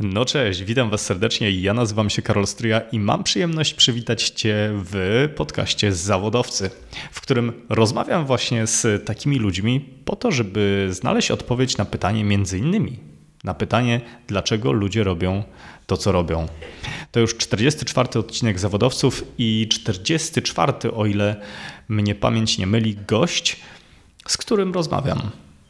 No cześć, witam Was serdecznie. Ja nazywam się Karol Stryja i mam przyjemność przywitać Cię w podcaście Zawodowcy, w którym rozmawiam właśnie z takimi ludźmi po to, żeby znaleźć odpowiedź na pytanie między innymi, na pytanie, dlaczego ludzie robią to, co robią. To już 44. odcinek Zawodowców i 44, o ile mnie pamięć nie myli, gość, z którym rozmawiam.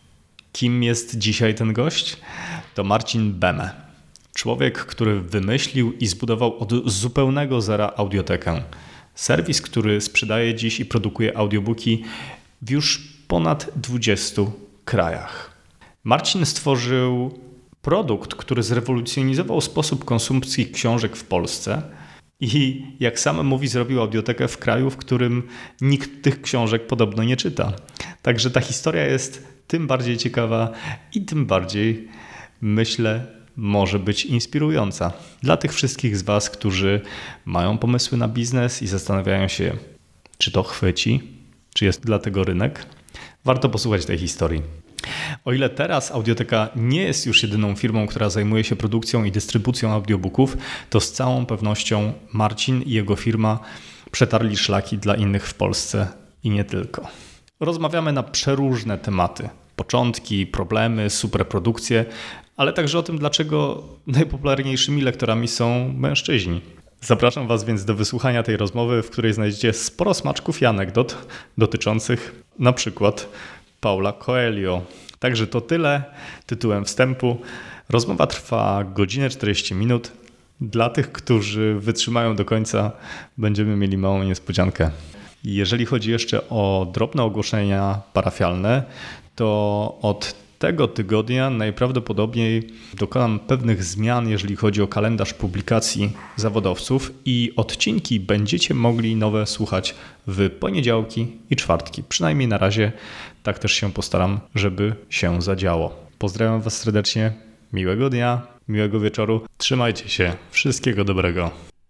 Kim jest dzisiaj ten gość? To Marcin Beme. Człowiek, który wymyślił i zbudował od zupełnego zera Audiotekę. Serwis, który sprzedaje dziś i produkuje audiobooki w już ponad 20 krajach. Marcin stworzył produkt, który zrewolucjonizował sposób konsumpcji książek w Polsce i, jak sam mówi, zrobił audiotekę w kraju, w którym nikt tych książek podobno nie czyta. Także ta historia jest tym bardziej ciekawa i tym bardziej, myślę, może być inspirująca dla tych wszystkich z Was, którzy mają pomysły na biznes i zastanawiają się, czy to chwyci, czy jest dla tego rynek. Warto posłuchać tej historii. O ile teraz Audioteka nie jest już jedyną firmą, która zajmuje się produkcją i dystrybucją audiobooków, to z całą pewnością Marcin i jego firma przetarli szlaki dla innych w Polsce i nie tylko. Rozmawiamy na przeróżne tematy. Początki, problemy, superprodukcje, ale także o tym, dlaczego najpopularniejszymi lektorami są mężczyźni. Zapraszam Was więc do wysłuchania tej rozmowy, w której znajdziecie sporo smaczków i anegdot dotyczących na przykład Paula Coelho. Także to tyle tytułem wstępu. Rozmowa trwa godzinę 40 minut. Dla tych, którzy wytrzymają do końca, będziemy mieli małą niespodziankę. Jeżeli chodzi jeszcze o drobne ogłoszenia parafialne, to od tego tygodnia najprawdopodobniej dokonam pewnych zmian, jeżeli chodzi o kalendarz publikacji zawodowców i odcinki będziecie mogli nowe słuchać w poniedziałki i czwartki. Przynajmniej na razie tak też się postaram, żeby się zadziało. Pozdrawiam Was serdecznie, miłego dnia, miłego wieczoru, trzymajcie się, wszystkiego dobrego.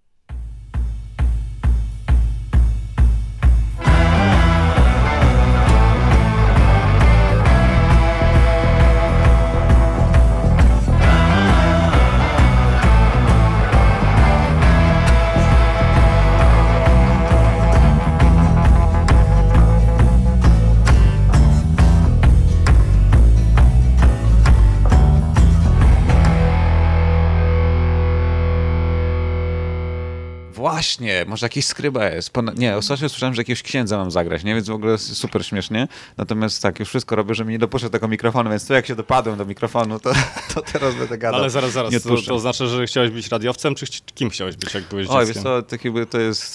Właśnie, może jakiś skryba jest. Nie, ostatnio słyszałem, że jakiegoś księdza mam zagrać, nie? Więc w ogóle super śmiesznie. Natomiast tak, już wszystko robię, że mi nie dopuszczę tego mikrofonu, więc to jak się dopadłem do mikrofonu, to teraz będę gadał. Ale zaraz, to znaczy, że chciałeś być radiowcem, czy kim chciałeś być, jak byłeś dzieckiem? Oj, wiesz co, tak jakby to jest,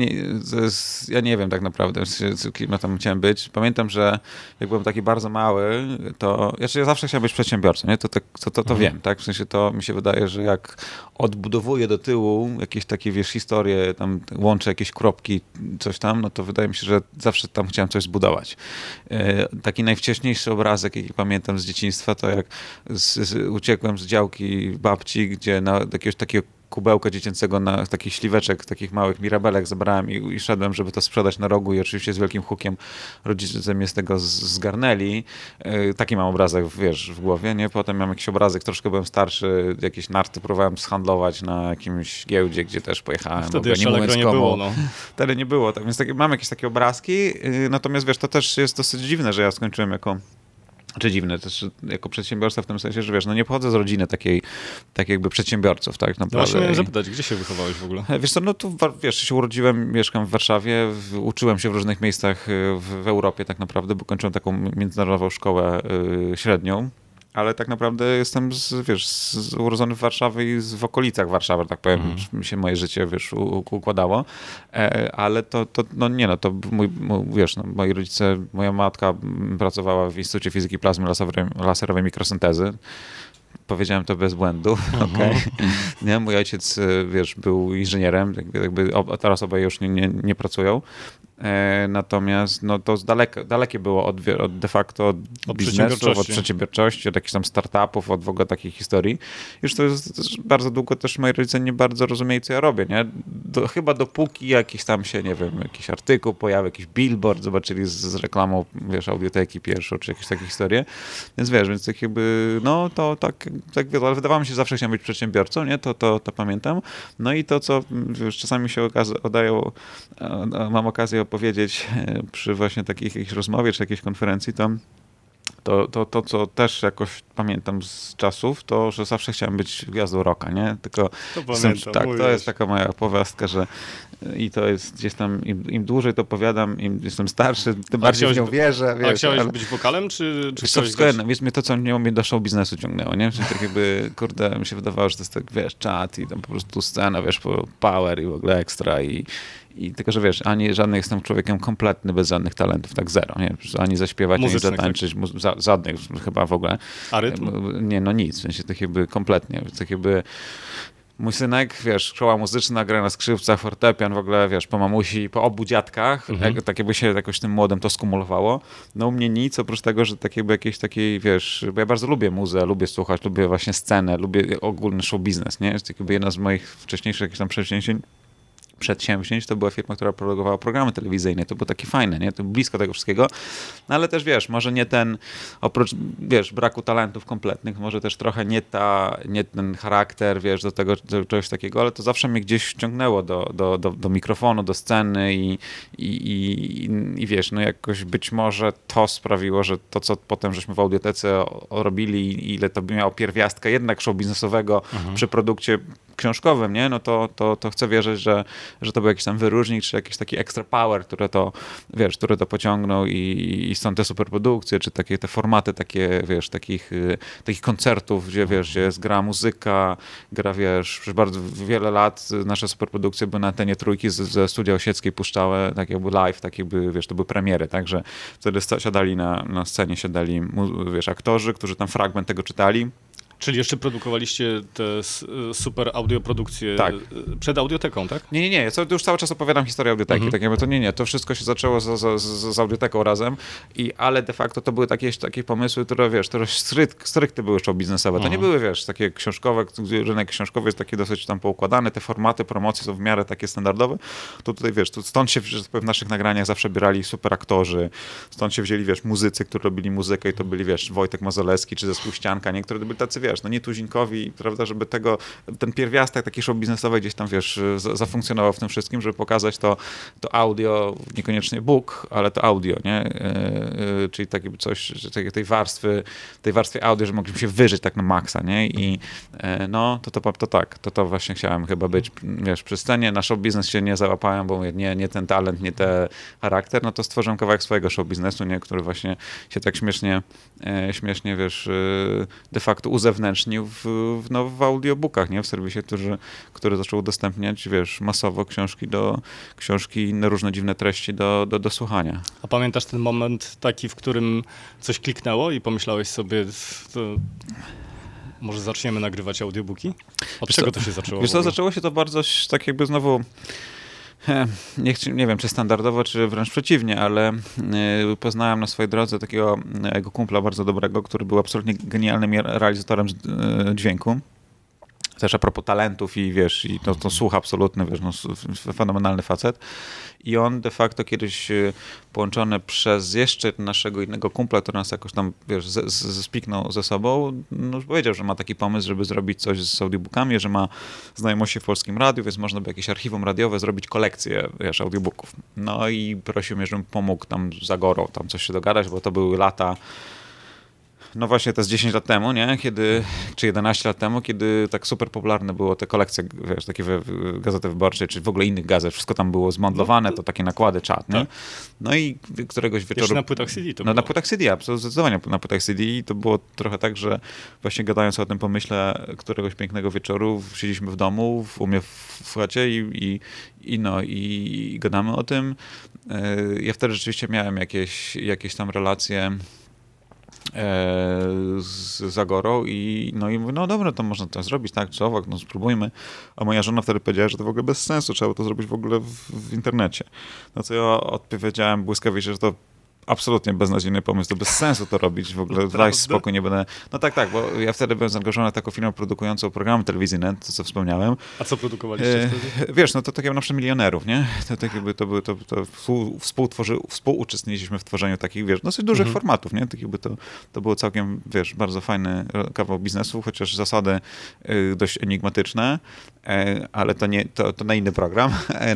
ja nie wiem tak naprawdę, kim ja tam chciałem być. Pamiętam, że jak byłem taki bardzo mały, to ja zawsze chciałem być przedsiębiorcą, nie? To wiem, tak? W sensie to mi się wydaje, że jak odbudowuję do tyłu jakieś takie, wiesz, historie, tam łączę jakieś kropki, coś tam, no to wydaje mi się, że zawsze tam chciałem coś zbudować. Taki najwcześniejszy obrazek, jaki pamiętam z dzieciństwa, to jak uciekłem z działki babci, gdzie na jakiegoś takiego kubełka dziecięcego, na takich śliweczek, takich małych mirabelek zabrałem i szedłem, żeby to sprzedać na rogu i oczywiście z wielkim hukiem rodzice mnie z tego zgarnęli. Taki mam obrazek, wiesz, w głowie, nie? Potem miałem jakiś obrazek, troszkę byłem starszy, jakieś narty próbowałem zhandlować na jakimś giełdzie, gdzie też pojechałem. Wtedy jeszcze Allegro nie było, no. Wtedy nie było, tak więc mam jakieś takie obrazki, natomiast wiesz, to też jest dosyć dziwne, że ja skończyłem czy dziwne, też jako przedsiębiorca w tym sensie, że wiesz, no nie pochodzę z rodziny takiej jakby przedsiębiorców, tak naprawdę. No właśnie miałem zapytać, gdzie się wychowałeś w ogóle? Wiesz co, no tu wiesz, się urodziłem, mieszkam w Warszawie, uczyłem się w różnych miejscach w Europie tak naprawdę, bo kończyłem taką międzynarodową szkołę średnią. Ale tak naprawdę jestem, urodzony w Warszawie i w okolicach Warszawy, tak powiem, mi się moje życie, wiesz, układało. Ale to moi rodzice, moja matka pracowała w Instytucie Fizyki i Plazmy Laserowej Mikrosyntezy. Powiedziałem to bez błędu, okej. Nie, mój ojciec, wiesz, był inżynierem, teraz obaj już nie pracują. Natomiast no, to dalekie było od de facto od biznesu, od przedsiębiorczości, od jakichś tam startupów, od w ogóle takiej historii. Już to jest bardzo długo też moi rodzice nie bardzo rozumieli, co ja robię, nie? Chyba dopóki jakiś tam się, nie wiem, jakiś artykuł pojawił, jakiś billboard, zobaczyli z reklamą, wiesz, audioteki pierwszą, czy jakieś takie historie. Więc wiesz, więc tak jakby, no to tak ale wydawało mi się, że zawsze chciałem być przedsiębiorcą, nie? To pamiętam. No i to, co już czasami się mam okazję opowiedzieć przy właśnie takiej jakiejś rozmowie, czy jakiejś konferencji, to, co też jakoś pamiętam z czasów, to, że zawsze chciałem być gwiazdą rocka, nie? Tylko to jest taka moja opowiastka, że i to jest gdzieś tam, im dłużej to opowiadam, im jestem starszy, tym bardziej w nią wierzę. A chciałeś być wokalem, czy wszystko jedno, wiesz, mnie to, co mnie do show biznesu ciągnęło, nie? Czyli tak jakby, kurde, mi się wydawało, że to jest tak, wiesz, czat i tam po prostu scena, wiesz, power i w ogóle ekstra i tylko, że wiesz, ani żadnych jestem człowiekiem kompletny, bez żadnych talentów, tak zero, nie? Ani zaśpiewać, ani zatańczyć, żadnych chyba w ogóle. A rytm? Nie, no nic, w sensie tak jakby kompletnie, tak jakby mój synek, wiesz, szkoła muzyczna, gra na skrzypcach, fortepian, w ogóle, wiesz, po mamusi, po obu dziadkach, tak jakby się jakoś tym młodym to skumulowało. No u mnie nic, oprócz tego, że tak jakby jakiejś takiej, wiesz, bo ja bardzo lubię muzę, lubię słuchać, lubię właśnie scenę, lubię ogólny show biznes, nie? Tak jakby jedna z moich wcześniejszych jakichś tam przedsięwzięć to była firma, która produkowała programy telewizyjne. To było takie fajne, nie? To blisko tego wszystkiego. No ale też, wiesz, może nie ten, oprócz, wiesz, braku talentów kompletnych, może też trochę nie ten charakter, wiesz, do czegoś takiego, ale to zawsze mnie gdzieś ciągnęło do mikrofonu, do sceny i wiesz, no jakoś być może to sprawiło, że to, co potem żeśmy w audiotece robili, ile to by miało pierwiastka jednak show biznesowego przy produkcie książkowym, nie? No to chcę wierzyć, że to był jakiś tam wyróżnik, czy jakiś taki extra power, które to pociągnął i stąd te superprodukcje, czy takie te formaty takie, wiesz, takich koncertów, gdzie, wiesz, gdzie jest gra muzyka, wiesz, przez bardzo wiele lat nasze superprodukcje były na antenie Trójki ze Studia Osieckiej puszczały, tak jakby live, tak jakby, wiesz, to były premiery, także wtedy siadali na scenie, wiesz, aktorzy, którzy tam fragment tego czytali. Czyli jeszcze produkowaliście te super audioprodukcje przed audioteką, tak? Nie. Ja już cały czas opowiadam historię audioteki. Tak jakby to to wszystko się zaczęło z audioteką razem, ale de facto to były takie pomysły, które, wiesz, stricte były show biznesowe. To nie były, wiesz, takie książkowe, gdzie rynek książkowy jest taki dosyć tam poukładany, te formaty promocji są w miarę takie standardowe. To tutaj, wiesz, stąd się, że w naszych nagraniach zawsze bierali super aktorzy, stąd się wzięli, wiesz, muzycy, którzy robili muzykę i to byli, wiesz, Wojtek Mazolewski czy zespół Ścianka, niektórzy byli tacy, wiesz, no nietuzinkowi, prawda, żeby ten pierwiastek taki show biznesowy gdzieś tam, wiesz, zafunkcjonował w tym wszystkim, żeby pokazać to audio, niekoniecznie Bóg, ale to audio, nie? Czyli takie coś, tej warstwy audio, że mogliśmy się wyżyć tak na maksa, nie? I no, to właśnie chciałem chyba być, wiesz, przy scenie. Na show biznes się nie załapałem, bo mówię, nie ten talent, nie ten charakter, no to stworzyłem kawałek swojego show biznesu, nie? Który właśnie się tak śmiesznie, wiesz, de facto uzewnętrznił w audiobookach, nie? W serwisie, który zaczął udostępniać, wiesz, masowo książki i inne różne dziwne treści do słuchania. A pamiętasz ten moment taki, w którym coś kliknęło i pomyślałeś sobie, może zaczniemy nagrywać audiobooki? Od czego to się zaczęło? Wiesz co, zaczęło się to bardzo tak jakby znowu nie wiem, czy standardowo, czy wręcz przeciwnie, ale poznałem na swojej drodze takiego jego kumpla bardzo dobrego, który był absolutnie genialnym realizatorem dźwięku. Też a propos talentów i wiesz, i to słuch absolutny, wiesz, no, fenomenalny facet. I on de facto kiedyś połączony przez jeszcze naszego innego kumpla, który nas jakoś tam, wiesz, spiknął ze sobą, no już powiedział, że ma taki pomysł, żeby zrobić coś z audiobookami, że ma znajomości w Polskim Radiu, więc można by jakieś archiwum radiowe zrobić kolekcję, wiesz, audiobooków. No i prosił mnie, żebym pomógł tam z Agorą, tam coś się dogadać, bo to były lata. No właśnie, to jest 10 lat temu, nie? Czy 11 lat temu, kiedy tak super popularne było te kolekcje, wiesz, takie Gazety Wyborczej, czy w ogóle innych gazet, wszystko tam było zmodlowane, to takie nakłady, czat, nie? No i któregoś wieczoru... Jeszcze na płytach CD to było. Na płytach CD, absolutnie, zdecydowanie na płytach CD i to było trochę tak, że właśnie gadając o tym pomyśle któregoś pięknego wieczoru, siedzieliśmy w domu, u mnie w chacie i gadamy o tym. Ja wtedy rzeczywiście miałem jakieś tam relacje z Zagorą i mówię, no dobra, to można to zrobić, tak, czy owak, no spróbujmy. A moja żona wtedy powiedziała, że to w ogóle bez sensu, trzeba to zrobić w ogóle w internecie. No to ja odpowiedziałem błyskawicznie, że to absolutnie beznadziejny pomysł, to bez sensu to robić, w ogóle daj spokój, nie będę... No tak, bo ja wtedy byłem zaangażowany w taką firmę produkującą programy telewizyjne, to co wspomniałem. A co produkowaliście wtedy? Wiesz, no to tak jakby na przykład Milionerów, nie? To współuczestniczyliśmy w tworzeniu takich, wiesz, dosyć dużych formatów, nie? Tak jakby to było całkiem, wiesz, bardzo fajny kawał biznesu, chociaż zasady dość enigmatyczne, ale to na inny program.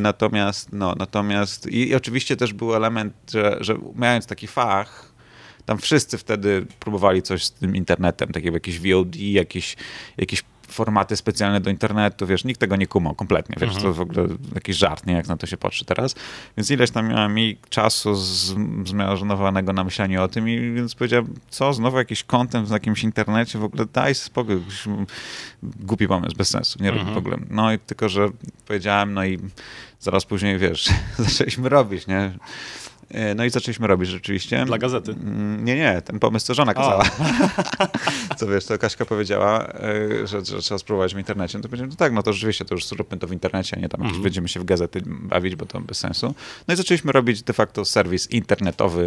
Natomiast i oczywiście też był element, że mając taki fach, tam wszyscy wtedy próbowali coś z tym internetem, takie jakieś VOD, jakieś formaty specjalne do internetu, wiesz, nikt tego nie kumał kompletnie, wiesz, to w ogóle jakiś żart, nie, jak na to się patrzy teraz. Więc ileś tam miałem mi czasu zmarnowanego na myślenie o tym i więc powiedziałem, co, znowu jakiś content w jakimś internecie, w ogóle daj spokój, głupi pomysł, bez sensu, nie robię w ogóle. No i tylko, że powiedziałem, no i zaraz później, wiesz, zaczęliśmy robić, nie? No i zaczęliśmy robić rzeczywiście. Dla gazety? Nie, ten pomysł to żona kazała. Co wiesz, to Kaśka powiedziała, że trzeba spróbować w internecie. No to powiedziałem, no tak, no to rzeczywiście, to już zróbmy to w internecie, nie tam jakieś będziemy się w gazety bawić, bo to bez sensu. No i zaczęliśmy robić de facto serwis internetowy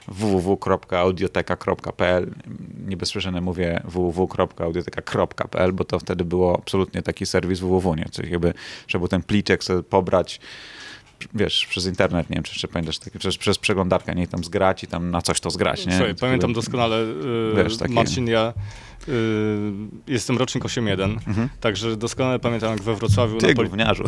www.audioteka.pl. Niebezpieczne mówię www.audioteka.pl, bo to wtedy było absolutnie taki serwis www, nie? Czyli jakby, żeby ten pliczek sobie pobrać, wiesz, przez internet, nie wiem, czy pamiętasz, przez przeglądarkę, nie, tam zgrać i tam na coś to zgrać, nie? Słuchaj, pamiętam doskonale, wiesz, Marcin, ja jestem rocznik 8.1, także doskonale pamiętam, jak we Wrocławiu... Ty, gówniarzu.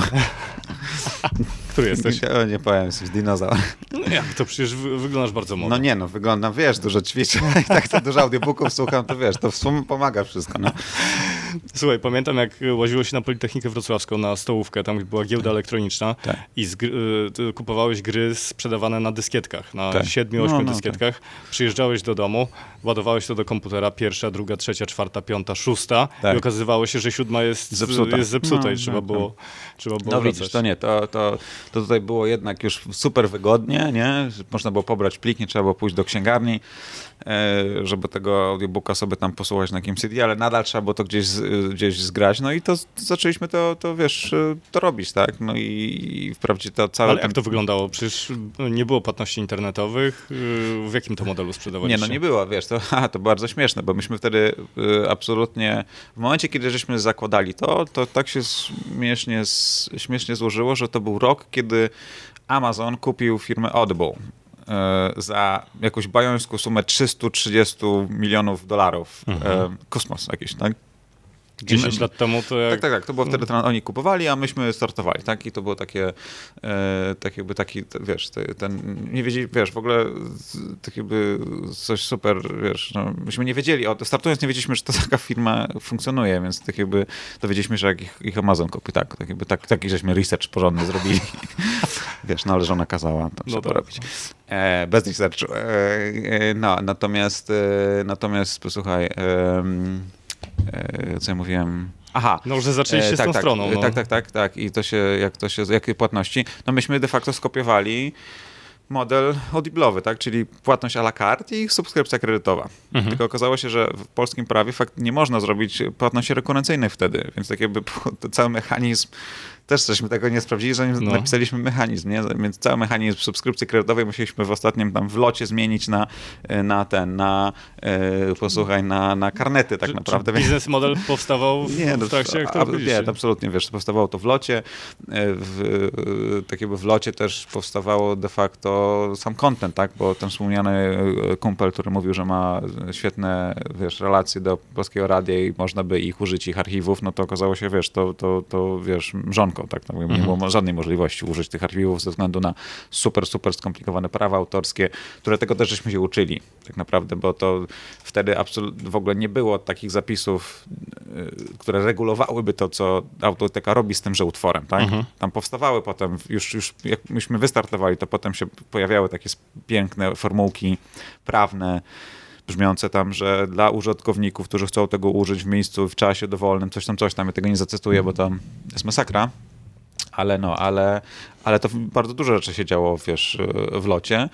Który jesteś? Nie powiem, jesteś dinozaur. No jak, to przecież wyglądasz bardzo mocno. No nie, no wyglądam, wiesz, dużo ćwiczę i tak to dużo audiobooków słucham, to wiesz, to w sumie pomaga wszystko, no. Słuchaj, pamiętam, jak łaziło się na Politechnikę Wrocławską, na stołówkę, tam była giełda elektroniczna i kupowałeś gry sprzedawane na dyskietkach, na 7-8 dyskietkach. Przyjeżdżałeś do domu, ładowałeś to do komputera, 1., 2., 3., 4., 5., 6. I okazywało się, że 7. jest zepsuta i trzeba było no wracać. Widzisz, to nie, to tutaj było jednak już super wygodnie, nie? Można było pobrać plik, nie trzeba było pójść do księgarni, żeby tego audiobooka sobie tam posłuchać na jakimś CD, ale nadal trzeba było to gdzieś zgrać, no i to zaczęliśmy to wiesz, to robić, tak? No i wprawdzie to całe... Ale jak to wyglądało? Przecież nie było płatności internetowych. W jakim to modelu sprzedawaliście? Nie, no nie było, wiesz, to bardzo śmieszne, bo myśmy wtedy absolutnie, w momencie, kiedy żeśmy zakładali to tak się śmiesznie złożyło, że to był rok, kiedy Amazon kupił firmę Audible za jakąś bajońską sumę $330 milionów. Kosmos jakiś, tak? 10 lat temu to jak... Tak. To było wtedy, oni kupowali, a myśmy startowali, tak? I to było takie, wiesz, nie wiedzieli, wiesz, w ogóle tak jakby coś super, wiesz, no, myśmy nie wiedzieli, startując nie wiedzieliśmy, że to taka firma funkcjonuje, więc tak jakby dowiedzieliśmy się, jak ich Amazon kupi, tak? Tak jakby taki żeśmy research porządny zrobili. Wiesz, no ale żona kazała to robić. Bez researchu. Natomiast posłuchaj, co ja mówiłem? Aha. No, że zaczęliście z tą stroną. No. Tak. I jakie płatności? No myśmy de facto skopiowali model audible'owy, tak? Czyli płatność à la carte i subskrypcja kredytowa. Tylko okazało się, że w polskim prawie nie można zrobić płatności rekurencyjnej wtedy, więc tak jakby cały mechanizm, też żeśmy tego nie sprawdzili, zanim napisaliśmy mechanizm, nie? Więc cały mechanizm subskrypcji kredytowej musieliśmy w ostatnim tam wlocie zmienić na karnety tak naprawdę. Biznes model powstawał w trakcie, jak to robiliście? Nie, absolutnie, wiesz, powstawało to w locie. Tak jakby w locie też powstawało de facto sam content, tak? Bo ten wspomniany kumpel, który mówił, że ma świetne, wiesz, relacje do Polskiego Radia i można by ich użyć, ich archiwów, no to okazało się, wiesz, to wiesz, mrzonką, tak? Nie było żadnej możliwości użyć tych archiwów ze względu na super skomplikowane prawa autorskie, które tego też żeśmy się uczyli, tak naprawdę, bo to wtedy absolutnie w ogóle nie było takich zapisów, które regulowałyby to, co Audioteka robi z tymże utworem, tak? Tam powstawały potem, już jak myśmy wystartowali, to potem się pojawiały takie piękne formułki prawne, brzmiące tam, że dla użytkowników, którzy chcą tego użyć w miejscu, w czasie dowolnym, coś tam, ja tego nie zacytuję, bo to jest masakra, ale to bardzo dużo rzeczy się działo, wiesz, w locie.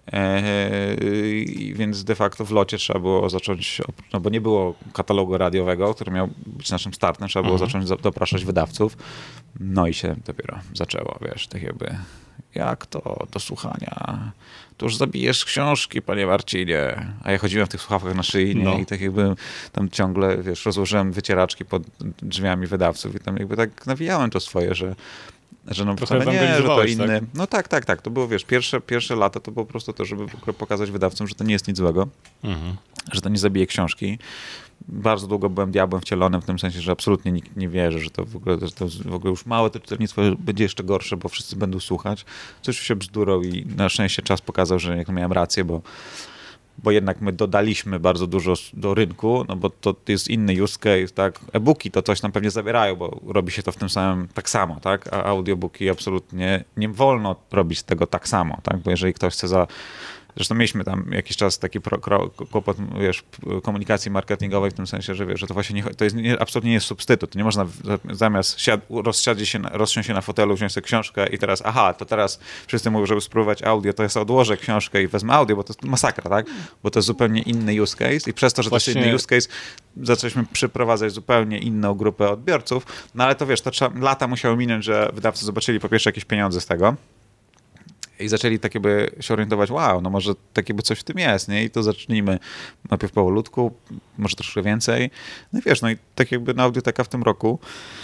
Więc de facto w locie trzeba było zacząć, no bo nie było katalogu radiowego, który miał być naszym startem, trzeba było zacząć dopraszać wydawców. No i się dopiero zaczęło, wiesz, tak jakby jak to do słuchania? To już zabijesz książki, panie Marcinie. A ja chodziłem w tych słuchawkach na szyi i tak jakby tam ciągle, wiesz, rozłożyłem wycieraczki pod drzwiami wydawców i tam jakby tak nawijałem to swoje, że no wcale nie, że to inny. Tak? No tak. To było, wiesz, pierwsze lata to było po prostu to, żeby pokazać wydawcom, że to nie jest nic złego, że to nie zabije książki. Bardzo długo byłem diabłem wcielonym w tym sensie, że absolutnie nikt nie wierzy, że to w ogóle już małe to czytelnictwo będzie jeszcze gorsze, bo wszyscy będą słuchać. Coś się bzdurą i na szczęście czas pokazał, że jak miałem rację, bo jednak my dodaliśmy bardzo dużo do rynku, no bo to jest inny use case, tak? E-booki to coś tam pewnie zabierają, bo robi się to w tym samym tak samo, tak? A audiobooki absolutnie nie wolno robić tego tak samo, tak? Bo jeżeli ktoś chce Zresztą mieliśmy tam jakiś czas taki kłopot, wiesz, komunikacji marketingowej w tym sensie, że wiesz, że to właśnie absolutnie nie jest substytut. Nie można zamiast rozsiąść się na fotelu, wziąć sobie książkę i teraz, to teraz wszyscy mówią, żeby spróbować audio, to ja sobie odłożę książkę i wezmę audio, bo to jest masakra, tak? Bo to jest zupełnie inny use case i przez to, że właśnie... to jest inny use case, zaczęliśmy przyprowadzać zupełnie inną grupę odbiorców, no ale to wiesz, lata musiały minąć, że wydawcy zobaczyli po pierwsze jakieś pieniądze z tego, i zaczęli tak jakby się orientować, no może tak jakby coś w tym jest, nie? I to zacznijmy najpierw powolutku, może troszkę więcej. No i wiesz, no i tak jakby na Audioteka w tym roku,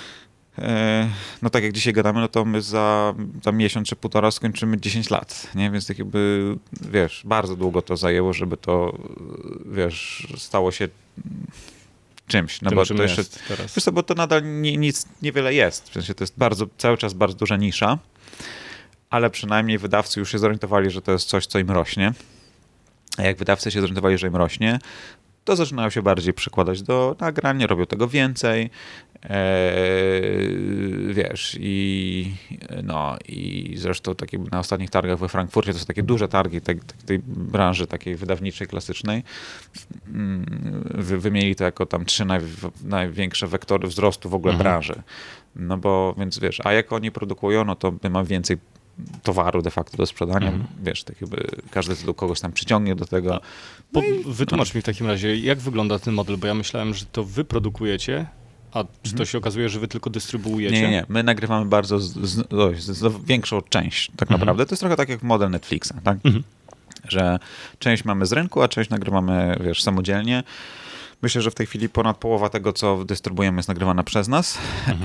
no tak jak dzisiaj gadamy, no to my za miesiąc czy półtora skończymy 10 lat, nie? Więc tak jakby, wiesz, bardzo długo to zajęło, żeby to, wiesz, stało się czymś. No bo to jeszcze, wiesz co, bo to nadal niewiele jest. W sensie to jest cały czas bardzo duża nisza. Ale przynajmniej wydawcy już się zorientowali, że to jest coś, co im rośnie. A jak wydawcy się zorientowali, że im rośnie, to zaczynają się bardziej przykładać do nagrań, robią tego więcej. Wiesz, i zresztą tak jakby na ostatnich targach we Frankfurcie, to są takie duże targi tej branży takiej wydawniczej, klasycznej. Wymienili to jako tam 3 największe wektory wzrostu w ogóle branży. No bo, więc wiesz, a jak oni produkują, no to my mamy więcej towaru de facto do sprzedania. Wiesz, tak jakby każdy tytuł kogoś tam przyciągnie do tego. Wytłumacz mi w takim razie, jak wygląda ten model, bo ja myślałem, że to wy produkujecie, a czy to się okazuje, że wy tylko dystrybuujecie? Nie. My nagrywamy bardzo większą część tak naprawdę. To jest trochę tak jak model Netflixa, tak? Że część mamy z rynku, a część nagrywamy, wiesz, samodzielnie. Myślę, że w tej chwili ponad połowa tego, co dystrybuujemy, jest nagrywana przez nas.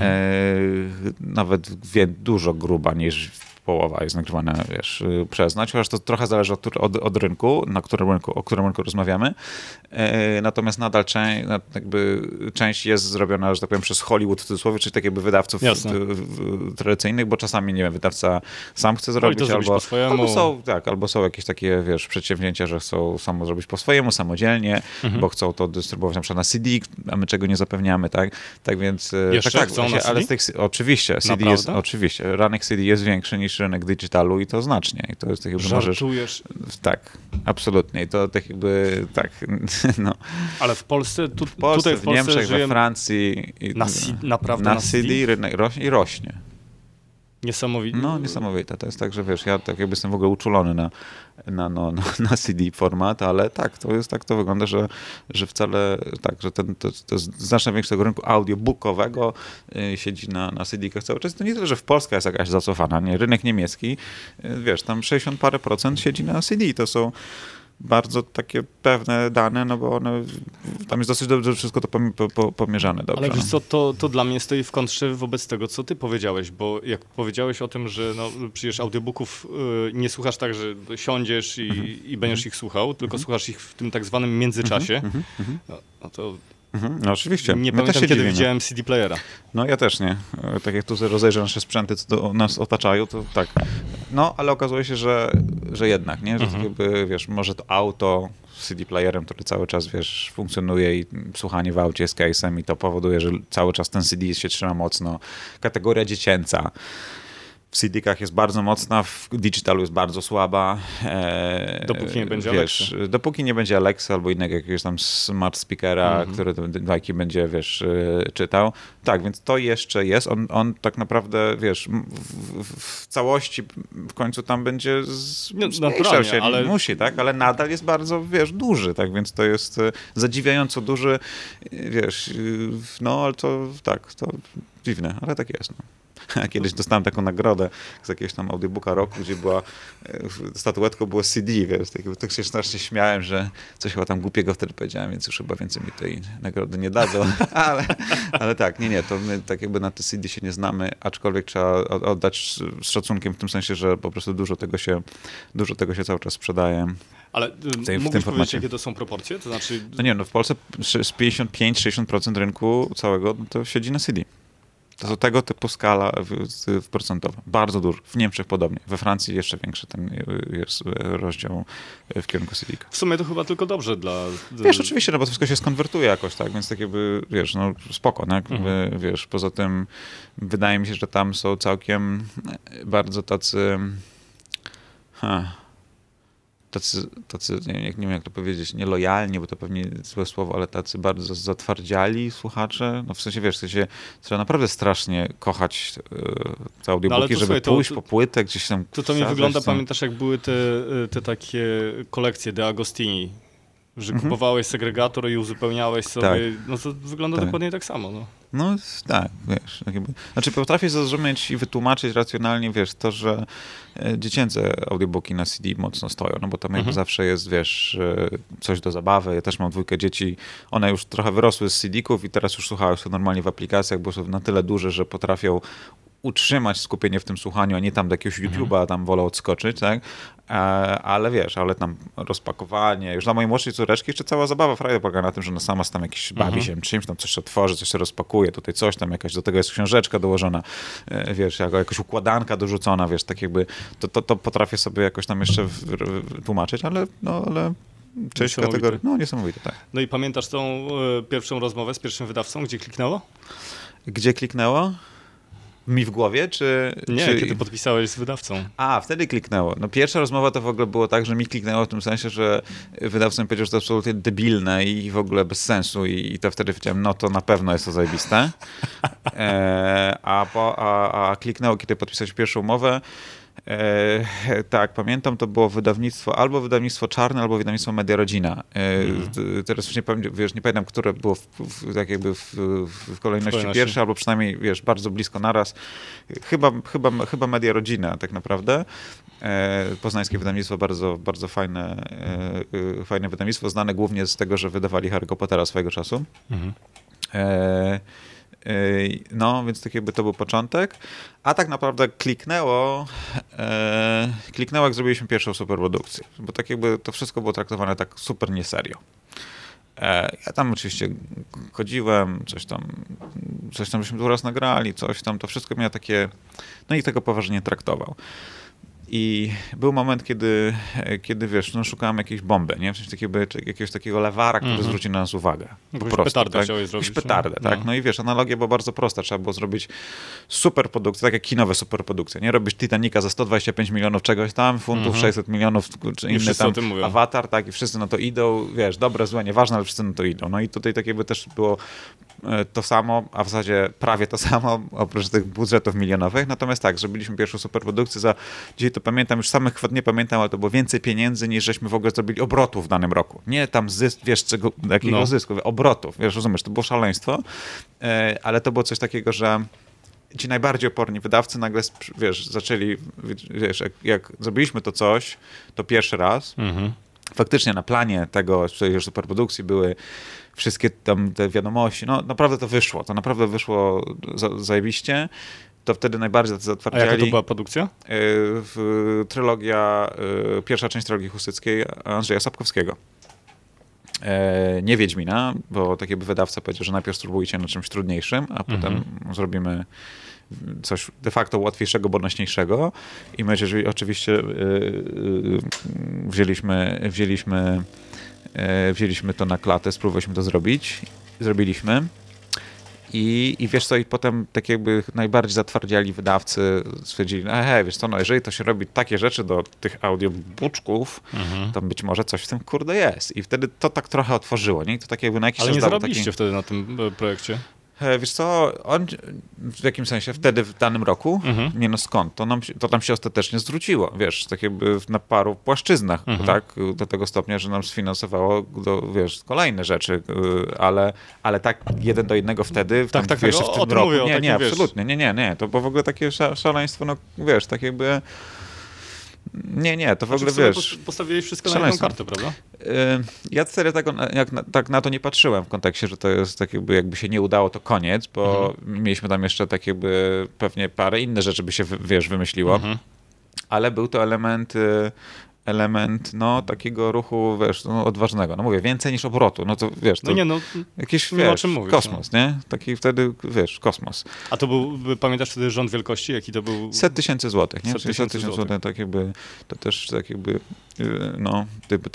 Nawet dużo gruba niż połowa jest nagrywana, wiesz, przez nas, chociaż to trochę zależy od rynku, o którym rynku rozmawiamy. Natomiast nadal część jest zrobiona, że tak powiem, przez Hollywood w cudzysłowie, czyli tak jakby wydawców tradycyjnych, bo czasami, nie wiem, wydawca sam chce zrobić, albo są jakieś takie, wiesz, przedsięwzięcia, że chcą samo zrobić po swojemu, samodzielnie, bo chcą to dystrybuować na przykład na CD, a my czego nie zapewniamy, tak? Tak więc... Jeszcze chcą na CD? Ale oczywiście, CD jest, oczywiście, rynek CD jest większy niż rynek digitalu i to znacznie. I to jest tak jakby Żartujesz? Tak, absolutnie. I to tak jakby, tak, no. Ale w Polsce, tutaj w Niemczech, we Francji. Naprawdę na CD rynek rośnie. Niesamowite. No, niesamowite. To jest tak, że wiesz, ja tak jakby jestem w ogóle uczulony na CD format, ale tak, to wygląda, że wcale tak, że to znacznie większego rynku audiobookowego siedzi na CD-kach cały czas. To nie tyle, że w Polsce jest jakaś zacofana, nie? Rynek niemiecki, wiesz, tam 60 parę procent siedzi na CD. To są bardzo takie pewne dane, no bo one, tam jest dosyć dobrze wszystko to pomierzane dobrze. Ale wiesz co, to dla mnie stoi w kontrze wobec tego, co ty powiedziałeś, bo jak powiedziałeś o tym, że no, przecież audiobooków nie słuchasz tak, że siądziesz i będziesz ich słuchał, tylko słuchasz ich w tym tak zwanym międzyczasie, no to... No oczywiście. Nie pamiętam, kiedy widziałem CD playera. No ja też nie. Tak jak tu rozejrzę nasze sprzęty, co nas otaczają, to tak. No, ale okazuje się, że jednak, nie? Że tak jakby, wiesz, może to auto z CD playerem, który cały czas, wiesz, funkcjonuje i słuchanie w aucie z case'em i to powoduje, że cały czas ten CD się trzyma mocno. Kategoria dziecięca. w CD-kach jest bardzo mocna, w digitalu jest bardzo słaba. Dopóki nie będzie Alexy. Dopóki nie będzie Alexy albo innego jakiegoś tam smart speakera, który te dźwięki będzie, czytał. Tak, więc to jeszcze jest. On tak naprawdę, w całości w końcu tam będzie zmniejszał się. Ale... Musi, tak? Ale nadal jest bardzo, duży, tak? Więc to jest zadziwiająco duży, no ale to tak, to dziwne, ale tak jest. No. Kiedyś dostałem taką nagrodę z jakiegoś tam audiobooka roku, gdzie była statuetką było CD, tak się strasznie śmiałem, że coś chyba tam głupiego wtedy powiedziałem, więc już chyba więcej mi tej nagrody nie dadzą, ale tak, nie, to my tak jakby na te CD się nie znamy, aczkolwiek trzeba oddać z szacunkiem w tym sensie, że po prostu dużo tego się cały czas sprzedaje. Ale mógłbyś powiedzieć, jakie to są proporcje? To znaczy... No w Polsce z 55-60% rynku całego to siedzi na CD. To są tego typu skala procentowa. Bardzo dużo. W Niemczech podobnie. We Francji jeszcze większy ten jest rozdział w kierunku CD. W sumie to chyba tylko dobrze dla... Oczywiście, no bo to wszystko się skonwertuje jakoś, tak? Więc tak jakby, no spoko, tak? Poza tym wydaje mi się, że tam są całkiem bardzo tacy nie wiem jak to powiedzieć, nielojalni, bo to pewnie złe słowo, ale tacy bardzo zatwardziali słuchacze. No w sensie, trzeba naprawdę strasznie kochać te audiobooki, żeby pójść po płytę gdzieś tam. To mi wygląda, pamiętasz jak były te takie kolekcje De Agostini, że kupowałeś segregator i uzupełniałeś sobie, tak. No to wygląda dokładnie tak samo. No tak, Znaczy potrafię zrozumieć i wytłumaczyć racjonalnie, to, że dziecięce audiobooki na CD mocno stoją, no bo tam jakby zawsze jest, coś do zabawy. Ja też mam 2 dzieci, one już trochę wyrosły z CD-ków i teraz już słuchają się normalnie w aplikacjach, bo są na tyle duże, że potrafią utrzymać skupienie w tym słuchaniu, a nie tam do jakiegoś YouTube'a tam wolę odskoczyć, tak? Ale tam rozpakowanie. Już dla mojej młodszej córeczki jeszcze cała zabawa frajda polega na tym, że ona sama tam bawi się czymś, tam coś się otworzy, coś się rozpakuje, tutaj coś tam jakaś, do tego jest książeczka dołożona, jakaś układanka dorzucona, tak jakby to potrafię sobie jakoś tam jeszcze tłumaczyć, ale część kategorii, niesamowite, tak. No i pamiętasz tą pierwszą rozmowę z pierwszym wydawcą, gdzie kliknęło? Gdzie kliknęło? Mi w głowie, czy... Nie, kiedy podpisałeś z wydawcą. Wtedy kliknęło. No pierwsza rozmowa to w ogóle było tak, że mi kliknęło w tym sensie, że wydawca mi powiedział, że to absolutnie debilne i w ogóle bez sensu i to wtedy powiedziałem, no to na pewno jest to zajebiste. A kliknęło, kiedy podpisałeś pierwszą umowę. Tak, pamiętam, to było albo wydawnictwo Czarne, albo wydawnictwo Media Rodzina. Teraz już nie pamiętam, które było w kolejności pierwsze, albo przynajmniej, bardzo blisko naraz. Chyba Media Rodzina, tak naprawdę. Poznańskie wydawnictwo, bardzo, bardzo fajne wydawnictwo, znane głównie z tego, że wydawali Harry'ego Pottera swojego czasu. No, więc tak jakby to był początek. A tak naprawdę kliknęło, jak zrobiliśmy pierwszą superprodukcję. Bo tak jakby to wszystko było traktowane tak super nieserio. Ja tam oczywiście chodziłem, coś tam żeśmy tu raz nagrali, coś tam, to wszystko miało takie, no i tego poważnie traktował. I był moment, kiedy szukałem jakiejś bomby, nie? W sensie jakiegoś takiego lewara, który zwróci na nas uwagę. Po prostu, petardę chciałeś zrobić. Petardę, tak. No i analogia była bardzo prosta. Trzeba było zrobić superprodukcję, tak jak kinowe superprodukcje. Nie robisz Titanica za 125 milionów czegoś tam, funtów 600 milionów, czy inny tam Avatar, tak, i wszyscy na to idą, dobre, złe, nieważne, ale wszyscy na to idą. No i tutaj tak jakby też było to samo, a w zasadzie prawie to samo, oprócz tych budżetów milionowych. Natomiast tak, zrobiliśmy pierwszą superprodukcję dzisiaj to pamiętam, już samych kwot nie pamiętam, ale to było więcej pieniędzy, niż żeśmy w ogóle zrobili obrotów w danym roku. Nie tam zysk, jakiego zysku, obrotów, rozumiesz, to było szaleństwo, ale to było coś takiego, że ci najbardziej oporni wydawcy nagle, zaczęli, jak zrobiliśmy to coś, to pierwszy raz, faktycznie na planie tego superprodukcji były wszystkie tam te wiadomości, no naprawdę to wyszło zajebiście. To wtedy najbardziej zatwardziali. A jaka to była produkcja? Pierwsza część trylogii husyckiej Andrzeja Sapkowskiego. Nie Wiedźmina, bo tak jakby wydawca powiedział, że najpierw spróbujcie na czymś trudniejszym, a potem zrobimy coś de facto łatwiejszego, boleśniejszego. I my oczywiście wzięliśmy to na klatę, spróbowaliśmy to zrobić. Zrobiliśmy. I wiesz co, i potem tak jakby najbardziej zatwardziali wydawcy stwierdzili, wiesz co, no jeżeli to się robi takie rzeczy do tych audiobuczków, to być może coś w tym kurde jest. I wtedy to tak trochę otworzyło, nie? I to tak jakby na jakiś Ale czas nie dało zarobiliście wtedy na tym projekcie? Wiesz co, on w jakimś sensie wtedy w danym roku, nie no skąd, to nam się ostatecznie zwróciło, wiesz, tak jakby na paru płaszczyznach, tak, do tego stopnia, że nam sfinansowało, wiesz, kolejne rzeczy, ale tak 1 do 1 wtedy, wiesz, w tym roku, mówię, nie, absolutnie, nie, to było w ogóle takie szaleństwo, no wiesz, tak jakby... Nie, to w ogóle, wiesz... Postawiłeś wszystko na jedną kartę, prawda? Ja wtedy tak na to nie patrzyłem w kontekście, że to jest tak jakby się nie udało, to koniec, bo mieliśmy tam jeszcze tak jakby pewnie parę innych rzeczy by się, wiesz, wymyśliło, ale był to element, no, takiego ruchu, wiesz, no, odważnego. No mówię, więcej niż obrotu, no to wiesz, to jakiś, wiesz, o czym mówisz, kosmos, nie? Taki wtedy, wiesz, kosmos. A to był, pamiętasz wtedy rząd wielkości? Jaki to był? 100 000 złotych, nie? 100 000 złotych, tak jakby, to też tak jakby, no,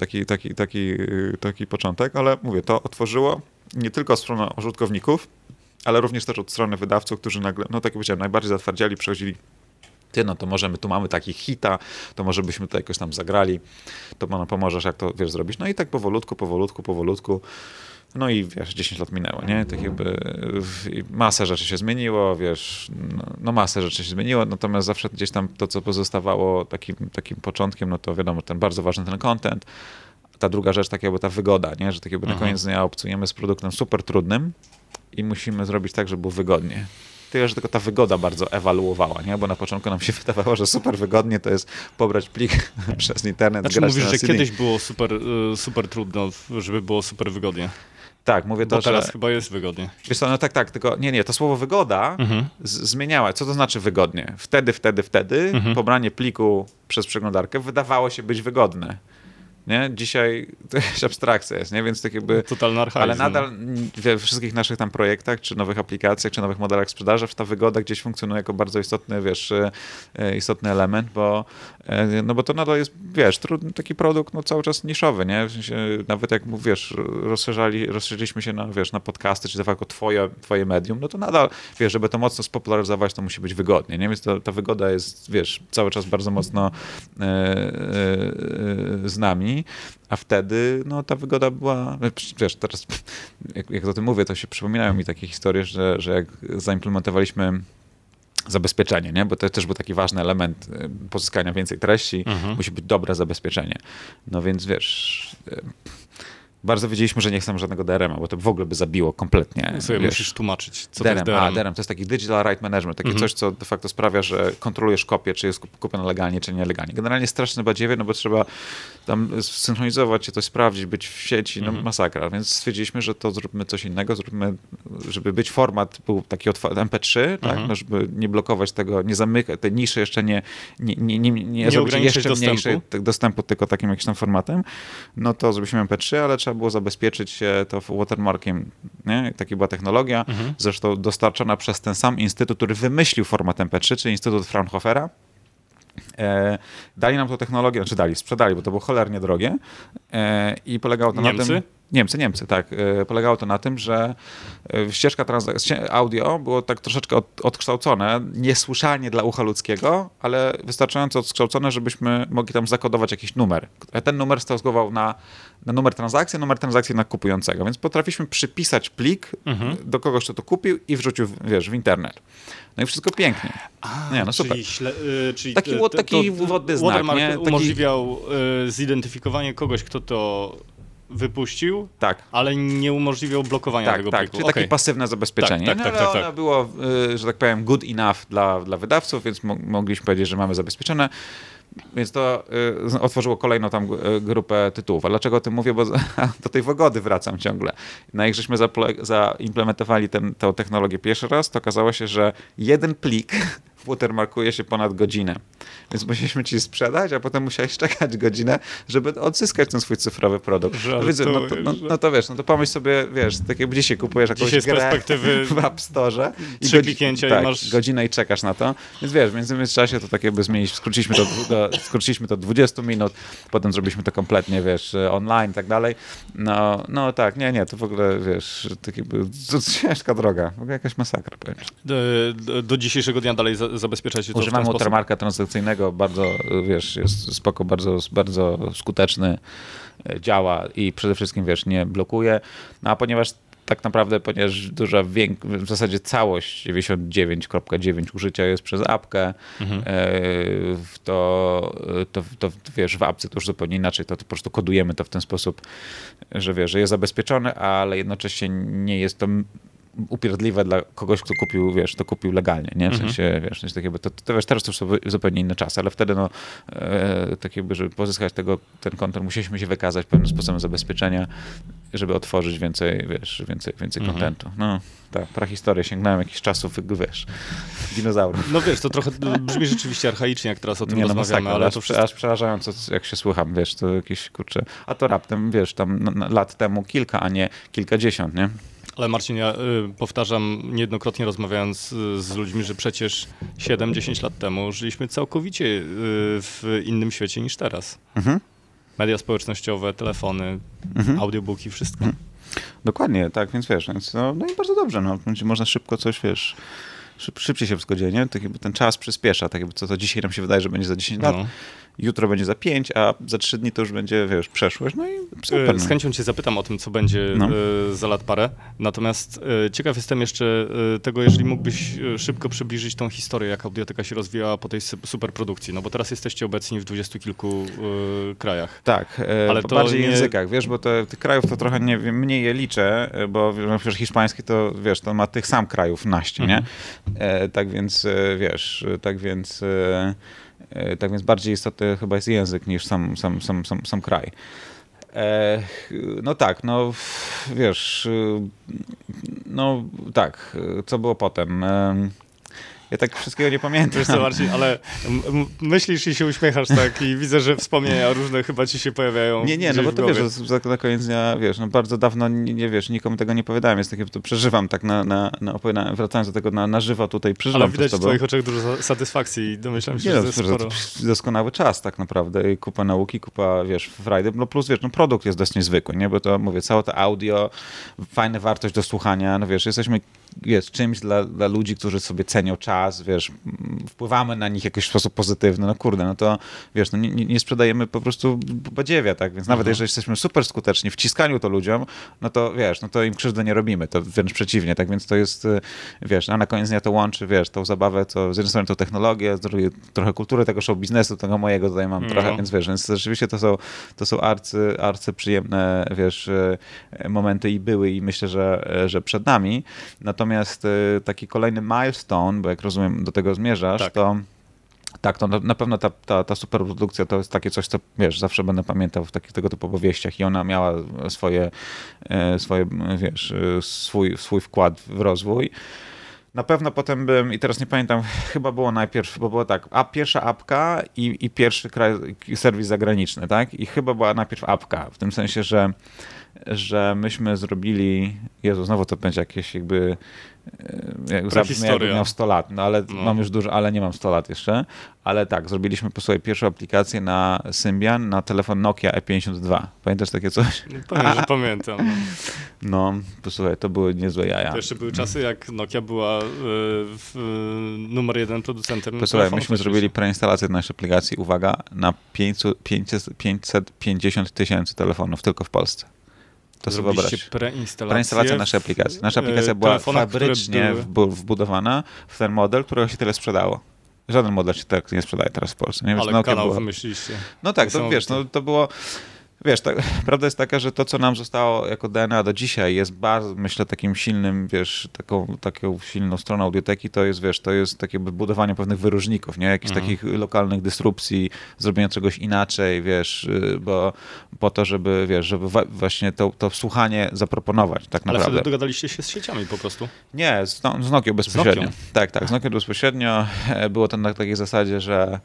taki początek, ale mówię, to otworzyło nie tylko od strony użytkowników, ale również też od strony wydawców, którzy nagle, no tak jak powiedziałem, najbardziej zatwardziali, przechodzili no to może my tu mamy taki hita, to może byśmy tutaj jakoś tam zagrali, to nam pomożesz, jak to, wiesz, zrobić. No i tak powolutku, no i wiesz, 10 lat minęło, nie? Tak jakby masę rzeczy się zmieniło, wiesz, no masę rzeczy się zmieniło, natomiast zawsze gdzieś tam to, co pozostawało takim początkiem, no to wiadomo, ten bardzo ważny ten content, ta druga rzecz, tak jakby ta wygoda, nie? Że tak jakby na koniec dnia obcujemy z produktem super trudnym i musimy zrobić tak, żeby było wygodnie. Tyle, że tylko ta wygoda bardzo ewaluowała, nie? Bo na początku nam się wydawało, że super wygodnie to jest pobrać plik przez internet, znaczy grać mówisz, na że CD. Kiedyś było super trudno, żeby było super wygodnie. Tak, mówię to, bo teraz że... chyba jest wygodnie. Wiesz co, no tak, tylko nie, to słowo wygoda zmieniała. Co to znaczy wygodnie? Wtedy pobranie pliku przez przeglądarkę wydawało się być wygodne. Nie? Dzisiaj to jest abstrakcja jest, nie? Więc tak jakby... Totalny archaizm. Ale nadal we wszystkich naszych tam projektach, czy nowych aplikacjach, czy nowych modelach sprzedaży, ta wygoda gdzieś funkcjonuje jako bardzo istotny, wiesz, istotny element, bo to nadal jest, wiesz, taki produkt no, cały czas niszowy, nie? W sensie, nawet jak, wiesz, rozszerzyliśmy się na podcasty, czy de facto twoje medium, no to nadal, wiesz, żeby to mocno spopularyzować, to musi być wygodnie, nie? Więc ta wygoda jest, wiesz, cały czas bardzo mocno z nami. A wtedy, no, ta wygoda była, wiesz, teraz jak o tym mówię, to się przypominają mi takie historie, że jak zaimplementowaliśmy zabezpieczenie, nie? Bo to też był taki ważny element pozyskania więcej treści, musi być dobre zabezpieczenie. No więc wiesz... Bardzo wiedzieliśmy, że nie chcemy żadnego DRM-a, bo to w ogóle by zabiło kompletnie. Sobie musisz tłumaczyć, co to jest DRM. DRM to jest taki Digital Right Management, takie coś, co de facto sprawia, że kontrolujesz kopię, czy jest kupiona legalnie, czy nielegalnie. Generalnie straszne badziewie, no bo trzeba tam synchronizować się, coś sprawdzić, być w sieci, no masakra. Więc stwierdziliśmy, że to zróbmy coś innego, żeby być format, był taki MP3, tak? No, żeby nie blokować tego, nie zamykać, tej niszy jeszcze nie zrobić jeszcze mniejszej dostępu tylko takim jakimś tam formatem, no to zrobiliśmy MP3, ale trzeba było zabezpieczyć się to watermarkiem, nie? Taka była technologia, zresztą dostarczona przez ten sam instytut, który wymyślił format MP3, czyli Instytut Fraunhofera. Dali nam tą technologię, sprzedali, bo to było cholernie drogie i polegało to na tym... Niemcy, tak. Polegało to na tym, że ścieżka audio było tak troszeczkę odkształcone, niesłyszalnie dla ucha ludzkiego, ale wystarczająco odkształcone, żebyśmy mogli tam zakodować jakiś numer. A ten numer stosował na numer transakcji na kupującego, więc potrafiliśmy przypisać plik do kogoś, kto to kupił i wrzucił, wiesz, w internet. No i wszystko pięknie. No super. Czyli taki wodny znak. Nie? Umożliwiał zidentyfikowanie kogoś, kto to wypuścił, tak, ale nie umożliwiał blokowania tego pliku. Czyli takie pasywne zabezpieczenie. Tak. Ono było, że tak powiem, good enough dla wydawców, więc mogliśmy powiedzieć, że mamy zabezpieczone. Więc to otworzyło kolejną tam grupę tytułów. A dlaczego o tym mówię? Bo do tej wygody wracam ciągle. No jak żeśmy zaimplementowali tę technologię pierwszy raz, to okazało się, że jeden plik watermarkuje się ponad godzinę. Więc musieliśmy ci sprzedać, a potem musiałeś czekać godzinę, żeby odzyskać ten swój cyfrowy produkt. To wiesz, no to pomyśl sobie, wiesz, tak jakby dzisiaj kupujesz jakąś grę w App Store i 3 kliknięcia i masz godzinę i czekasz na to. Więc wiesz, w międzyczasie to tak jakby zmienić, skróciliśmy to 20 minut, potem zrobiliśmy to kompletnie, wiesz, online i tak dalej. No tak, nie, to w ogóle, wiesz, tak jakby to ciężka droga, w ogóle jakaś masakra, powiem. Do dzisiejszego dnia dalej zabezpieczacie to w ten Używamy sposób? watermarka transakcyjnego, bardzo, wiesz, jest spoko, bardzo skuteczny, działa i przede wszystkim, wiesz, nie blokuje. No a ponieważ w zasadzie całość 99.9 użycia jest przez apkę, to wiesz, w apce to już zupełnie inaczej, to po prostu kodujemy to w ten sposób, że wiesz, że jest zabezpieczone, ale jednocześnie nie jest to upierdliwe dla kogoś, kto kupił, wiesz, to kupił legalnie, nie? W sensie, wiesz, tak jakby to wiesz, teraz to już są zupełnie inne czasy, ale wtedy, tak jakby, żeby pozyskać ten kontent, musieliśmy się wykazać pewnym sposobem zabezpieczenia, żeby otworzyć więcej kontentu. No, tak, prahistoria, sięgnąłem jakichś czasów, wiesz, dinozaurów. No wiesz, to trochę brzmi rzeczywiście archaicznie, jak teraz o tym rozmawiamy, masakra, ale to wszystko... aż przerażająco, jak się słucham, wiesz, to jakieś, kurczę, a to raptem, wiesz, tam lat temu kilka, a nie kilkadziesiąt, nie? Ale Marcin, ja powtarzam niejednokrotnie rozmawiając z ludźmi, że przecież 7-10 lat temu żyliśmy całkowicie w innym świecie niż teraz. Media społecznościowe, telefony, audiobooki, wszystko. Dokładnie, tak, więc wiesz, no i bardzo dobrze, no, można szybko coś, wiesz, szybciej się wszystko dzieje, nie? Tak jakby ten czas przyspiesza, tak jakby co to dzisiaj nam się wydaje, że będzie za 10 lat, jutro będzie za 5, a za 3 dni to już będzie, wiesz, przeszłość, no i super. Z chęcią cię zapytam o tym, co będzie za lat parę, natomiast ciekaw jestem jeszcze tego, jeżeli mógłbyś szybko przybliżyć tą historię, jak Audioteka się rozwijała po tej superprodukcji, no bo teraz jesteście obecni w 20 kilku krajach. Tak, ale to bardziej językach, wiesz, bo tych krajów to trochę mniej je liczę, bo na przykład hiszpański to, wiesz, to ma tych sam krajów naście, nie? Tak więc, wiesz, tak więc bardziej istotny chyba jest język niż sam kraj. No tak, no wiesz, no tak, co było potem? Ja tak wszystkiego nie pamiętam. Wiesz co, Marcin, ale myślisz i się uśmiechasz tak i widzę, że wspomnienia różne chyba ci się pojawiają. Nie, no bo to wiesz, że na koniec dnia, wiesz, no bardzo dawno nie wiesz, nikomu tego nie powiedziałem, jest takie, to przeżywam tak wracając do tego na żywo tutaj, przeżywam. Ale widać w twoich oczach dużo satysfakcji i domyślam się, że to jest sporo. Doskonały czas tak naprawdę i kupa nauki, kupa, wiesz, frajdy, no plus, wiesz, no produkt jest dość niezwykły, nie, bo to, mówię, całe to audio, fajna wartość do słuchania, no wiesz, jesteśmy czymś dla ludzi, którzy sobie cenią czas, wiesz, wpływamy na nich w jakiś sposób pozytywny, no kurde, no to wiesz, no nie sprzedajemy po prostu badziewia, tak, więc nawet jeżeli jesteśmy super skuteczni w wciskaniu to ludziom, no to wiesz, no to im krzywdy nie robimy, to wręcz przeciwnie, tak, więc to jest, wiesz, a na koniec dnia to łączy, wiesz, tą zabawę, to z jednej strony tą technologię, z drugiej trochę kulturę tego show biznesu, tego mojego tutaj mam trochę, więc wiesz, więc rzeczywiście to są arcy przyjemne, wiesz, momenty i były i myślę, że przed nami. Natomiast taki kolejny milestone, bo jak rozumiem do tego zmierzasz, tak. to tak, to na pewno ta superprodukcja to jest takie coś, co wiesz, zawsze będę pamiętał w takich tego typu opowieściach i ona miała swoje wiesz, swój wkład w rozwój. Na pewno potem i teraz nie pamiętam, chyba było najpierw, bo było tak, pierwsza apka i pierwszy serwis zagraniczny, tak? I chyba była najpierw apka, w tym sensie, że myśmy zrobili, Jezu, znowu to będzie jakieś jakby, jakbym miał 100 lat, no ale mam już dużo, ale nie mam 100 lat jeszcze, ale tak, zrobiliśmy po sobie pierwszą aplikację na Symbian, na telefon Nokia E52. Pamiętasz takie coś? Powiem, że pamiętam. No, posłuchaj, to były niezłe jaja. To jeszcze były czasy, jak Nokia była numer 1 producentem. Posłuchaj, myśmy zrobili preinstalację naszej aplikacji, uwaga, na 550 000 telefonów tylko w Polsce. To sobie wyobraź. Preinstalację naszej aplikacji. Nasza aplikacja była fabrycznie wbudowana w ten model, którego się tyle sprzedało. Żaden model się tak nie sprzedaje teraz w Polsce. Nie? Ale Nokia kanał wymyśliliście. No tak, to wiesz, no to było... Wiesz, prawda jest taka, że to, co nam zostało jako DNA do dzisiaj jest bardzo, myślę, takim silnym, wiesz, taką silną stroną audioteki, to jest, wiesz, to jest takie budowanie pewnych wyróżników, nie? Jakichś takich lokalnych dysrupcji, zrobienia czegoś inaczej, wiesz, bo po to, żeby, wiesz, żeby właśnie to słuchanie zaproponować, tak naprawdę. Ale wtedy dogadaliście się z sieciami po prostu? Nie, z Nokią bezpośrednio. Nokią? Tak, z Nokią bezpośrednio. Było to na takiej zasadzie, że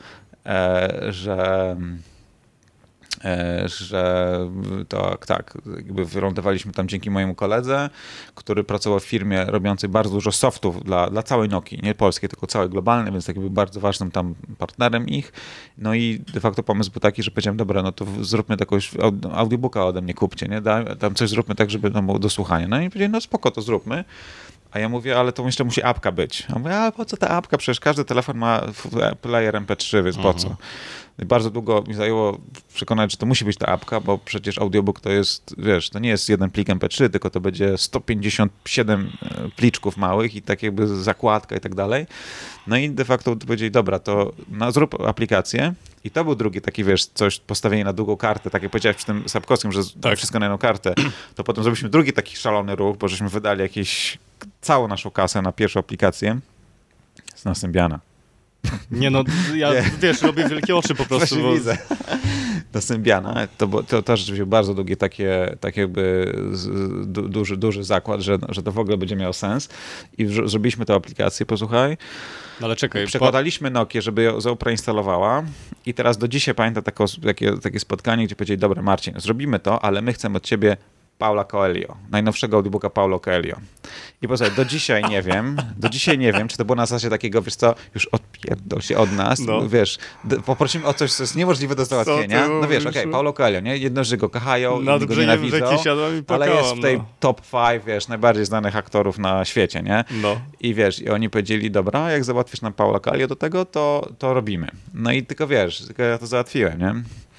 tak, jakby wylądowaliśmy tam dzięki mojemu koledze, który pracował w firmie robiącej bardzo dużo softów dla całej Nokii, nie polskiej, tylko całej globalnej, więc tak jakby bardzo ważnym tam partnerem ich. No i de facto pomysł był taki, że powiedziałem, dobra, no to zróbmy takoś audiobooka ode mnie kupcie, nie? Tam coś zróbmy tak, żeby tam było do słuchania. No i powiedzieli, no spoko, to zróbmy. A ja mówię, ale to jeszcze musi apka być. A mówię, a po co ta apka? Przecież każdy telefon ma player MP3, więc po co? I bardzo długo mi zajęło przekonać, że to musi być ta apka, bo przecież audiobook to jest, wiesz, to nie jest jeden plik MP3, tylko to będzie 157 pliczków małych i tak jakby zakładka i tak dalej. No i de facto powiedzieli, dobra, to zrób aplikację. I to był drugi taki, wiesz, coś, postawienie na długą kartę, tak jak powiedziałeś przy tym Sapkowskim, że wszystko na jedną kartę. To potem zrobiliśmy drugi taki szalony ruch, bo żeśmy wydali całą naszą kasę na pierwszą aplikację z Nasymbiana. Nie no, ja wiesz, robię wielkie oczy po prostu. Właśnie widzę. Do Symbiana. To rzeczywiście bardzo długi tak jakby duży zakład, że to w ogóle będzie miało sens. I zrobiliśmy tę aplikację, posłuchaj. No ale czekaj. Przekładaliśmy Nokię, żeby ją preinstalowała i teraz do dzisiaj pamiętam takie spotkanie, gdzie powiedzieli, dobra Marcin, zrobimy to, ale my chcemy od ciebie Paula Coelho, najnowszego audiobooka Paulo Coelho. I posłuchaj, do dzisiaj nie wiem, czy to było na zasadzie takiego, wiesz co, już odpierdol się od nas, wiesz, poprosimy o coś, co jest niemożliwe do załatwienia. No wiesz, okej, Paulo Coelho, nie? Jedność go kochają, inni go nienawidzą, ale jest w tej top 5, wiesz, najbardziej znanych aktorów na świecie, nie? No. I wiesz, i oni powiedzieli, dobra, jak załatwisz nam Paula Coelho do tego, to robimy. No i tylko wiesz, ja to załatwiłem, nie?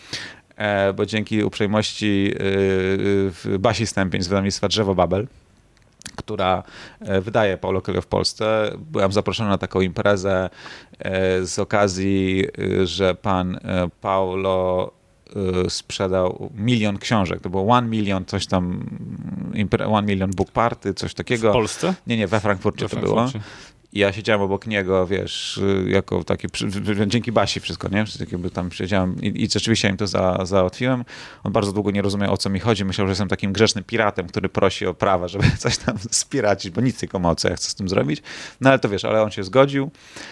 Bo dzięki uprzejmości Basi Stępień z wydawnictwa Drzewo Babel, która wydaje Paulo Coelho w Polsce. Byłem zaproszony na taką imprezę z okazji, że pan Paulo sprzedał 1 milion książek. To było 1 milion, coś tam, 1 milion book party, coś takiego. W Polsce? Nie, we Frankfurcie to było. I ja siedziałem obok niego, wiesz, jako taki, dzięki Basi wszystko, nie? Jakby tam siedziałem i rzeczywiście im to załatwiłem. On bardzo długo nie rozumiał, o co mi chodzi. Myślał, że jestem takim grzecznym piratem, który prosi o prawa, żeby coś tam spiracić, bo nic tylko o co ja chcę z tym zrobić. No ale to wiesz, ale on się zgodził.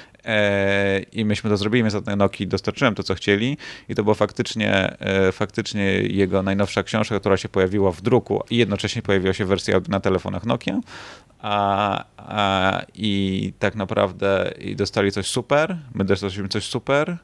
I myśmy to zrobili, więc od Nokii dostarczyłem to, co chcieli i to była faktycznie jego najnowsza książka, która się pojawiła w druku i jednocześnie pojawiła się w wersji na telefonach Nokia i tak naprawdę dostali coś super, my też dostaliśmy coś super.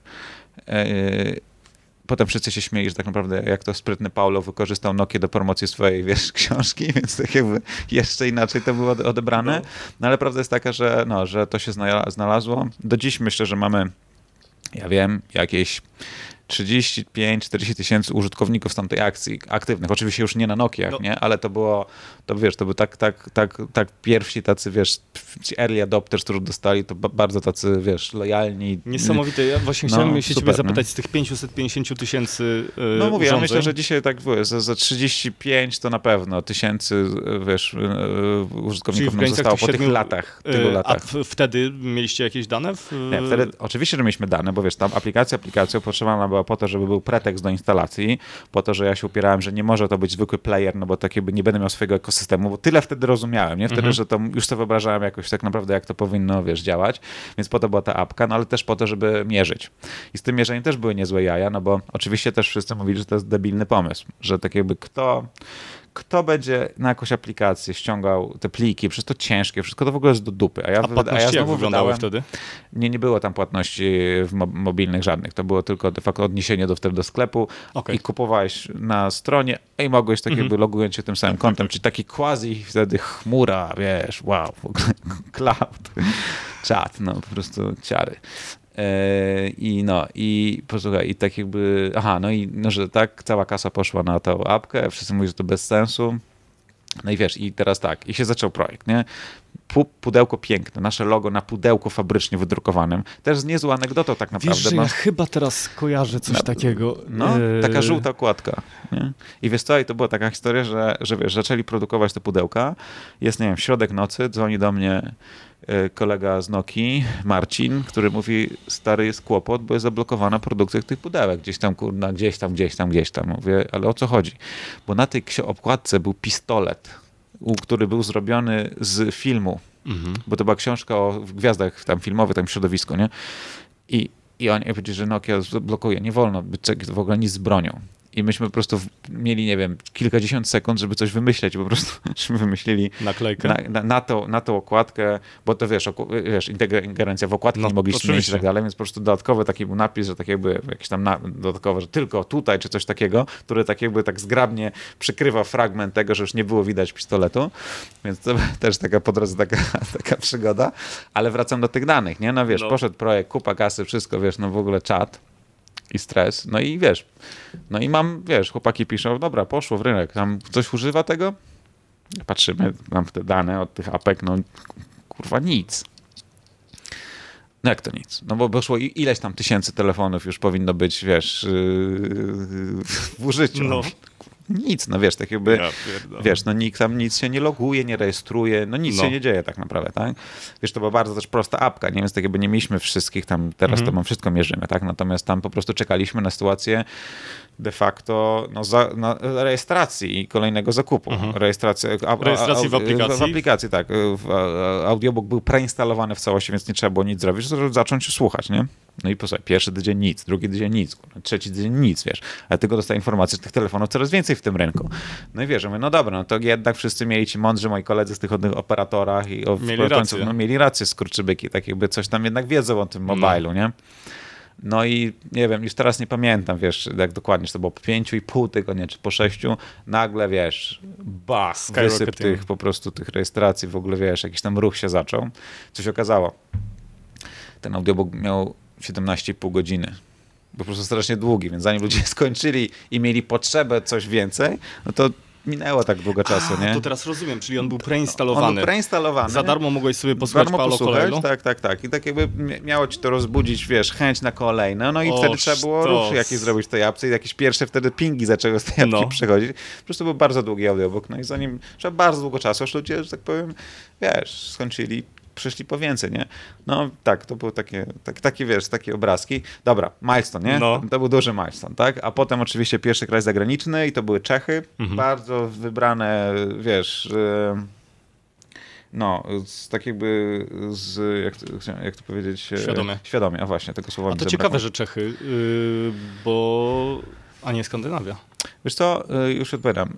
Potem wszyscy się śmieli, że tak naprawdę jak to sprytny Paulo wykorzystał Nokię do promocji swojej, wiesz, książki, więc tak jakby jeszcze inaczej to było odebrane. No ale prawda jest taka, że to się znalazło. Do dziś myślę, że mamy, ja wiem, jakieś 35-40 tysięcy użytkowników z tamtej akcji aktywnych. Oczywiście już nie na Nokiach, nie? Ale to było, wiesz, to był tak pierwsi tacy, wiesz, ci early adopters, którzy dostali, to bardzo tacy, wiesz, lojalni. Niesamowite. Ja właśnie chciałem się ciebie zapytać z tych 550 tysięcy No mówię, urządzeń. ja myślę, że dzisiaj tak za 35 to na pewno tysięcy, wiesz, użytkowników nam zostało po tych latach. A wtedy mieliście jakieś dane? Nie, wtedy oczywiście, że mieliśmy dane, bo wiesz, tam aplikacją potrzebowana była po to, żeby był pretekst do instalacji, po to, że ja się upierałem, że nie może to być zwykły player, no bo tak jakby nie będę miał swojego ekosystemu, bo tyle wtedy rozumiałem, nie? Wtedy, że to już sobie wyobrażałem jakoś tak naprawdę, jak to powinno, wiesz, działać, więc po to była ta apka, no ale też po to, żeby mierzyć. I z tym mierzeniem też były niezłe jaja, no bo oczywiście też wszyscy mówili, że to jest debilny pomysł, że tak jakby kto będzie na jakąś aplikację ściągał te pliki, przecież to ciężkie, wszystko to w ogóle jest do dupy. A płatności jak wyglądały wtedy? Nie było tam płatności mobilnych żadnych. To było tylko de facto odniesienie do sklepu i kupowałeś na stronie i mogłeś tak jakby logując się tym samym kontem, czyli taki quasi wtedy chmura, wiesz, wow, w ogóle cloud, czat, no po prostu ciary. I posłuchaj, i tak jakby, że tak, cała kasa poszła na tą apkę, wszyscy mówią, że to bez sensu. No i wiesz, i teraz tak, i się zaczął projekt, nie? pudełko piękne, nasze logo na pudełku fabrycznie wydrukowanym. Też niezła anegdotą tak naprawdę. Wiesz, że ja chyba teraz kojarzę coś takiego. No, taka żółta okładka. Nie? I wiesz co, i to była taka historia, że wiesz, zaczęli produkować te pudełka. Jest, nie wiem, środek nocy, dzwoni do mnie kolega z Nokii, Marcin, który mówi, stary, jest kłopot, bo jest zablokowana produkcja tych pudełek. Gdzieś tam, kurna, gdzieś tam. Mówię, ale o co chodzi? Bo na tej okładce był pistolet, który był zrobiony z filmu, bo to była książka o gwiazdach tam filmowych, tam środowisku, nie? I oni powiedzieli, że Nokia blokuje, nie wolno być w ogóle nic z bronią. I myśmy po prostu mieli, nie wiem, kilkadziesiąt sekund, żeby coś wymyśleć. Po prostu żeśmy wymyślili naklejkę na tą okładkę, bo to wiesz, ingerencja w okładki nie mogliśmy mieć i tak dalej, więc po prostu dodatkowy taki był napis, że tak jakby jakiś tam dodatkowo, że tylko tutaj, czy coś takiego, który tak jakby tak zgrabnie przykrywa fragment tego, że już nie było widać pistoletu. Więc to też taka po drodze taka przygoda. Ale wracam do tych danych, nie? No wiesz, poszedł projekt, kupa kasy, wszystko, wiesz, no w ogóle czat i stres. No i wiesz, no i mam, wiesz, chłopaki piszą, dobra, poszło w rynek, tam ktoś używa tego? Patrzymy, mam te dane od tych apek, no kurwa nic. No jak to nic? No bo wyszło ileś tam tysięcy telefonów już powinno być, wiesz, w użyciu. No. Nic, no wiesz, tak jakby, wiesz, no nikt tam nic się nie loguje, nie rejestruje, no nic się nie dzieje tak naprawdę, tak? Wiesz, to była bardzo też prosta apka, nie? Więc tak jakby nie mieliśmy wszystkich tam, teraz to wszystko mierzymy, tak? Natomiast tam po prostu czekaliśmy na sytuację de facto na rejestracji i kolejnego zakupu. Rejestracji w aplikacji? W aplikacji, tak. Audiobook był preinstalowany w całości, więc nie trzeba było nic zrobić, żeby zacząć słuchać, nie? No i posłuchaj, pierwszy tydzień nic, drugi tydzień nic, trzeci tydzień nic, wiesz. Ale tylko dostaję informację, że tych telefonów coraz więcej w tym rynku. No i wiesz, mówię, no dobra, no to jednak wszyscy mieli ci mądrzy, moi koledzy z tych operatorach i mieli rację, skurczybyki, tak jakby coś tam jednak wiedzą o tym mobilu, nie? No i nie wiem, już teraz nie pamiętam, wiesz, jak dokładnie, czy to było po 5,5 tygodnia, czy po 6, nagle, wiesz, wysyp tych po prostu tych rejestracji, w ogóle, wiesz, jakiś tam ruch się zaczął. Co się okazało? Ten audiobook miał 17,5 godziny. Po prostu strasznie długi, więc zanim ludzie skończyli i mieli potrzebę coś więcej, no to minęło tak długo czasu, nie? To teraz rozumiem, czyli on był preinstalowany. On był preinstalowany. Za darmo mogłeś sobie posłuchać Paulo Coelho? Tak. I tak jakby miało ci to rozbudzić, wiesz, chęć na kolejne. No i wtedy trzeba było ruchy jakieś zrobić w tej apce i jakieś pierwsze wtedy pingi zaczęły z tej apki przychodzić. Po prostu był bardzo długi audiobook. No i zanim trzeba bardzo długo czasu, aż ludzie, że tak powiem, wiesz, skończyli, przyszli po więcej, nie? No tak, to były takie, wiesz, takie obrazki. Dobra, milestone, nie? No. To był duży milestone, tak? A potem oczywiście pierwszy kraj zagraniczny i to były Czechy. Bardzo wybrane, wiesz, no, tak jakby jak to powiedzieć? Świadomie, a właśnie, tego słowa. A to ciekawe, że Czechy, bo... a nie Skandynawia. Wiesz co, już odpowiadam.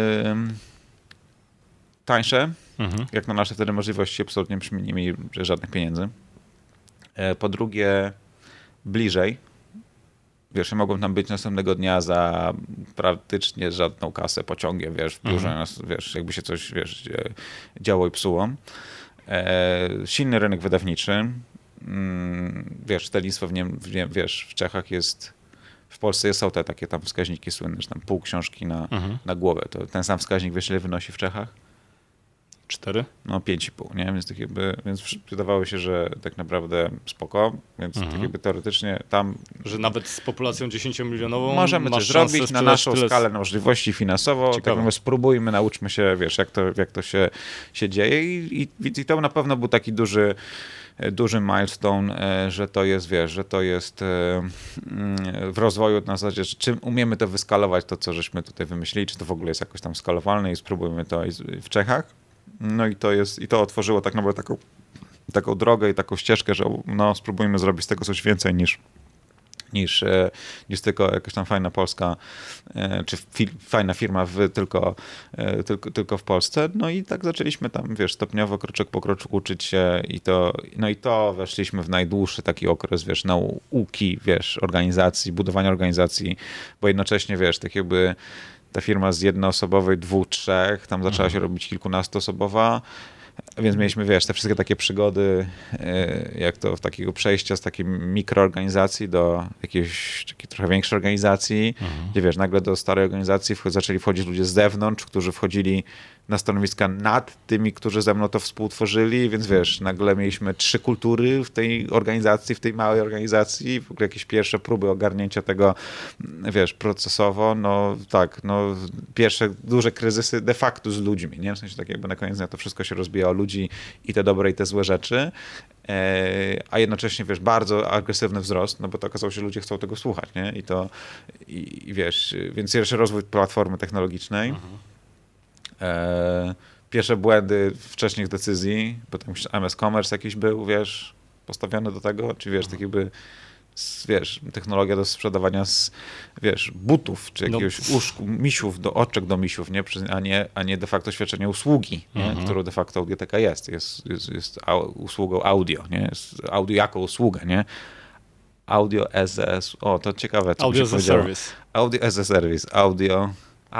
Tańsze, jak na nasze wtedy możliwości, absolutnie nie mieli żadnych pieniędzy. Po drugie, bliżej. Wiesz, mogłem tam być następnego dnia za praktycznie żadną kasę pociągiem, wiesz, w biurze, wiesz, jakby się coś, wiesz, działo i psuło. Silny rynek wydawniczy. Wiesz, czytelnictwo w Czechach jest, w Polsce są te takie tam wskaźniki słynne, że tam pół książki na głowę. To ten sam wskaźnik, wiesz, ile wynosi w Czechach? 4? No 5,5, nie? Więc wydawało się, że tak naprawdę spoko, więc tak jakby teoretycznie tam... Że nawet z populacją 10-milionową możemy coś zrobić na naszą skalę możliwości finansowo. Ciekawe. Tak mówię, spróbujmy, nauczmy się, wiesz, jak to się dzieje i to na pewno był taki duży milestone, że to jest, wiesz, że to jest w rozwoju na zasadzie, że czym umiemy to wyskalować, to co żeśmy tutaj wymyślili, czy to w ogóle jest jakoś tam skalowalne i spróbujmy to w Czechach. No i to otworzyło tak naprawdę taką drogę i taką ścieżkę, że no, spróbujmy zrobić z tego coś więcej niż tylko jakaś tam fajna polska, czy fajna firma tylko w Polsce. No i tak zaczęliśmy tam, wiesz, stopniowo, kroczek po kroczku uczyć się i to weszliśmy w najdłuższy taki okres, wiesz, nauki, wiesz, organizacji, budowania organizacji, bo jednocześnie, wiesz, tak jakby ta firma z jednoosobowej, 2, 3, tam zaczęła się robić kilkunastoosobowa, więc mieliśmy, wiesz, te wszystkie takie przygody, jak to w takiego przejścia z takiej mikroorganizacji do jakiejś takiej trochę większej organizacji, gdzie, wiesz, nagle do starej organizacji zaczęli wchodzić ludzie z zewnątrz, którzy wchodzili na stanowiska nad tymi, którzy ze mną to współtworzyli, więc wiesz, nagle mieliśmy 3 kultury w tej organizacji, w tej małej organizacji, w ogóle jakieś pierwsze próby ogarnięcia tego, wiesz, procesowo, no tak, no pierwsze duże kryzysy de facto z ludźmi, nie? W sensie tak jakby na koniec dnia to wszystko się rozbija o ludzi i te dobre i te złe rzeczy, a jednocześnie, wiesz, bardzo agresywny wzrost, no bo to okazało się, że ludzie chcą tego słuchać, nie? I wiesz, więc pierwszy rozwój platformy technologicznej, pierwsze błędy wcześniej decyzji, potem MS Commerce jakiś był, wiesz, postawiony do tego, czy wiesz, tak jakby wiesz, technologia do sprzedawania wiesz, butów, czy jakiegoś misiów, oczek do misiów, nie? A nie de facto świadczenie usługi, nie? Którą de facto Audioteka jest usługą audio, nie? Jest audio jako usługa, nie? Audio as a... to ciekawe, co Audio mi się as a service. Audio as a service, audio...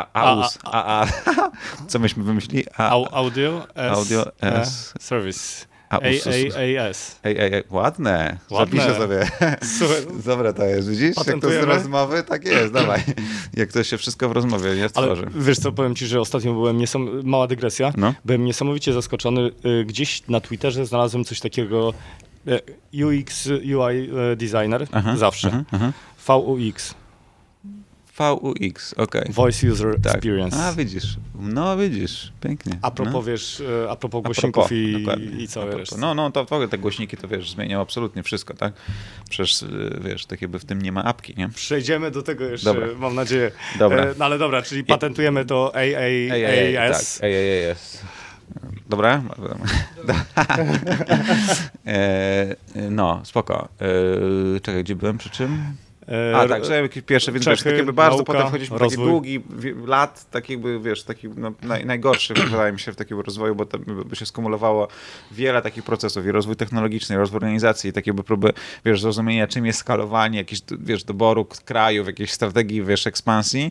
Co myśmy wymyślili? Audio as service. AAAS. Ładne. Zapiszę sobie. Dobre to jest, widzisz? Jak to z rozmowy, tak jest, dawaj. Jak to się wszystko w rozmowie nie stworzy. Ale wiesz co, powiem ci, że ostatnio byłem, mała dygresja, byłem niesamowicie zaskoczony. Gdzieś na Twitterze znalazłem coś takiego UX, UI designer, zawsze. VUX. VUX, okej. Voice User Experience. A, widzisz. No, widzisz. Pięknie. A propos, wiesz, a propos głośników i całej reszty. No, to w ogóle te głośniki to, wiesz, zmieniają absolutnie wszystko, tak? Przecież, wiesz, tak jakby w tym nie ma apki, nie? Przejdziemy do tego jeszcze, mam nadzieję. Dobra. No ale dobra, czyli patentujemy to AAAS. Tak, AAAS. Dobra? No, spoko. Czekaj, gdzie byłem, przy czym? Tak, że jakieś pierwsze, więc wiesz, tak jakby bardzo nauka, potem wchodziliśmy w taki długi lat, tak jakby, wiesz, taki no, najgorszy, wydaje mi się, w takim rozwoju, bo to by się skumulowało wiele takich procesów i rozwój technologiczny, rozwój organizacji, tak jakby próby, wiesz, zrozumienia, czym jest skalowanie, jakieś, wiesz, doboru krajów, jakiejś strategii, wiesz, ekspansji,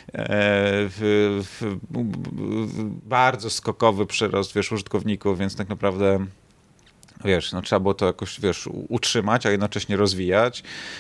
bardzo skokowy przyrost, wiesz, użytkowników, więc tak naprawdę wiesz, no trzeba było to jakoś, wiesz, utrzymać, a jednocześnie rozwijać.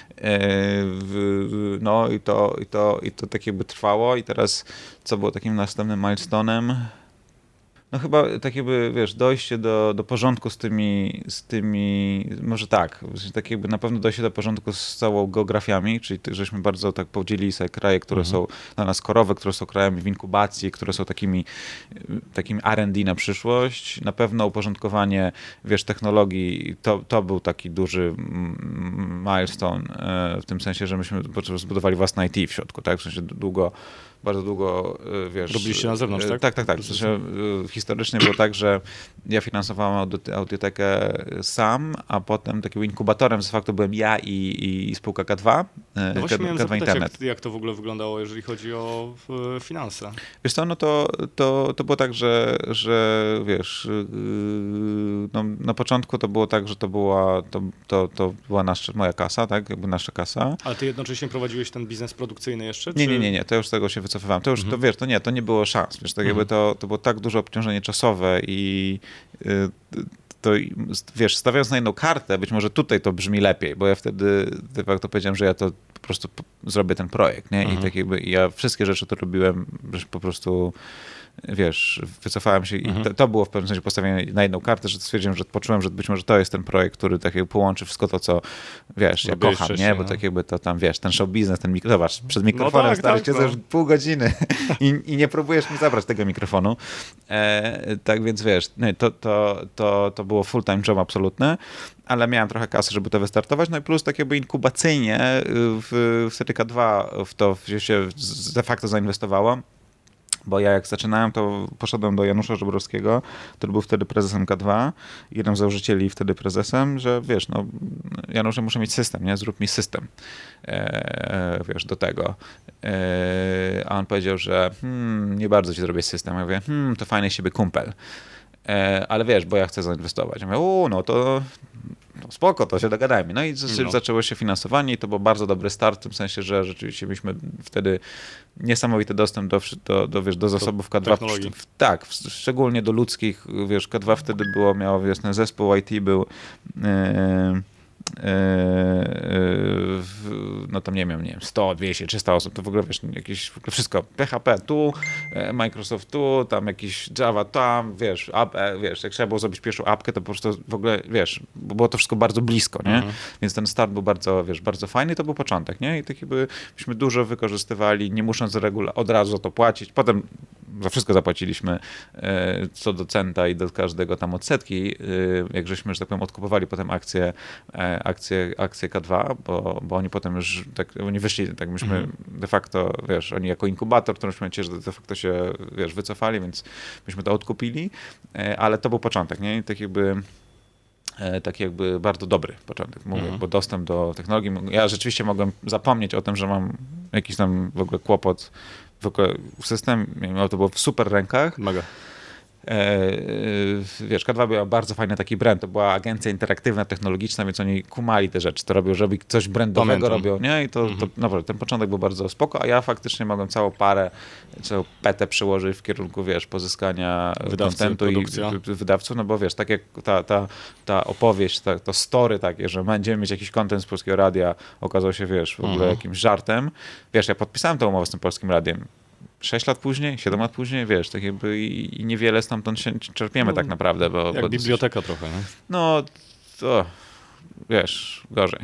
No i to tak jakby trwało i teraz co było takim następnym milestone'em? No chyba tak jakby, wiesz, dojście do porządku z tymi, może tak jakby na pewno dojście do porządku z całą geografiami, czyli żeśmy bardzo tak podzielili sobie kraje, które są dla nas korowe, które są krajami w inkubacji, które są takimi R&D na przyszłość. Na pewno uporządkowanie, wiesz, technologii, to był taki duży milestone w tym sensie, że myśmy zbudowali własne IT w środku, tak? W sensie bardzo długo, wiesz... Robiliście na zewnątrz, tak? Tak. W sensie, historycznie było tak, że ja finansowałem Audiotekę sam, a potem takim inkubatorem de facto byłem ja i spółka K2. No właśnie miałem zapytać, Internet. jak to w ogóle wyglądało, jeżeli chodzi o finanse. Wiesz co, no to było tak, że wiesz, no, na początku to było tak, że to była moja kasa, tak? Jakby nasza kasa. Ale ty jednocześnie prowadziłeś ten biznes produkcyjny jeszcze? Nie, to już z tego się wycofywałem. To już, to wiesz, to nie było szans. Wiesz, tak jakby to było tak duże obciążenie czasowe i to, wiesz, stawiając na jedną kartę, być może tutaj to brzmi lepiej, bo ja wtedy de facto powiedziałem, że ja to po prostu zrobię ten projekt, nie? I tak jakby ja wszystkie rzeczy, które robiłem, że po prostu wiesz, wycofałem się i to było w pewnym sensie postawienie na jedną kartę, że stwierdziłem, że poczułem, że być może to jest ten projekt, który tak jakby połączy wszystko to, co wiesz, ja kocham, nie? Bo tak jakby to tam, wiesz, ten show biznes, zobacz, przed mikrofonem stałeś cię już pół godziny i nie próbujesz mi zabrać tego mikrofonu. Tak więc wiesz, to było full-time job absolutny, ale miałem trochę kasy, żeby to wystartować, no i plus tak jakby inkubacyjnie w CTK2 w to się de facto zainwestowało. Bo ja jak zaczynałem, to poszedłem do Janusza Żebrowskiego, który był wtedy prezesem K2, jednym z założycieli wtedy prezesem, że wiesz, no Janusz, muszę mieć system, nie? Zrób mi system, wiesz, do tego. A on powiedział, że nie bardzo ci zrobię system. Ja mówię, to fajny z siebie kumpel. Ale wiesz, bo ja chcę zainwestować. Ja mówię, no to spoko, to się dogadajmy. No i zaczęło się finansowanie i to był bardzo dobry start w tym sensie, że rzeczywiście mieliśmy wtedy niesamowity dostęp do zasobów K2. Tak, szczególnie do ludzkich, wiesz, K2 wtedy miało ten zespół IT był no tam nie wiem, 100, 200, 300 osób, to w ogóle wiesz, jakieś w ogóle wszystko, PHP tu, Microsoft tu, tam jakiś Java tam, wiesz, wiesz, jak trzeba było zrobić pierwszą apkę, to po prostu w ogóle, wiesz, było to wszystko bardzo blisko, nie? Więc ten start był bardzo, wiesz, bardzo fajny, to był początek, nie? I tak jakby myśmy dużo wykorzystywali, nie musząc od razu za to płacić. Potem za wszystko zapłaciliśmy co do centa i do każdego tam odsetki, jak żeśmy, że tak powiem, odkupowali potem akcje K2, bo oni potem już, tak, oni wyszli, tak myśmy de facto, wiesz, oni jako inkubator, w którymś momencie, że de facto się, wiesz, wycofali, więc myśmy to odkupili, ale to był początek, nie? I taki jakby bardzo dobry początek, mówię, bo dostęp do technologii, ja rzeczywiście mogłem zapomnieć o tym, że mam jakiś tam w ogóle kłopot, w ogóle system, to było w super rękach. Mega. Wiesz, K2 była bardzo fajny taki brand, to była agencja interaktywna, technologiczna, więc oni kumali te rzeczy, to robią, żeby coś brandowego robią, nie? I to naprawdę, ten początek był bardzo spoko, a ja faktycznie mogłem całą petę przyłożyć w kierunku, wiesz, pozyskania kontentu i wydawców, no bo wiesz, tak jak ta opowieść, to story takie, że będziemy mieć jakiś content z Polskiego Radia, okazał się, wiesz, w ogóle jakimś żartem. Wiesz, ja podpisałem tę umowę z tym Polskim Radiem 6 lat później, 7 lat później, wiesz, tak jakby i niewiele stamtąd się czerpiemy tak naprawdę. Jak biblioteka trochę, nie? No, to wiesz, gorzej.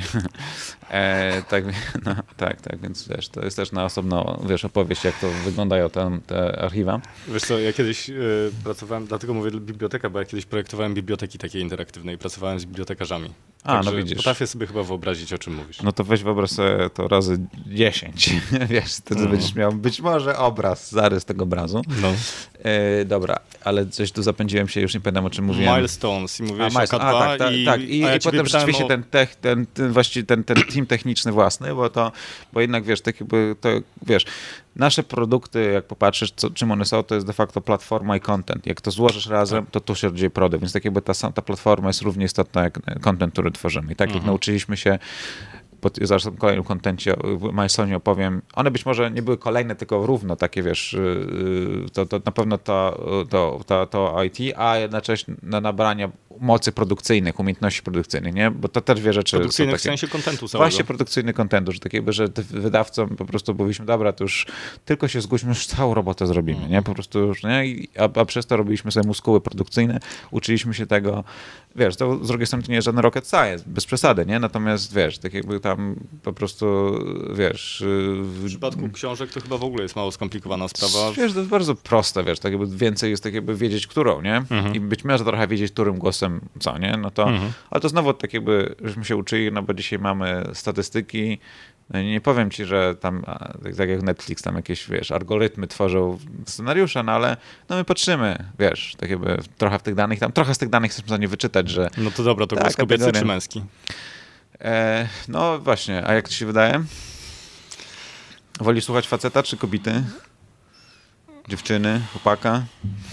Tak, więc wiesz, to jest też na osobną, wiesz, opowieść, jak to wyglądają te archiwa. Wiesz co, ja kiedyś pracowałem, dlatego mówię biblioteka, bo ja kiedyś projektowałem biblioteki takie interaktywne i pracowałem z bibliotekarzami. No widzisz. Potrafię sobie chyba wyobrazić, o czym mówisz. No to weź wyobraź sobie to razy 10. Wiesz, wtedy będziesz miał być może zarys tego obrazu. No. Dobra, ale coś tu zapędziłem się, już nie pamiętam, o czym mówiłem. Milestones i mówiłeś o K2 tak. I potem rzeczywiście ten team techniczny własny, bo jednak wiesz, tak jakby to, wiesz, nasze produkty, jak popatrzysz, czym one są, to jest de facto platforma i content. Jak to złożysz razem, to tu się dzieje produkt, więc tak jakby ta platforma jest równie istotna jak content, który tworzymy. I tak jak nauczyliśmy się, zaraz o kolejnym kontencie, o Milestone'ie opowiem, one być może nie były kolejne, tylko równo takie, wiesz, to na pewno to IT, a jednocześnie na nabranie mocy produkcyjnych, umiejętności produkcyjnych, nie? Bo to też dwie rzeczy. Produkcyjnych w sensie kontentu całego. Właśnie produkcyjny kontentu, że tak jakby, że wydawcom po prostu mówiliśmy, dobra, to już tylko się zgódźmy, już całą robotę zrobimy, nie? Po prostu już, nie? A przez to robiliśmy sobie muskuły produkcyjne, uczyliśmy się tego, wiesz, to z drugiej strony to nie jest żaden rocket science, bez przesady, nie? Natomiast, wiesz, tak jakby tam po prostu, wiesz... W przypadku książek to chyba w ogóle jest mało skomplikowana sprawa. Wiesz, to jest bardzo proste, wiesz, tak jakby więcej jest tak jakby wiedzieć, którą, nie? I być może trochę wiedzieć, którym głosem co, nie? No to, ale to znowu tak jakby, żeśmy się uczyli, no bo dzisiaj mamy statystyki, no nie powiem ci, że tam, tak jak Netflix, tam jakieś, wiesz, algorytmy tworzą scenariusze, no ale no my patrzymy, wiesz, tak jakby trochę w tych danych, tam trochę z tych danych jesteśmy w stanie wyczytać, że... No to dobra, to głos kobiecy czy męski? No właśnie, a jak ci się wydaje? Woli słuchać faceta czy kobiety? Dziewczyny, chłopaka?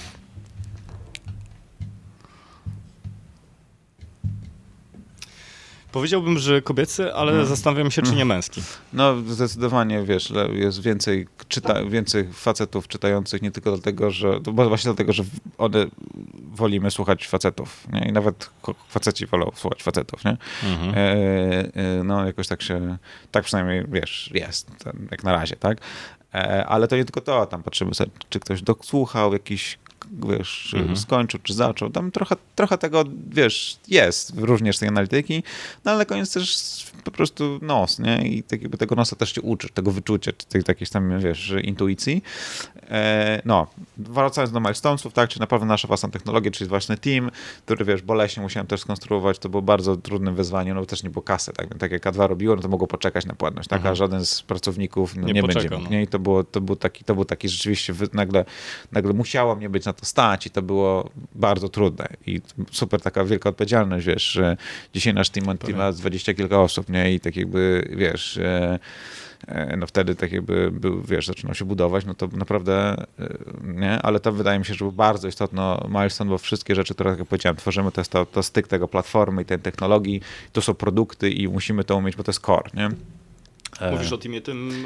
Powiedziałbym, że kobiecy, ale zastanawiam się, czy nie męski. No zdecydowanie, wiesz, jest więcej facetów czytających nie tylko dlatego, że, bo właśnie dlatego, że one wolimy słuchać facetów, nie? I nawet faceci wolą słuchać facetów, nie? No jakoś tak przynajmniej, wiesz, jest, jak na razie, tak? Ale to nie tylko to, tam patrzymy sobie, czy ktoś dosłuchał jakiś, wiesz, skończył, czy zaczął. Tam trochę tego, wiesz, jest również tej analityki, no ale na koniec też po prostu nos, nie? I tak jakby tego nosa też się uczysz, tego wyczucia, czy tej takiej tam, wiesz, intuicji. No, wracając do Milestonesów, tak, czy na pewno nasza własna technologia, czyli właśnie team, który, wiesz, boleśnie musiałem też skonstruować, to było bardzo trudnym wyzwaniem, no bo też nie było kasy, tak jak K2 robiło, no to mogło poczekać na płatność, tak, a żaden z pracowników nie będzie mógł, nie? I to był taki rzeczywiście, nagle musiało mnie być na to stać i to było bardzo trudne i super taka wielka odpowiedzialność, wiesz, że dzisiaj nasz team ma 20 kilka osób, nie, i tak jakby, wiesz, no wtedy tak jakby był, wiesz, zaczynał się budować, no to naprawdę, nie, ale to wydaje mi się, że był bardzo istotny milestone, bo wszystkie rzeczy, które, jak powiedziałem, tworzymy, to jest to styk tego platformy i tej technologii, to są produkty i musimy to umieć, bo to jest core, nie? Mówisz o teamie tym...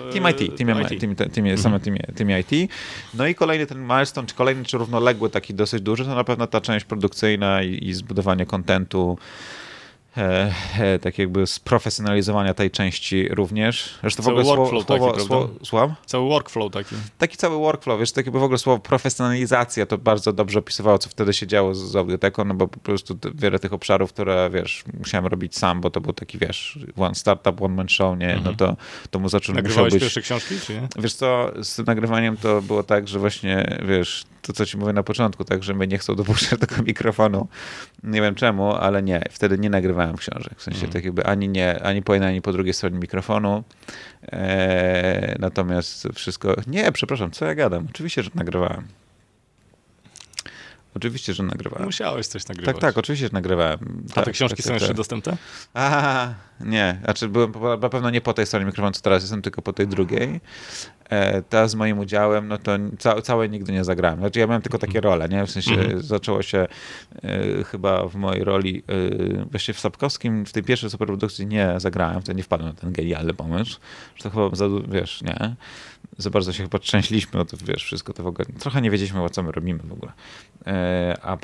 Teamie IT. No i kolejny ten milestone, czy równoległy, taki dosyć duży, to na pewno ta część produkcyjna i zbudowanie kontentu tak jakby sprofesjonalizowania tej części również. Zresztą cały w ogóle workflow słucham? Cały workflow taki. Taki cały workflow, wiesz, tak jakby w ogóle słowo profesjonalizacja to bardzo dobrze opisywało, co wtedy się działo z audioteką, no bo po prostu wiele tych obszarów, które, wiesz, musiałem robić sam, bo to był taki, wiesz, one startup, one man show, nie, no to mu zaczął Nagrywałeś pierwsze książki, czy nie? Wiesz co, z tym nagrywaniem to było tak, że właśnie, wiesz, to co ci mówię na początku, tak, że mnie nie chcą dopuszczać do tego mikrofonu. Nie wiem czemu, ale nie, wtedy nie nagrywałem książek. W sensie tak jakby ani po jednej, ani po drugiej stronie mikrofonu. Natomiast wszystko... Nie, przepraszam, co ja gadam? Oczywiście, że nagrywałem. Oczywiście, że nagrywałem. Musiałeś coś nagrywać. Tak, oczywiście, że nagrywałem. A te książki są jeszcze dostępne? Nie. Znaczy byłem na pewno nie po tej stronie mikrofonu, co teraz jestem, tylko po tej drugiej. Teraz z moim udziałem, no to całe nigdy nie zagrałem. Znaczy ja miałem tylko takie role, nie? W sensie zaczęło się chyba w mojej roli, właściwie w Sapkowskim, w tej pierwszej superprodukcji nie zagrałem, wtedy nie wpadłem na ten genialny pomysł, że to chyba, wiesz, nie? Za bardzo się chyba trzęśliśmy o to, wiesz, wszystko to w ogóle. Trochę nie wiedzieliśmy, o co my robimy w ogóle. A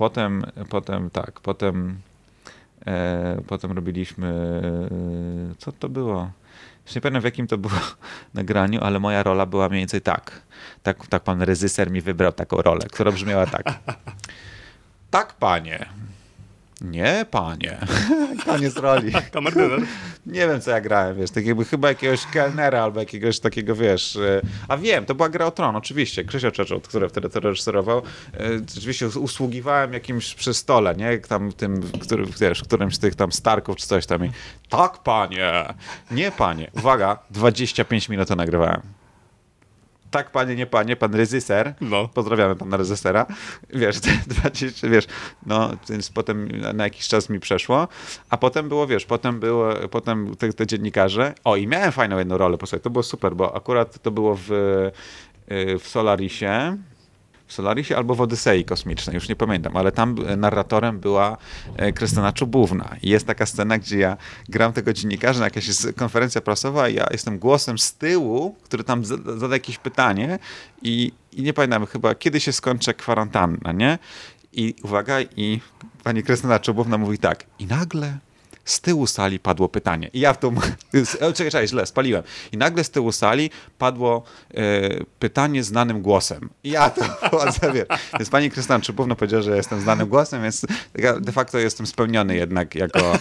potem robiliśmy, co to było? Już nie pamiętam, w jakim to było nagraniu, ale moja rola była mniej więcej tak. Tak pan reżyser mi wybrał taką rolę, która brzmiała tak. Tak, panie. Nie, panie. Koniec roli. Kamerdyner? Nie wiem, co ja grałem, wiesz, tak jakby chyba jakiegoś kelnera albo jakiegoś takiego, wiesz... A wiem, to była Gra o Tron, oczywiście. Grzesio Czeczot, który wtedy to reżyserował. Oczywiście usługiwałem jakimś przy stole, nie? Tam tym, którymś z tych tam Starków czy coś tam. I, tak, panie. Nie, panie. Uwaga, 25 minut to nagrywałem. Tak, panie, nie panie, pan reżyser. No. Pozdrawiamy pana reżysera. Wiesz, no, więc potem na jakiś czas mi przeszło, a potem było, wiesz, potem te dziennikarze. O, i miałem fajną jedną rolę, posłuchaj, to było super, bo akurat to było w Solarisie albo w Odysei Kosmicznej, już nie pamiętam, ale tam narratorem była Krystyna Czubówna. I jest taka scena, gdzie ja gram tego dziennikarza, jakaś jest konferencja prasowa i ja jestem głosem z tyłu, który tam zada jakieś pytanie i nie pamiętam, chyba kiedy się skończy kwarantanna, nie? I uwaga, i pani Krystyna Czubówna mówi tak, i nagle z tyłu sali padło pytanie. I ja w tą... Czekaj, źle, spaliłem. I nagle z tyłu sali padło pytanie znanym głosem. I ja to zawier. Więc pani Krystyna Czubówna powiedziała, że jestem znanym głosem, więc de facto jestem spełniony jednak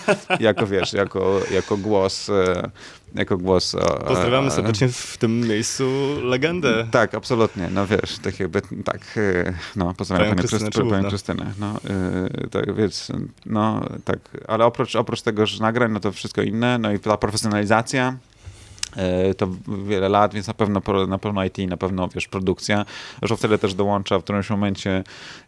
jako głos... Pozdrawiamy serdecznie w tym miejscu legendę. Tak, absolutnie. No wiesz, tak jakby, tak, no pozdrawiam panią Krystynę. No, tak, więc, no tak, ale oprócz tego, że nagrań, no to wszystko inne, no i ta profesjonalizacja, to wiele lat, więc na pewno IT, na pewno, wiesz, produkcja. Zresztą wtedy też dołącza w którymś momencie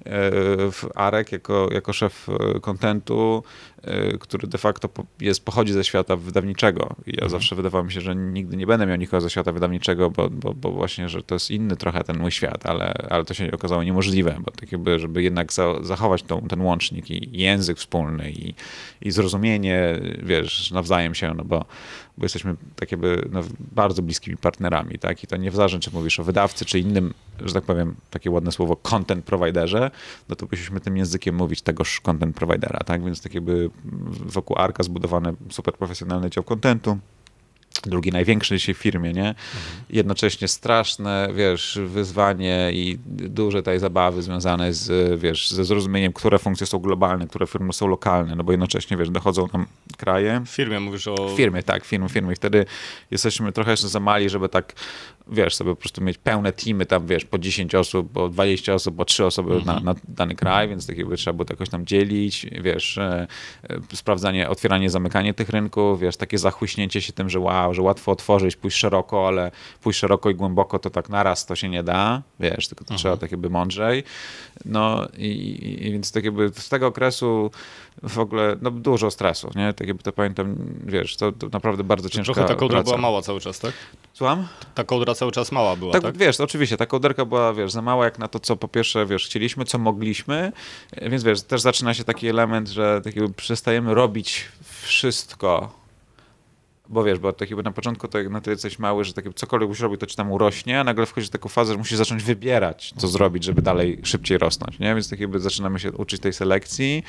Arek jako szef kontentu, który de facto pochodzi ze świata wydawniczego. I ja zawsze wydawało mi się, że nigdy nie będę miał nikogo ze świata wydawniczego, bo właśnie, że to jest inny trochę ten mój świat, ale to się okazało niemożliwe, bo tak jakby, żeby jednak zachować ten łącznik i język wspólny i zrozumienie, wiesz, nawzajem się, no bo jesteśmy tak jakby bardzo bliskimi partnerami, tak? I to niezależnie, czy mówisz o wydawcy, czy innym, że tak powiem, takie ładne słowo, content providerze, no to musimy tym językiem mówić tegoż content providera, tak? Więc tak jakby wokół Arka zbudowany super profesjonalny dział contentu, drugi największy dzisiaj w firmie, nie? Jednocześnie straszne, wiesz, wyzwanie i duże tej zabawy związane ze zrozumieniem, które funkcje są globalne, które firmy są lokalne, no bo jednocześnie, wiesz, dochodzą nam kraje. W firmie mówisz o... W firmie, tak, firmy. I wtedy jesteśmy trochę jeszcze za mali, żeby tak, wiesz, sobie po prostu mieć pełne teamy tam, wiesz, po 10 osób, po 20 osób, po 3 osoby na dany kraj, więc tak jakby trzeba było to jakoś tam dzielić, wiesz, sprawdzanie, otwieranie, zamykanie tych rynków, wiesz, takie zachłyśnięcie się tym, że wow, że łatwo otworzyć, pójść szeroko, ale pójść szeroko i głęboko to tak naraz to się nie da, wiesz, tylko to trzeba tak jakby mądrzej. No i więc tak jakby z tego okresu w ogóle, no dużo stresu, nie? Tak jakby to pamiętam, wiesz, to naprawdę bardzo ciężka praca. Trochę ta kołdra praca. była mała cały czas, tak? Słucham? Ta kołdra cały czas mała była, tak? Wiesz, oczywiście, ta kołderka była, wiesz, za mała jak na to, co po pierwsze, wiesz, chcieliśmy, co mogliśmy, więc wiesz, też zaczyna się taki element, że tak jakby przestajemy robić wszystko, Bo wiesz, bo tak jakby na początku to na tyle jesteś mały, że tak cokolwiek byś robił, to ci tam urośnie, a nagle wchodzisz w taką fazę, że musisz zacząć wybierać, co zrobić, żeby dalej szybciej rosnąć, nie? Więc tak jakby zaczynamy się uczyć tej selekcji.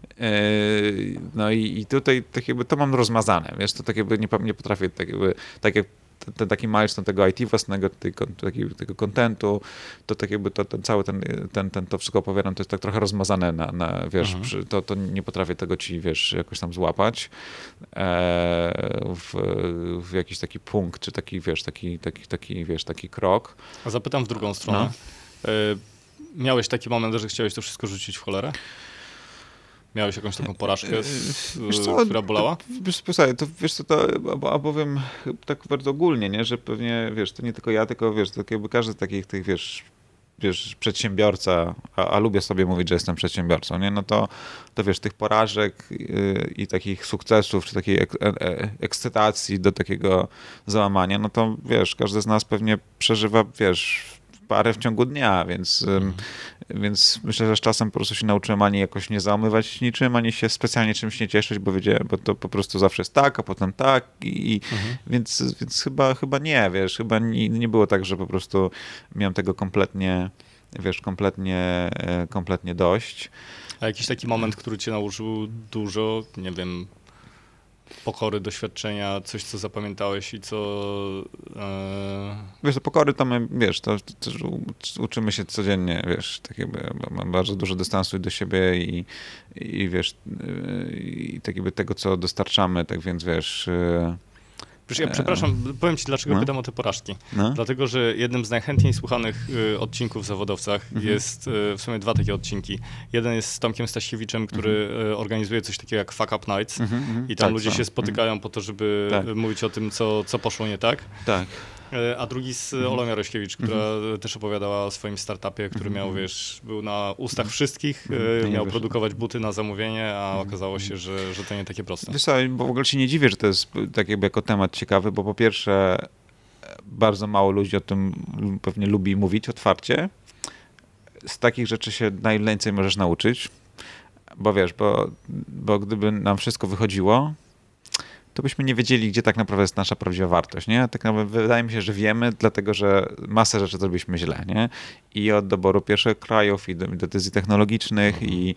No i tutaj tak jakby to mam rozmazane, wiesz, to tak jakby nie potrafię tak jak taki milestone tego IT własnego, tego contentu, to tak jakby ten cały to wszystko opowiadam, to jest tak trochę rozmazane wiesz, to nie potrafię tego ci, wiesz, jakoś tam złapać w jakiś taki punkt, czy taki, wiesz, taki krok. A zapytam w drugą stronę. No. Miałeś taki moment, że chciałeś to wszystko rzucić w cholerę? Miałeś jakąś taką porażkę, która bolała? Wiesz co, opowiem tak bardzo ogólnie, nie? Że pewnie, wiesz, to nie tylko ja, tylko wiesz, to jakby każdy z takich tych, wiesz, przedsiębiorca, a lubię sobie mówić, że jestem przedsiębiorcą, nie? No to wiesz, tych porażek i takich sukcesów, czy takiej ekscytacji do takiego załamania, no to wiesz, każdy z nas pewnie przeżywa, wiesz, parę w ciągu dnia, więc myślę, że z czasem po prostu się nauczyłem ani jakoś nie załamywać niczym, ani się specjalnie czymś nie cieszyć, bo wiedziałem, bo to po prostu zawsze jest tak, a potem tak więc chyba nie, wiesz, chyba nie było tak, że po prostu miałem tego kompletnie, wiesz, kompletnie dość. A jakiś taki moment, który cię nauczył dużo, nie wiem, pokory, doświadczenia, coś, co zapamiętałeś i co... Wiesz, to pokory to my, wiesz, to uczymy się codziennie, wiesz, tak jakby mam bardzo dużo dystansu do siebie i wiesz, i tak jakby tego, co dostarczamy, tak więc, wiesz... Ja przepraszam, powiem ci, dlaczego pytam o te porażki. Dlatego, że jednym z najchętniej słuchanych odcinków w Zawodowcach jest w sumie 2 takie odcinki. Jeden jest z Tomkiem Staśkiewiczem, który organizuje coś takiego jak Fuck Up Nights i tam ludzie się spotykają po to, żeby mówić o tym, co poszło nie tak. Tak. A drugi z Olą Jarośkiewicz, która też opowiadała o swoim startupie, który miał, wiesz, był na ustach wszystkich, miał produkować buty na zamówienie, a okazało się, że to nie takie proste. Wiesz co, bo w ogóle się nie dziwię, że to jest tak jakby jako temat ciekawy, bo po pierwsze bardzo mało ludzi o tym pewnie lubi mówić otwarcie. Z takich rzeczy się najwięcej możesz nauczyć, bo wiesz, bo gdyby nam wszystko wychodziło, to byśmy nie wiedzieli, gdzie tak naprawdę jest nasza prawdziwa wartość, nie? Tak naprawdę wydaje mi się, że wiemy, dlatego że masę rzeczy zrobiliśmy źle, nie? I od doboru pierwszych krajów, i do decyzji technologicznych,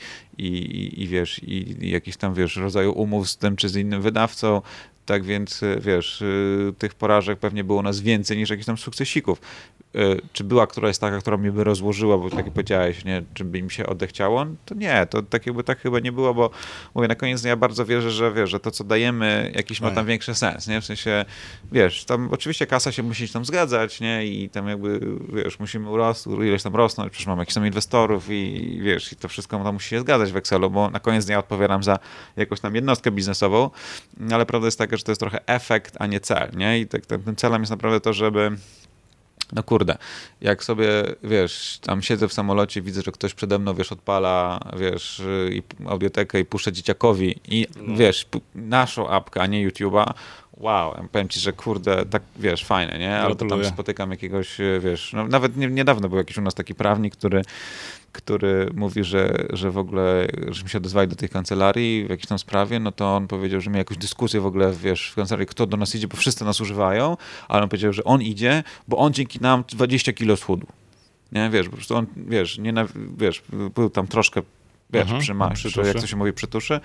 i wiesz, i jakichś tam, wiesz, rodzaju umów z tym czy z innym wydawcą. Tak więc, wiesz, tych porażek pewnie było u nas więcej niż jakichś tam sukcesików. Czy była któraś taka, która mnie by rozłożyła, bo tak jak powiedziałeś, nie, czy by mi się odechciało? To nie, to tak jakby tak chyba nie było, bo mówię, na koniec dnia bardzo wierzę, że to, co dajemy, jakiś ma tam większy sens, nie? W sensie, wiesz, tam oczywiście kasa się musi tam zgadzać, nie? I tam jakby, wiesz, musimy ileś tam rosnąć, przecież mamy jakichś tam inwestorów i wiesz, i to wszystko tam musi się zgadzać w Excelu, bo na koniec dnia odpowiadam za jakąś tam jednostkę biznesową, ale prawda jest taka, że to jest trochę efekt, a nie cel, nie? I tak, tym celem jest naprawdę to, żeby no kurde, jak sobie, wiesz, tam siedzę w samolocie, widzę, że ktoś przede mną, wiesz, odpala, wiesz, audiotekę i puszcza dzieciakowi i, wiesz, naszą apkę, a nie YouTube'a, wow, powiem ci, że kurde, tak, wiesz, fajne, nie? Albo tam spotykam jakiegoś, wiesz, no, nawet niedawno był jakiś u nas taki prawnik, który mówi, że w ogóle, żeśmy się odezwali do tej kancelarii w jakiejś tam sprawie, no to on powiedział, że miał jakąś dyskusję w ogóle, wiesz, w kancelarii, kto do nas idzie, bo wszyscy nas używają, ale on powiedział, że on idzie, bo on dzięki nam 20 kilo schudł. Nie, wiesz, po prostu on, wiesz, był tam troszkę, wiesz, jak to się mówi, przytuszy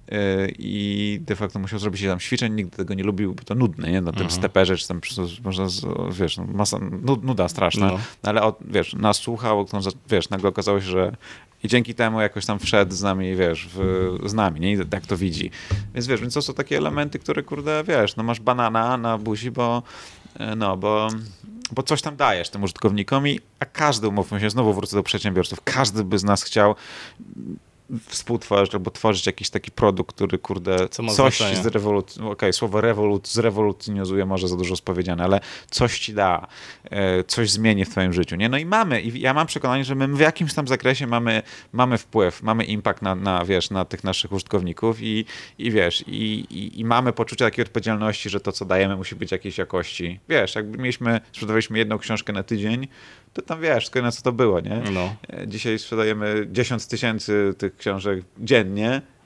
i de facto musiał zrobić tam ćwiczeń, nigdy tego nie lubił, bo to nudne, nie? Na tym steperze, czy tam można, wiesz, masa, nuda straszna, ale wiesz, nas słuchał, wiesz, nagle okazało się, że i dzięki temu jakoś tam wszedł z nami, wiesz, z nami, nie? I tak to widzi. Więc to są takie elementy, które, kurde, wiesz, no masz banana na buzi, bo coś tam dajesz tym użytkownikom, a każdy, umówmy się, znowu wrócę do przedsiębiorców, każdy by z nas chciał współtworzyć albo tworzyć jakiś taki produkt, który, kurde, coś słowo zrewolucjonizuje, może za dużo spowiedziane, ale coś ci da, coś zmieni w twoim życiu, nie? No i ja mam przekonanie, że my w jakimś tam zakresie mamy wpływ, mamy impact na tych naszych użytkowników i wiesz, i mamy poczucie takiej odpowiedzialności, że to, co dajemy, musi być jakiejś jakości. Wiesz, jakby sprzedawaliśmy jedną książkę na tydzień, to tam wiesz, tylko na co to było, nie? No. Dzisiaj sprzedajemy 10 000 tych książek dziennie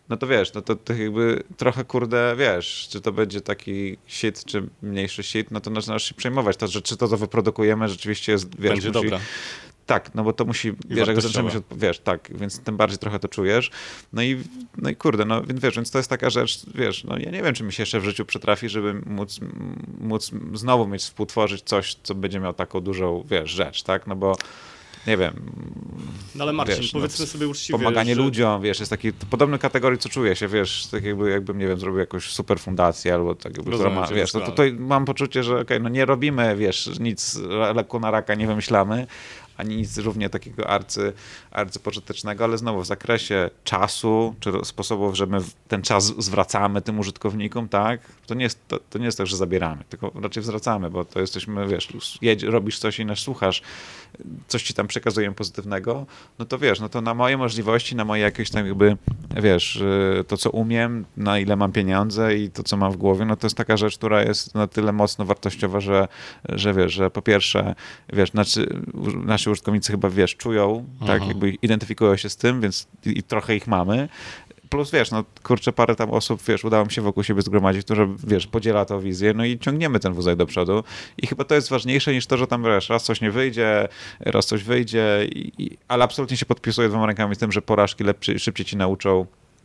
no to wiesz, no to jakby trochę kurde, wiesz, czy to będzie taki shit, czy mniejszy shit, no to zaczynasz się przejmować. To, że czy to, co wyprodukujemy, rzeczywiście jest, wiesz, będzie dobra. Tak, no bo to musi, wiesz, jak zaczynamy się, wiesz, tak, więc tym bardziej trochę to czujesz. No i kurde, no więc wiesz, więc to jest taka rzecz, wiesz, no ja nie wiem, czy mi się jeszcze w życiu przytrafi, żeby móc znowu mieć, współtworzyć coś, co będzie miał taką dużą, wiesz, rzecz, tak, no bo nie wiem. No ale Marcin, wiesz, powiedzmy sobie uczciwie, pomaganie ludziom, wiesz, jest taki podobny kategorii, co czuję się, wiesz, tak jakbym, nie wiem, zrobił jakąś super fundację albo tak jakby, która ma, wiesz, no to mam poczucie, że okej, no nie robimy, wiesz, nic leku na raka nie wymyślamy, ani nic równie takiego arcypożytecznego, ale znowu w zakresie czasu, czy sposobów, że my ten czas zwracamy tym użytkownikom, tak, to nie jest tak, że zabieramy, tylko raczej zwracamy, bo to jesteśmy, wiesz, robisz coś i nas słuchasz, coś ci tam przekazujemy pozytywnego, no to wiesz, no to na moje możliwości, na moje jakieś tam jakby, wiesz, to co umiem, na ile mam pieniądze i to co mam w głowie, no to jest taka rzecz, która jest na tyle mocno wartościowa, że wiesz, że po pierwsze, wiesz, nasi użytkownicy chyba, wiesz, czują, tak, jakby identyfikują się z tym, więc i trochę ich mamy. Plus, wiesz, no kurczę, parę tam osób, wiesz, udało mi się wokół siebie zgromadzić, które, wiesz, podziela tą wizję, no i ciągniemy ten wózek do przodu. I chyba to jest ważniejsze niż to, że tam, wiesz, raz coś nie wyjdzie, raz coś wyjdzie, ale absolutnie się podpisuję 2 rękami z tym, że porażki szybciej ci nauczą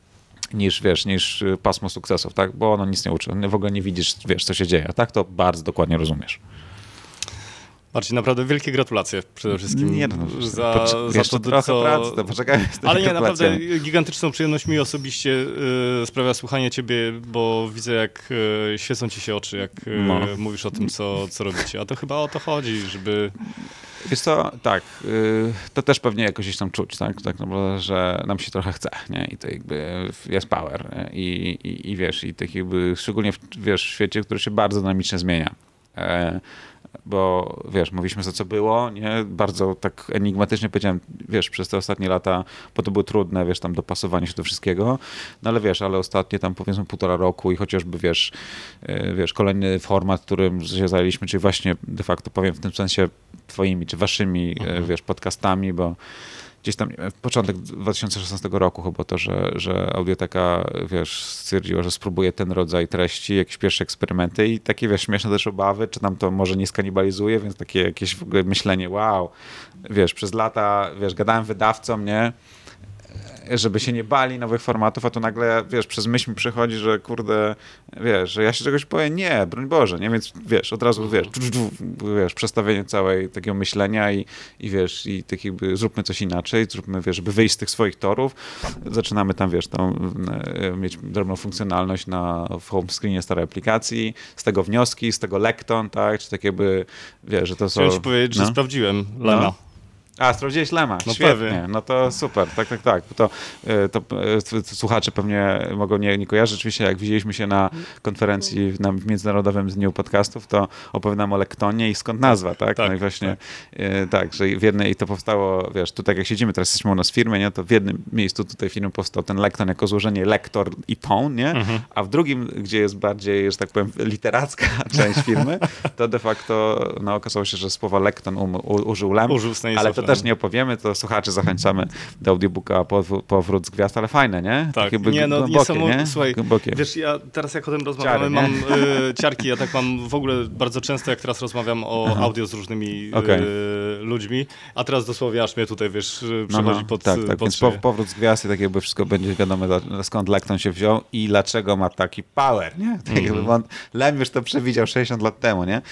niż pasmo sukcesów, tak? Bo ono nic nie uczy. W ogóle nie widzisz, wiesz, co się dzieje. A tak to bardzo dokładnie rozumiesz. Marcin, naprawdę wielkie gratulacje przede wszystkim nie, za to trochę co... pracy, to poczekaj. Ale nie, naprawdę gigantyczną przyjemność mi osobiście sprawia słuchanie ciebie, bo widzę, jak świecą ci się oczy, jak mówisz o tym, co robicie. A to chyba o to chodzi, żeby... Wiesz co, tak, to też pewnie jakoś gdzieś tam czuć, tak naprawdę, że nam się trochę chce, nie? I to jakby jest power i wiesz, i tak jakby szczególnie w świecie, który się bardzo dynamicznie zmienia. Bo wiesz, mówiliśmy za co było, nie? Bardzo tak enigmatycznie powiedziałem, wiesz, przez te ostatnie lata, bo to było trudne, wiesz, tam dopasowanie się do wszystkiego, no ale wiesz, ale ostatnie tam powiedzmy 1,5 roku i chociażby wiesz, kolejny format, którym się zajęliśmy, czyli właśnie de facto powiem w tym sensie twoimi czy waszymi, wiesz, podcastami, bo gdzieś tam początek 2016 roku chyba to, że Audioteka, wiesz, stwierdziła, że spróbuje ten rodzaj treści, jakieś pierwsze eksperymenty i takie, wiesz, śmieszne też obawy, czy nam to może nie skanibalizuje, więc takie jakieś w ogóle myślenie, wow, wiesz, przez lata, wiesz, gadałem wydawcom, nie, żeby się nie bali nowych formatów, a tu nagle, wiesz, przez myśl mi przychodzi, że kurde, wiesz, że ja się czegoś powiem, nie, broń Boże, nie, więc wiesz, od razu, wiesz, przestawienie całej takiego myślenia i wiesz, i tak jakby zróbmy coś inaczej, zróbmy, wiesz, żeby wyjść z tych swoich torów, zaczynamy tam, wiesz, mieć drobną funkcjonalność w home screenie starej aplikacji, z tego wnioski, z tego lekton, tak, czy tak jakby, wiesz, że to są... Chciałem ci powiedzieć, że sprawdziłem Lema. No. A, sprawdziłeś Lema, no świetnie, pewnie. No to super, tak. To słuchacze pewnie mogą nie kojarzyć. Rzeczywiście, jak widzieliśmy się na konferencji na Międzynarodowym Dniu Podcastów, to opowiadam o lektonie i skąd nazwa, tak? No i właśnie tak, że w jednej, i to powstało, wiesz, tu tak jak siedzimy, teraz jesteśmy u nas w firmie, nie? To w jednym miejscu tutaj firmy powstał ten lekton jako złożenie lektor i ton, nie? A w drugim, gdzie jest bardziej, że tak powiem, literacka część firmy, to de facto okazało się, że słowa lekton użył Lem, ale to też nie opowiemy, to słuchaczy zachęcamy do audiobooka Powrót z Gwiazd, ale fajne, nie? Tak, nie, no nie? Słuchaj, głębokie. Wiesz, ja teraz jak o tym rozmawiamy, mam ciarki, ja tak mam w ogóle bardzo często, jak teraz rozmawiam o audio z różnymi ludźmi, a teraz dosłownie aż mnie tutaj, wiesz, przechodzi pod więc Powrót z Gwiazd i tak jakby wszystko będzie wiadomo, skąd lekton się wziął i dlaczego ma taki power, nie? Tak jakby Lem już to przewidział 60 lat temu, nie?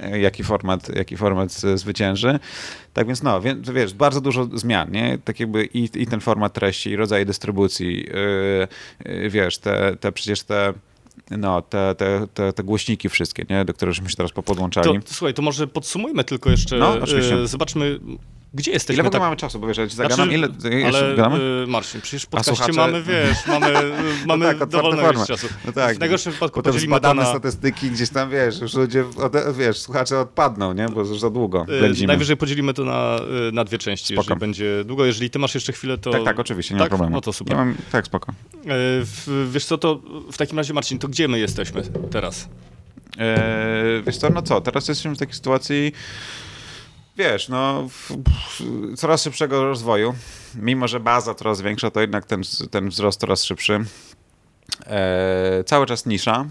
Jaki format zwycięży. Tak więc wiesz, bardzo dużo zmian, nie? Tak jakby i ten format treści, i rodzaje dystrybucji, wiesz, przecież te głośniki wszystkie, nie? Do których żeśmy się teraz popodłączali. Słuchaj, to może podsumujmy tylko jeszcze, zobaczmy, gdzie jesteśmy. Ile w ogóle mamy czasu, bo wiesz, ja ci zagadam, ile gadamy? Marcin, przecież w podcaście mamy, wiesz, mamy dowolnego czasu. No tak. W najgorszym wypadku potem zbadamy statystyki, gdzieś tam, wiesz, już ludzie, wiesz, słuchacze odpadną, nie? Bo już za długo ględzimy. Najwyżej podzielimy to na 2 części, jeżeli będzie długo. Jeżeli ty masz jeszcze chwilę, to... Tak, oczywiście, nie ma problemu. No to super. Tak, spoko. Wiesz co, to w takim razie, Marcin, to gdzie my jesteśmy teraz? Wiesz co, teraz jesteśmy w takiej sytuacji, wiesz, no coraz szybszego rozwoju, mimo że baza coraz większa, to jednak ten wzrost coraz szybszy. Cały czas nisza,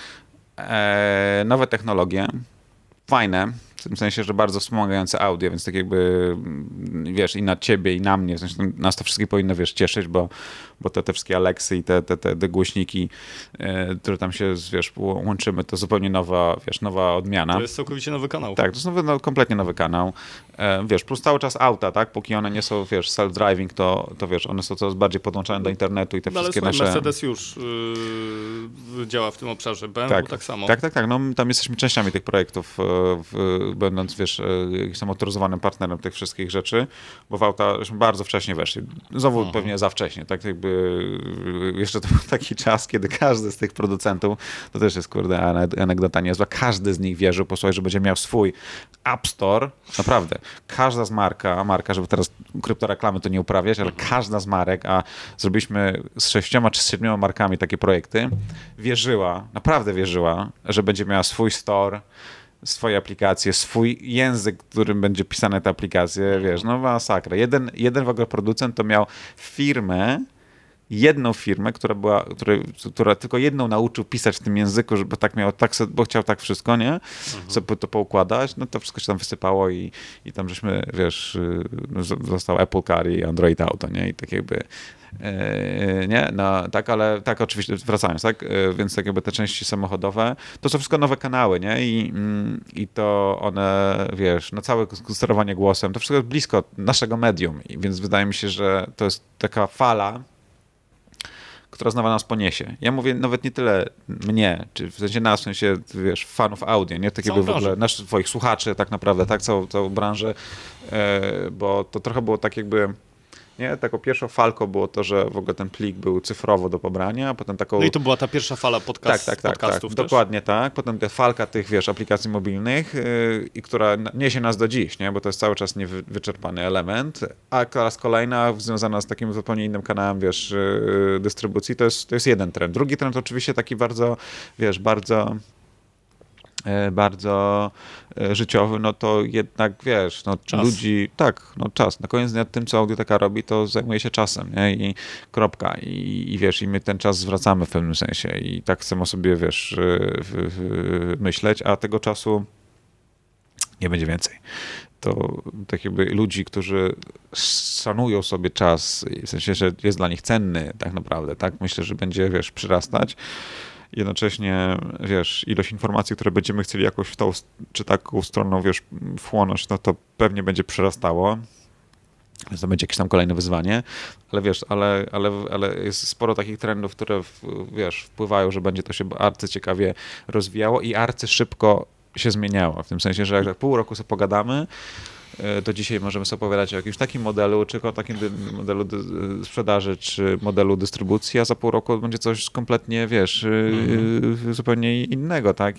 nowe technologie, fajne, w tym sensie, że bardzo wspomagające audio, więc tak jakby, wiesz, i na ciebie, i na mnie, w sensie nas to wszystkich powinno, wiesz, cieszyć, bo te wszystkie Alexy i te głośniki, które tam się, wiesz, łączymy, to zupełnie nowa odmiana. To jest całkowicie nowy kanał. Tak, to jest kompletnie nowy kanał. Wiesz, plus cały czas auta, tak? Póki one nie są, wiesz, self-driving, to wiesz, one są coraz bardziej podłączane do internetu i te wszystkie nasze... Mercedes już działa w tym obszarze, BMW tak samo. Tak, no tam jesteśmy częściami tych projektów, będąc, wiesz, jakimś tam autoryzowanym partnerem tych wszystkich rzeczy, bo w auta żeśmy bardzo wcześnie weszli. Znowu pewnie za wcześnie, tak jakby jeszcze to był taki czas, kiedy każdy z tych producentów, to też jest, kurde, anegdota niezła, każdy z nich wierzył, posłuchaj, że będzie miał swój App Store, naprawdę, każda z marka, żeby teraz kryptoreklamy to nie uprawiać, ale każda z marek, a zrobiliśmy z 6 czy 7 markami takie projekty, naprawdę wierzyła, że będzie miała swój store, swoje aplikacje, swój język, którym będzie pisane te aplikacje, wiesz, no masakra. Jeden w ogóle producent to miał jedną firmę, która tylko jedną nauczył pisać w tym języku, żeby tak miał, bo chciał tak wszystko, nie? Żeby to poukładać, no to wszystko się tam wysypało i tam żeśmy, wiesz, został Apple Car i Android Auto, nie? I tak jakby nie, no tak, ale tak oczywiście, wracając, tak, więc tak jakby te części samochodowe, to są wszystko nowe kanały, nie, i to one, wiesz, no całe sterowanie głosem, to wszystko jest blisko naszego medium, więc wydaje mi się, że to jest taka fala, która znowu nas poniesie. Ja mówię nawet nie tyle mnie, czy w sensie nas, w sensie, wiesz, fanów audio, nie, tak jakby w ogóle twoich słuchaczy tak naprawdę, tak, całą branżę, bo to trochę było tak jakby, nie? Taką pierwszą falką było to, że w ogóle ten plik był cyfrowo do pobrania, a potem taką... No i to była ta pierwsza fala podcastów. Dokładnie tak. Potem ta falka tych, wiesz, aplikacji mobilnych, i która niesie nas do dziś, nie? Bo to jest cały czas niewyczerpany element, a teraz kolejna związana z takim zupełnie innym kanałem, wiesz, dystrybucji, to jest jeden trend. Drugi trend oczywiście taki bardzo, wiesz, bardzo życiowy, no to jednak, wiesz, no czas. Ludzi, tak, no czas. Na koniec dnia tym, co Audioteka robi, to zajmuje się czasem, nie? I kropka. I wiesz, i my ten czas zwracamy w pewnym sensie i tak chcemy o sobie, wiesz, myśleć, a tego czasu nie będzie więcej. To tak jakby ludzi, którzy szanują sobie czas, w sensie, że jest dla nich cenny tak naprawdę, tak? Myślę, że będzie, wiesz, przyrastać. Jednocześnie, wiesz, ilość informacji, które będziemy chcieli jakoś w tą czy taką stroną, wiesz, wchłonąć, no to pewnie będzie przyrastało. Więc to będzie jakieś tam kolejne wyzwanie, ale wiesz, ale jest sporo takich trendów, które, wiesz, wpływają, że będzie to się arcyciekawie rozwijało i arcyszybko się zmieniało. W tym sensie, że jak za pół roku sobie pogadamy, to dzisiaj możemy sobie opowiadać o jakimś takim modelu, czy o takim modelu sprzedaży, czy modelu dystrybucji, a za pół roku będzie coś kompletnie, wiesz, zupełnie innego, tak?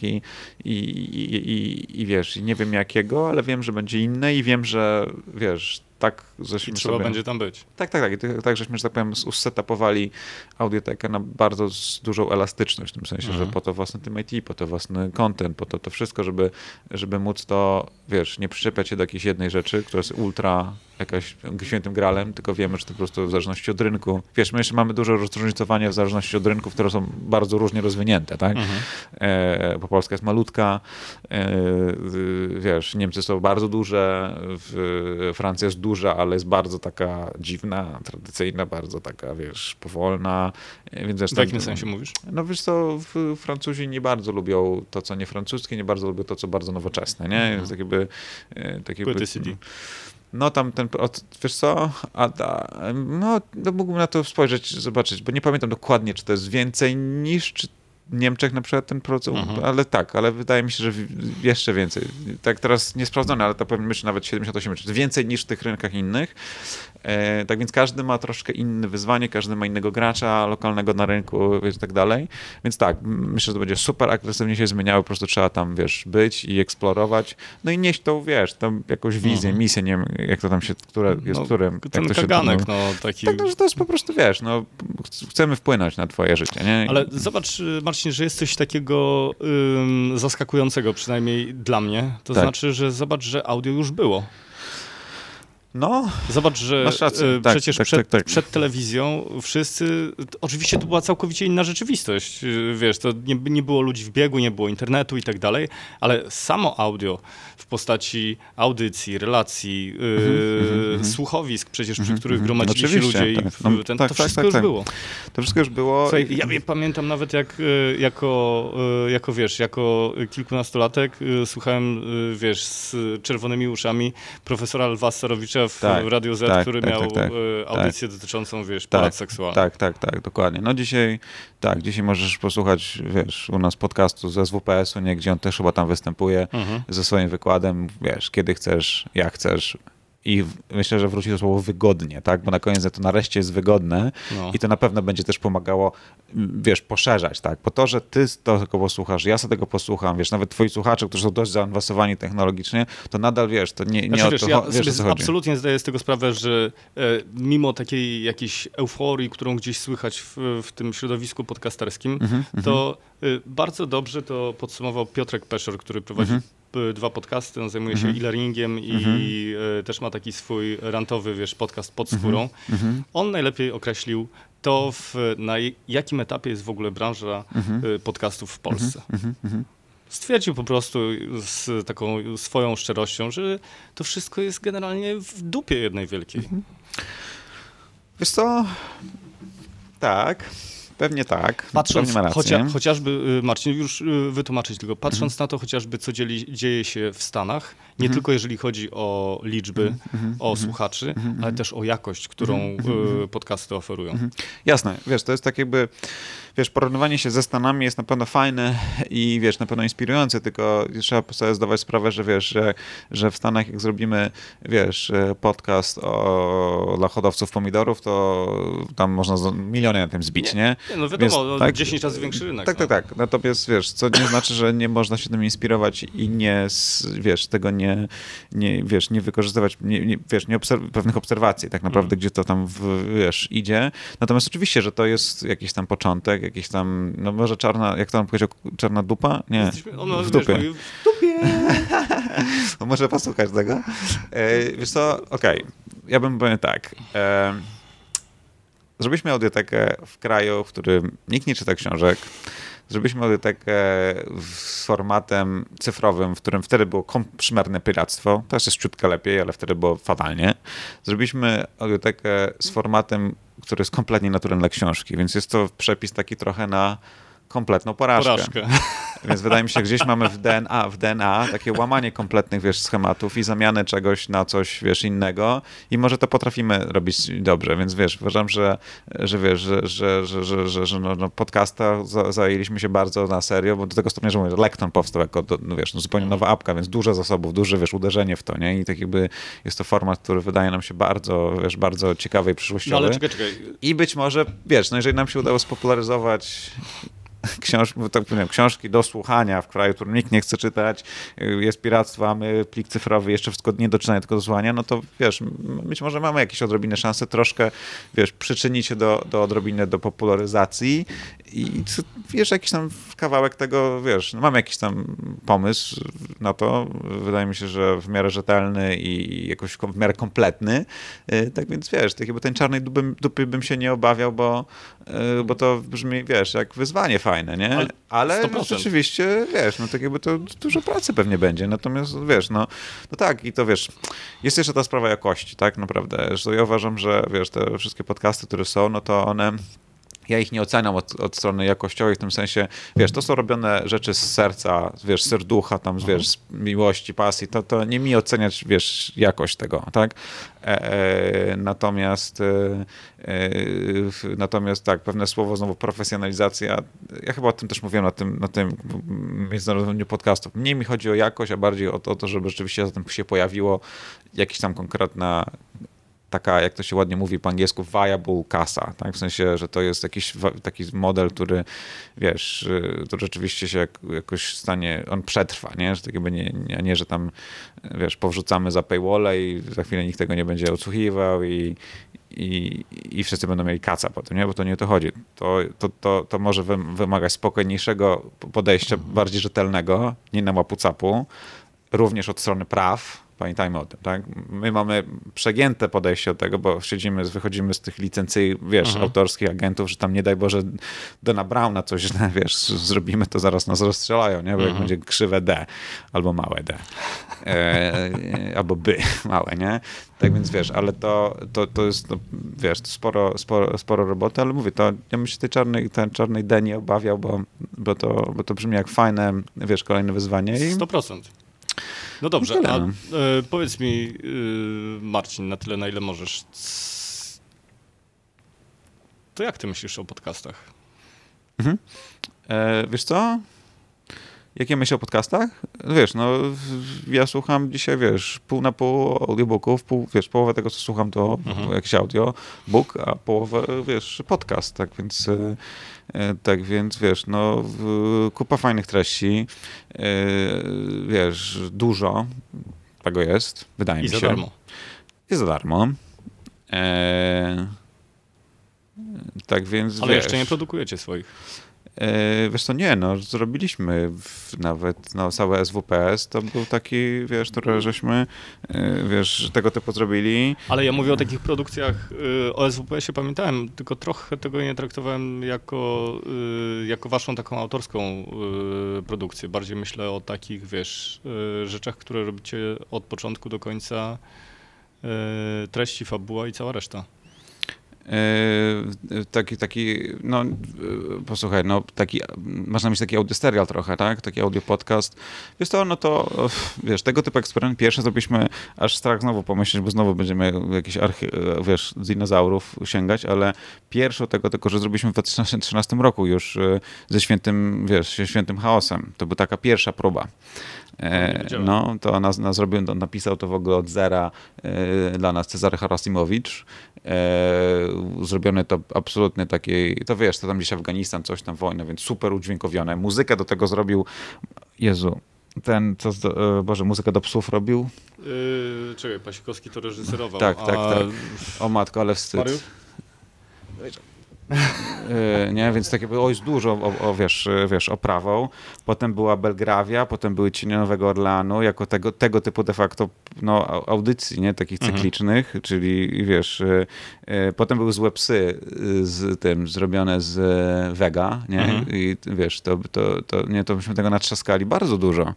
I wiesz, nie wiem jakiego, ale wiem, że będzie inne i wiem, że, wiesz, tak, żeśmy trzeba sobie... będzie tam być. Tak, żeśmy, że tak powiem, usetupowali Audiotekę na bardzo dużą elastyczność, w tym sensie, że po to własny Team IT, po to własny content, po to wszystko, żeby móc to, wiesz, nie przyczepiać się do jakiejś jednej rzeczy, która jest ultra jakaś świętym gralem, tylko wiemy, że to po prostu w zależności od rynku. Wiesz, my jeszcze mamy dużo rozróżnicowania w zależności od rynków, które są bardzo różnie rozwinięte, tak? Bo Polska jest malutka, wiesz, Niemcy są bardzo duże, Francja jest duża, ale jest bardzo taka dziwna, tradycyjna, bardzo taka, wiesz, powolna. Więc w jakim sensie mówisz? No wiesz co, Francuzi nie bardzo lubią to, co nie francuskie, nie bardzo lubią to, co bardzo nowoczesne, nie? Więc tak jakby CD. No tam wiesz co, no mógłbym na to spojrzeć, zobaczyć, bo nie pamiętam dokładnie, czy to jest więcej niż, czy w Niemczech na przykład ten procent, ale wydaje mi się, że jeszcze więcej. Tak teraz niesprawdzone, ale to pewnie myślę nawet 78, czy więcej niż w tych rynkach innych. Tak więc każdy ma troszkę inne wyzwanie, każdy ma innego gracza lokalnego na rynku i tak dalej. Więc tak, myślę, że to będzie super agresywnie się zmieniało, po prostu trzeba tam, wiesz, być i eksplorować. No i nieść tą, wiesz, tam jakąś wizję, misję, nie wiem, jak to tam się, które jest którym. Ten kaganek, no taki... Tak, no, że to jest po prostu, wiesz, no chcemy wpłynąć na twoje życie, nie? Ale zobacz, Marcin, że jest coś takiego zaskakującego, przynajmniej dla mnie. To znaczy, że zobacz, że audio już było. No, zobacz, że masz rację. Przecież przed telewizją wszyscy, oczywiście to była całkowicie inna rzeczywistość, wiesz, to nie było ludzi w biegu, nie było internetu i tak dalej, ale samo audio w postaci audycji, relacji, słuchowiwisk przecież, przy których gromadzili się ludzie to wszystko już było. To wszystko już było. Słuchaj, ja pamiętam nawet jako kilkunastolatek słuchałem, wiesz, z czerwonymi uszami profesora Lwa Starowicza w Radiu Z, który miał audycję dotyczącą, wiesz, porad seksualnych. Tak, dokładnie. No dzisiaj możesz posłuchać, wiesz, u nas podcastu z SWPS-u, nie, gdzie on też chyba tam występuje ze swoim wykładem, wiesz, kiedy chcesz, jak chcesz. I myślę, że wróci to słowo wygodnie, tak? Bo na koniec to nareszcie jest wygodne i to na pewno będzie też pomagało, wiesz, poszerzać, tak? Bo to, że ty tego posłuchasz, ja sobie tego posłucham, wiesz, nawet twoi słuchacze, którzy są dość zaawansowani technologicznie, to nadal, wiesz, to nie znaczy, o to ja wiesz, o co chodzi. Absolutnie zdaję z tego sprawę, że mimo takiej jakiejś euforii, którą gdzieś słychać w tym środowisku podcasterskim, to bardzo dobrze to podsumował Piotrek Peszor, który prowadzi 2 podcasty, on zajmuje się e-learningiem i też ma taki swój rantowy, wiesz, podcast pod skórą. On najlepiej określił to, na jakim etapie jest w ogóle branża podcastów w Polsce. Stwierdził po prostu z taką swoją szczerością, że to wszystko jest generalnie w dupie jednej wielkiej. Wiesz co? Tak. Pewnie tak. Patrząc chociażby, Marcin, już wytłumaczyć tylko, patrząc na to chociażby, co dzieje się w Stanach, nie tylko jeżeli chodzi o liczby, o słuchaczy, ale też o jakość, którą podcasty oferują. Jasne, wiesz, to jest tak jakby, wiesz, porównywanie się ze Stanami jest na pewno fajne i, wiesz, na pewno inspirujące, tylko trzeba sobie zdawać sprawę, że wiesz, że w Stanach jak zrobimy, wiesz, podcast dla hodowców pomidorów, to tam można miliony na tym zbić, nie? No wiadomo, tak? 10 razy większy rynek. Tak. Natomiast, wiesz, co nie znaczy, że nie można się tym inspirować i nie, wiesz, tego nie wykorzystywać, pewnych obserwacji tak naprawdę, gdzie to tam, wiesz, idzie. Natomiast oczywiście, że to jest jakiś tam początek, jakiś tam, no może jak to nam powiedział, czarna dupa? Nie, w dupie. Wiesz, w dupie. No może posłuchać tego. Wiesz co, okej. Ja bym powiedział tak. Zrobiliśmy audiotekę w kraju, w którym nikt nie czyta książek. Zrobiliśmy audiotekę z formatem cyfrowym, w którym wtedy było przymierne piractwo. Teraz jest ciutkę lepiej, ale wtedy było fatalnie. Zrobiliśmy audiotekę z formatem, który jest kompletnie naturalny dla książki, więc jest to przepis taki trochę na kompletną porażkę. Więc wydaje mi się, że gdzieś mamy w DNA takie łamanie kompletnych, wiesz, schematów i zamianę czegoś na coś, wiesz, innego i może to potrafimy robić dobrze, więc wiesz, uważam, że podcasta zajęliśmy się bardzo na serio, bo do tego stopnia, że mówię, Lekton powstał jako, no wiesz, no zupełnie nowa apka, więc dużo zasobów, duże, wiesz, uderzenie w to, nie? I tak jakby jest to format, który wydaje nam się bardzo, wiesz, bardzo ciekawy i przyszłościowy. No ale czekaj. I być może, wiesz, no jeżeli nam się udało spopularyzować książki do słuchania w kraju, w którym nikt nie chce czytać, jest piractwo, a my plik cyfrowy, jeszcze wszystko nie do czytania, tylko do słuchania, no to wiesz, być może mamy jakieś odrobinę szansę troszkę, wiesz, przyczynić się do odrobiny do popularyzacji i wiesz, jakiś tam kawałek tego, wiesz, no mamy jakiś tam pomysł na to, wydaje mi się, że w miarę rzetelny i jakoś w miarę kompletny, tak więc wiesz, tak jakby tej czarnej dupy bym się nie obawiał, bo to brzmi, wiesz, jak wyzwanie fajne, nie? Ale no, rzeczywiście, wiesz, no tak jakby to dużo pracy pewnie będzie, natomiast wiesz, no tak i to wiesz, jest jeszcze ta sprawa jakości, tak naprawdę, że ja uważam, że wiesz, te wszystkie podcasty, które są, no to one, ja ich nie oceniam od strony jakościowej, w tym sensie, wiesz, to są robione rzeczy z serca, wiesz, serducha, tam, wiesz, z miłości, pasji, to nie mi oceniać, wiesz, jakość tego, tak? Natomiast tak, pewne słowo znowu profesjonalizacja, ja chyba o tym też mówiłem na tym Międzynarodowym Dniu Podcastów. Mniej mi chodzi o jakość, a bardziej o to, żeby rzeczywiście za tym się pojawiło jakiś tam konkretna taka, jak to się ładnie mówi po angielsku, viable kasa, tak? W sensie, że to jest jakiś taki model, który, wiesz, to rzeczywiście się jakoś stanie, on przetrwa, nie? Że tak jakby nie, że tam, wiesz, powrzucamy za paywallę i za chwilę nikt tego nie będzie odsłuchiwał i i wszyscy będą mieli kaca po tym, nie? Bo to nie o to chodzi. To może wymagać spokojniejszego podejścia, bardziej rzetelnego, nie na łapu-capu, również od strony praw. Pamiętajmy o tym, tak? My mamy przegięte podejście do tego, bo wychodzimy z tych licencji, autorskich agentów, że tam nie daj Boże Dona Browna coś źle, zrobimy, to zaraz nas rozstrzelają, nie? Bo jak będzie krzywe D albo małe D. Albo by małe, nie? Tak więc ale to jest, sporo roboty, ale mówię, to ja bym się tej czarnej D nie obawiał, bo to brzmi jak fajne, kolejne wyzwanie. 100%. No dobrze, a powiedz mi, Marcin, na tyle, na ile możesz, to jak ty myślisz o podcastach? Wiesz co? Jak ja myślę o podcastach? Ja słucham dzisiaj, pół na pół audiobooków, połowę tego, co słucham, to jakiś audiobook, a połowę, podcast, tak więc, kupa fajnych treści, dużo tego jest, wydaje mi się. I za darmo. I za darmo. Tak więc, ale jeszcze nie produkujecie swoich. Wiesz co, nie, zrobiliśmy nawet całe SWPS, to był taki, które żeśmy, tego typu zrobili. Ale ja mówię o takich produkcjach, o SWPS-ie pamiętałem, tylko trochę tego nie traktowałem jako waszą taką autorską produkcję. Bardziej myślę o takich, rzeczach, które robicie od początku do końca, treści, fabuła i cała reszta. Posłuchaj, można mieć taki audioserial trochę, tak? Taki audiopodcast. Tego typu eksperyment pierwszy zrobiliśmy, aż strach znowu pomyśleć, bo znowu będziemy jakichś dinozaurów sięgać, ale pierwszą tego, tylko że zrobiliśmy w 2013 roku już ze Świętym Chaosem. To była taka pierwsza próba. To nas zrobił, napisał to w ogóle od zera dla nas Cezary Harasimowicz. Zrobione to absolutnie takiej, to tam gdzieś Afganistan, coś tam, wojna, więc super udźwiękowione. Muzykę do tego zrobił, muzykę do psów robił? Czekaj, Pasikowski to reżyserował. Tak. O matko, ale wstyd. Nie, więc takie było jest dużo oprawą. Potem była Belgrawia, potem były Cienie Nowego Orleanu, jako tego typu de facto audycji, nie, takich cyklicznych, czyli potem były Złe psy zrobione z Vega, nie? I to myśmy tego natrzaskali bardzo dużo.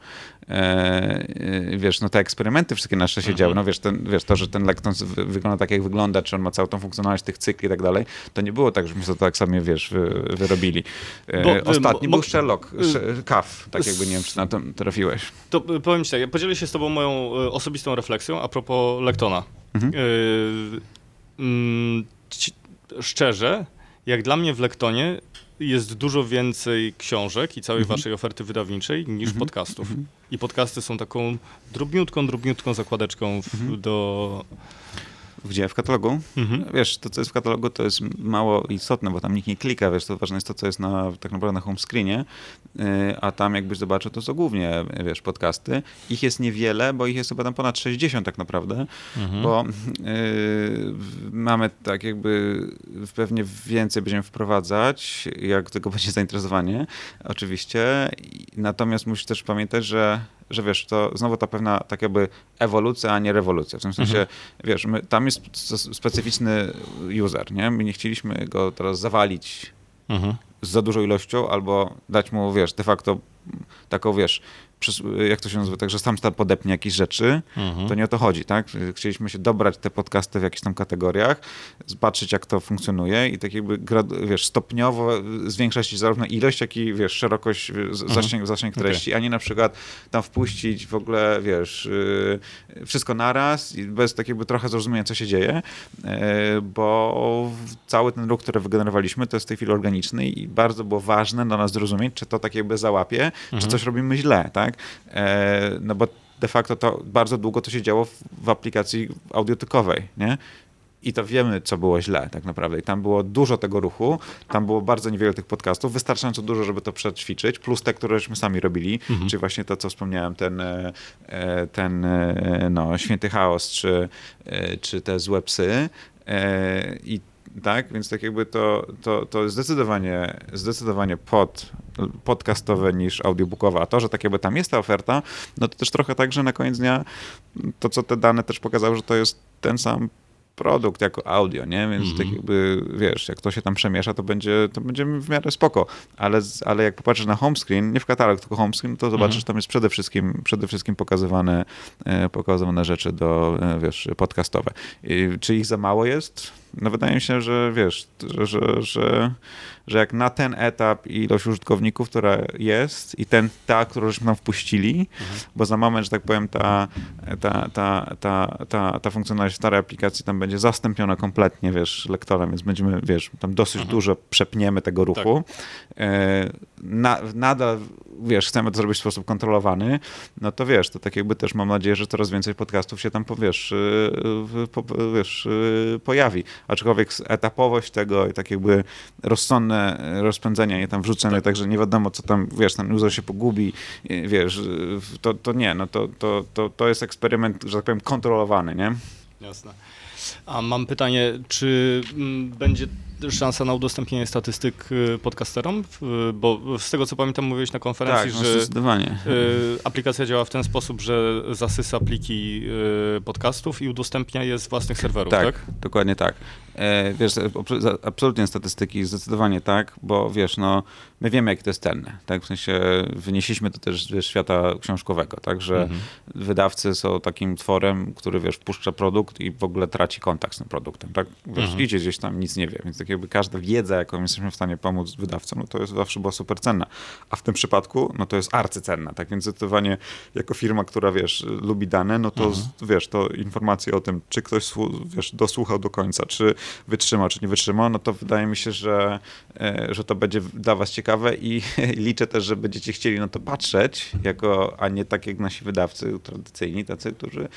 Te eksperymenty wszystkie nasze się działy. To, że ten lekton wygląda tak, jak wygląda, czy on ma całą tą funkcjonalność tych cykli i tak dalej, to nie było tak, żeśmy to tak sami, wyrobili. Ostatni był Sherlock, Kaw, tak jakby, nie wiem, czy na to trafiłeś. To powiem ci tak, ja podzielę się z tobą moją osobistą refleksją a propos lektona. Szczerze, jak dla mnie w lektonie jest dużo więcej książek i całej waszej oferty wydawniczej niż podcastów. I podcasty są taką drobniutką zakładeczką do... Gdzie? W katalogu? To co jest w katalogu, to jest mało istotne, bo tam nikt nie klika, to ważne jest to, co jest tak naprawdę na home screenie, a tam jakbyś zobaczył, to są głównie, podcasty. Ich jest niewiele, bo ich jest chyba tam ponad 60 tak naprawdę, bo mamy tak jakby pewnie więcej będziemy wprowadzać, jak tylko będzie zainteresowanie, oczywiście. Natomiast musisz też pamiętać, że to znowu ta pewna tak jakby ewolucja, a nie rewolucja. W tym sensie, tam jest specyficzny user, nie? My nie chcieliśmy go teraz zawalić z za dużą ilością, albo dać mu, de facto taką, jak to się nazywa, tak, że sam podepnie jakieś rzeczy, to nie o to chodzi, tak? Chcieliśmy się dobrać te podcasty w jakichś tam kategoriach, zobaczyć, jak to funkcjonuje i tak jakby, stopniowo zwiększać zarówno ilość, jak i, szerokość, zasięg treści, a nie na przykład tam wpuścić w ogóle, wszystko naraz i bez tak jakby trochę zrozumienia, co się dzieje, bo cały ten ruch, który wygenerowaliśmy, to jest w tej chwili organiczny i bardzo było ważne dla nas zrozumieć, czy to tak jakby załapie, czy coś robimy źle, tak? Bo de facto to bardzo długo to się działo w aplikacji audiotykowej, nie? I to wiemy, co było źle tak naprawdę. I tam było dużo tego ruchu, tam było bardzo niewiele tych podcastów, wystarczająco dużo, żeby to przećwiczyć, plus te, któreśmy sami robili, czyli właśnie to, co wspomniałem, ten Święty Chaos, czy te Złe psy. I tak, więc tak jakby to jest zdecydowanie podcastowe niż audiobookowe, a to, że tak jakby tam jest ta oferta, no to też trochę tak, że na koniec dnia to, co te dane też pokazały, że to jest ten sam produkt jako audio, nie? Więc tak jakby, wiesz, jak to się tam przemiesza, to będzie w miarę spoko. Ale jak popatrzysz na home screen, nie w katalog, tylko home screen, to zobaczysz, że tam jest przede wszystkim pokazywane rzeczy do, wiesz, podcastowe. Czy ich za mało jest? No wydaje mi się, że wiesz, że jak na ten etap ilość użytkowników, która jest i ta, którą żeśmy tam wpuścili, bo za moment, że tak powiem, ta funkcjonalność starej aplikacji tam będzie zastąpiona kompletnie, wiesz, lektorem, więc będziemy, wiesz, tam dosyć dużo przepniemy tego ruchu. Tak. Nadal, wiesz, chcemy to zrobić w sposób kontrolowany, no to wiesz, to tak jakby też mam nadzieję, że coraz więcej podcastów się tam, pojawi. Aczkolwiek etapowość tego i tak jakby rozsądne rozpędzenie, nie tam wrzucenie, tak, że nie wiadomo, co tam, wiesz, ten user się pogubi, wiesz, to nie, no to jest eksperyment, że tak powiem, kontrolowany, nie? Jasne. A mam pytanie, czy będzie szansa na udostępnienie statystyk podcasterom? Bo z tego, co pamiętam, mówiłeś na konferencji, tak, że zdecydowanie. Aplikacja działa w ten sposób, że zasysa pliki podcastów i udostępnia je z własnych serwerów, tak? Dokładnie tak. Wiesz, absolutnie statystyki, zdecydowanie tak, bo wiesz, no, my wiemy, jakie to jest cenne, tak? W sensie wynieśliśmy to też ze świata książkowego, tak? Że wydawcy są takim tworem, który, wiesz, wpuszcza produkt i w ogóle traci kontakt z tym produktem, tak? Wiesz, idzie gdzieś tam, nic nie wie, więc tak jakby każda wiedza, jaką jesteśmy w stanie pomóc wydawcom, no to jest zawsze była super cenna. A w tym przypadku, no to jest arcycenna, tak? Więc zdecydowanie jako firma, która, wiesz, lubi dane, no to, wiesz, to informacje o tym, czy ktoś, wiesz, dosłuchał do końca, czy wytrzymał, czy nie wytrzymał, no to wydaje mi się, że to będzie dla was ciekawe i liczę też, że będziecie chcieli na to patrzeć, a nie tak jak nasi wydawcy tradycyjni, tacy, którzy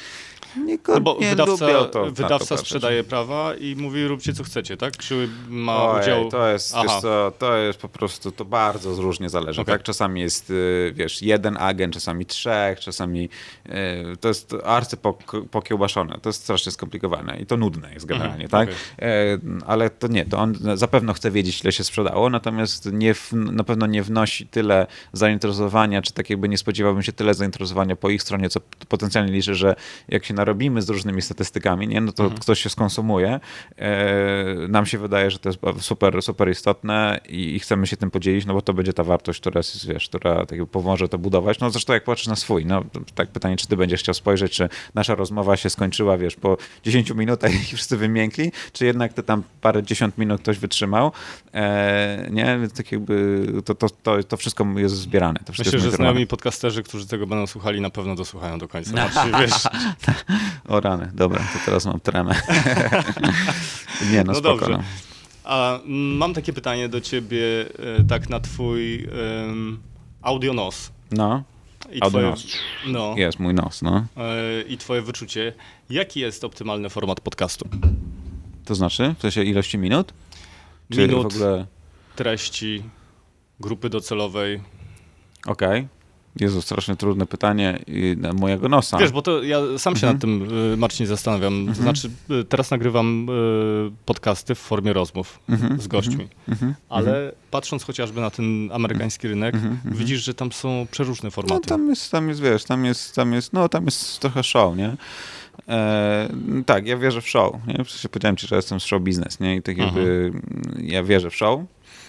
wydawca sprzedaje prawa i mówi, róbcie co chcecie, tak? Czy ma udział... To jest, wiesz co, to jest po prostu, to bardzo różnie zależy, tak? Czasami jest, wiesz, jeden agent, czasami trzech, czasami to jest pokiełbaszone, to jest strasznie skomplikowane i to nudne jest generalnie, tak? Ale to nie, to on zapewne chce wiedzieć, ile się sprzedało, natomiast na pewno nie wnosi tyle zainteresowania, czy tak jakby nie spodziewałbym się tyle zainteresowania po ich stronie, co potencjalnie liczę, że jak się narobimy z różnymi statystykami, nie, no to ktoś się skonsumuje. Nam się wydaje, że to jest super, super istotne i chcemy się tym podzielić, no bo to będzie ta wartość, która jest, wiesz, która tak jakby pomoże to budować. No zresztą jak patrzysz na swój, no tak pytanie, czy ty będziesz chciał spojrzeć, czy nasza rozmowa się skończyła, wiesz, po 10 minutach i wszyscy wymiękli, czy jednak te tam parę dziesiąt minut ktoś wytrzymał, nie, więc tak jakby to wszystko jest zbierane. To myślę, że znajomi podcasterzy, którzy tego będą słuchali, na pewno dosłuchają do końca. Znaczy, wiesz... O rany, dobra, to teraz mam tremę. Nie, no spoko. Dobrze. A mam takie pytanie do ciebie, tak na twój audio nos. No, audio nos. No. Jest mój nos, no. I twoje wyczucie. Jaki jest optymalny format podcastu? To znaczy? W sensie ilości minut? Czy minut, w ogóle... treści, grupy docelowej. Okej. Jezu, strasznie trudne pytanie mojego nosa. Wiesz, bo to ja sam się nad tym, Marcin, zastanawiam. Znaczy, teraz nagrywam podcasty w formie rozmów z gośćmi, ale patrząc chociażby na ten amerykański rynek, widzisz, że tam są przeróżne formaty. No, tam jest, wiesz, tam jest trochę show, nie? Tak, ja wierzę w show, nie? W sensie powiedziałem ci, że jestem z show biznes, nie? I tak jakby ja wierzę w show.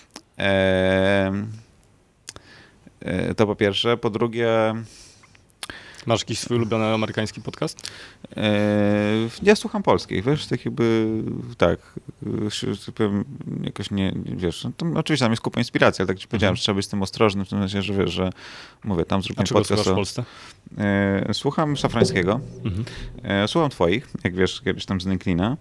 To po pierwsze. Po drugie... Masz jakiś swój ulubiony amerykański podcast? Ja słucham polskich, wiesz, tak jakby, tak, jakoś nie, wiesz, no to oczywiście tam jest kupa inspiracji, ale tak ci powiedziałem, że trzeba być z tym ostrożnym, w tym sensie, że wiesz, że mówię, tam zróbmy podcast. A czego słuchasz w Polsce? Słucham Szafrańskiego, słucham twoich, jak wiesz, kiedyś tam z LinkedIna.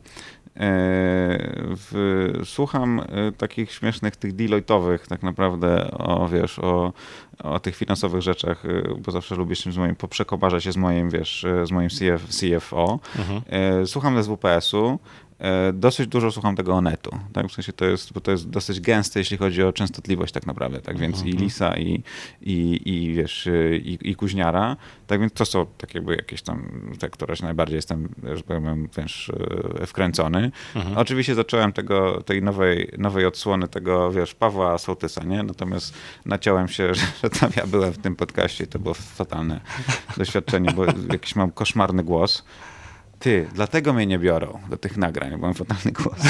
Słucham takich śmiesznych, tych Deloitte'owych tak naprawdę o tych finansowych rzeczach, bo zawsze lubię się poprzekomarzać się z moim, wiesz, z moim CFO. Słucham SWPS-u. dosyć dużo słucham tego Onetu, tak? W sensie bo to jest dosyć gęste, jeśli chodzi o częstotliwość tak naprawdę, tak? Więc i Lisa i wiesz, i Kuźniara, tak więc to są tak jakby jakieś tam, te, które najbardziej jestem, że powiem, wiesz, wkręcony. Oczywiście zacząłem tej nowej odsłony tego, wiesz, Pawła Sołtysa, nie? Natomiast naciąłem się, że tam ja byłem w tym podcaście i to było fatalne doświadczenie, bo jakiś mam koszmarny głos. Dlatego mnie nie biorą do tych nagrań, bo mam fatalny głos.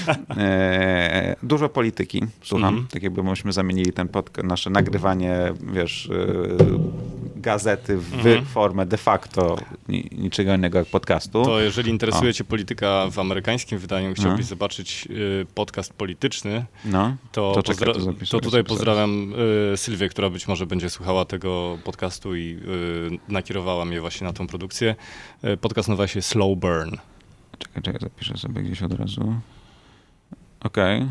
Dużo polityki słucham, tak jakby myśmy zamienili nasze nagrywanie, wiesz, gazety w formę de facto niczego innego jak podcastu. To jeżeli interesuje cię polityka w amerykańskim wydaniu i chciałbyś zobaczyć podcast polityczny, to tutaj pozdrawiam Sylwię, która być może będzie słuchała tego podcastu i nakierowała mnie właśnie na tą produkcję. Podcast nazywa się Slow Burn. Czekaj, zapiszę sobie gdzieś od razu. Okej.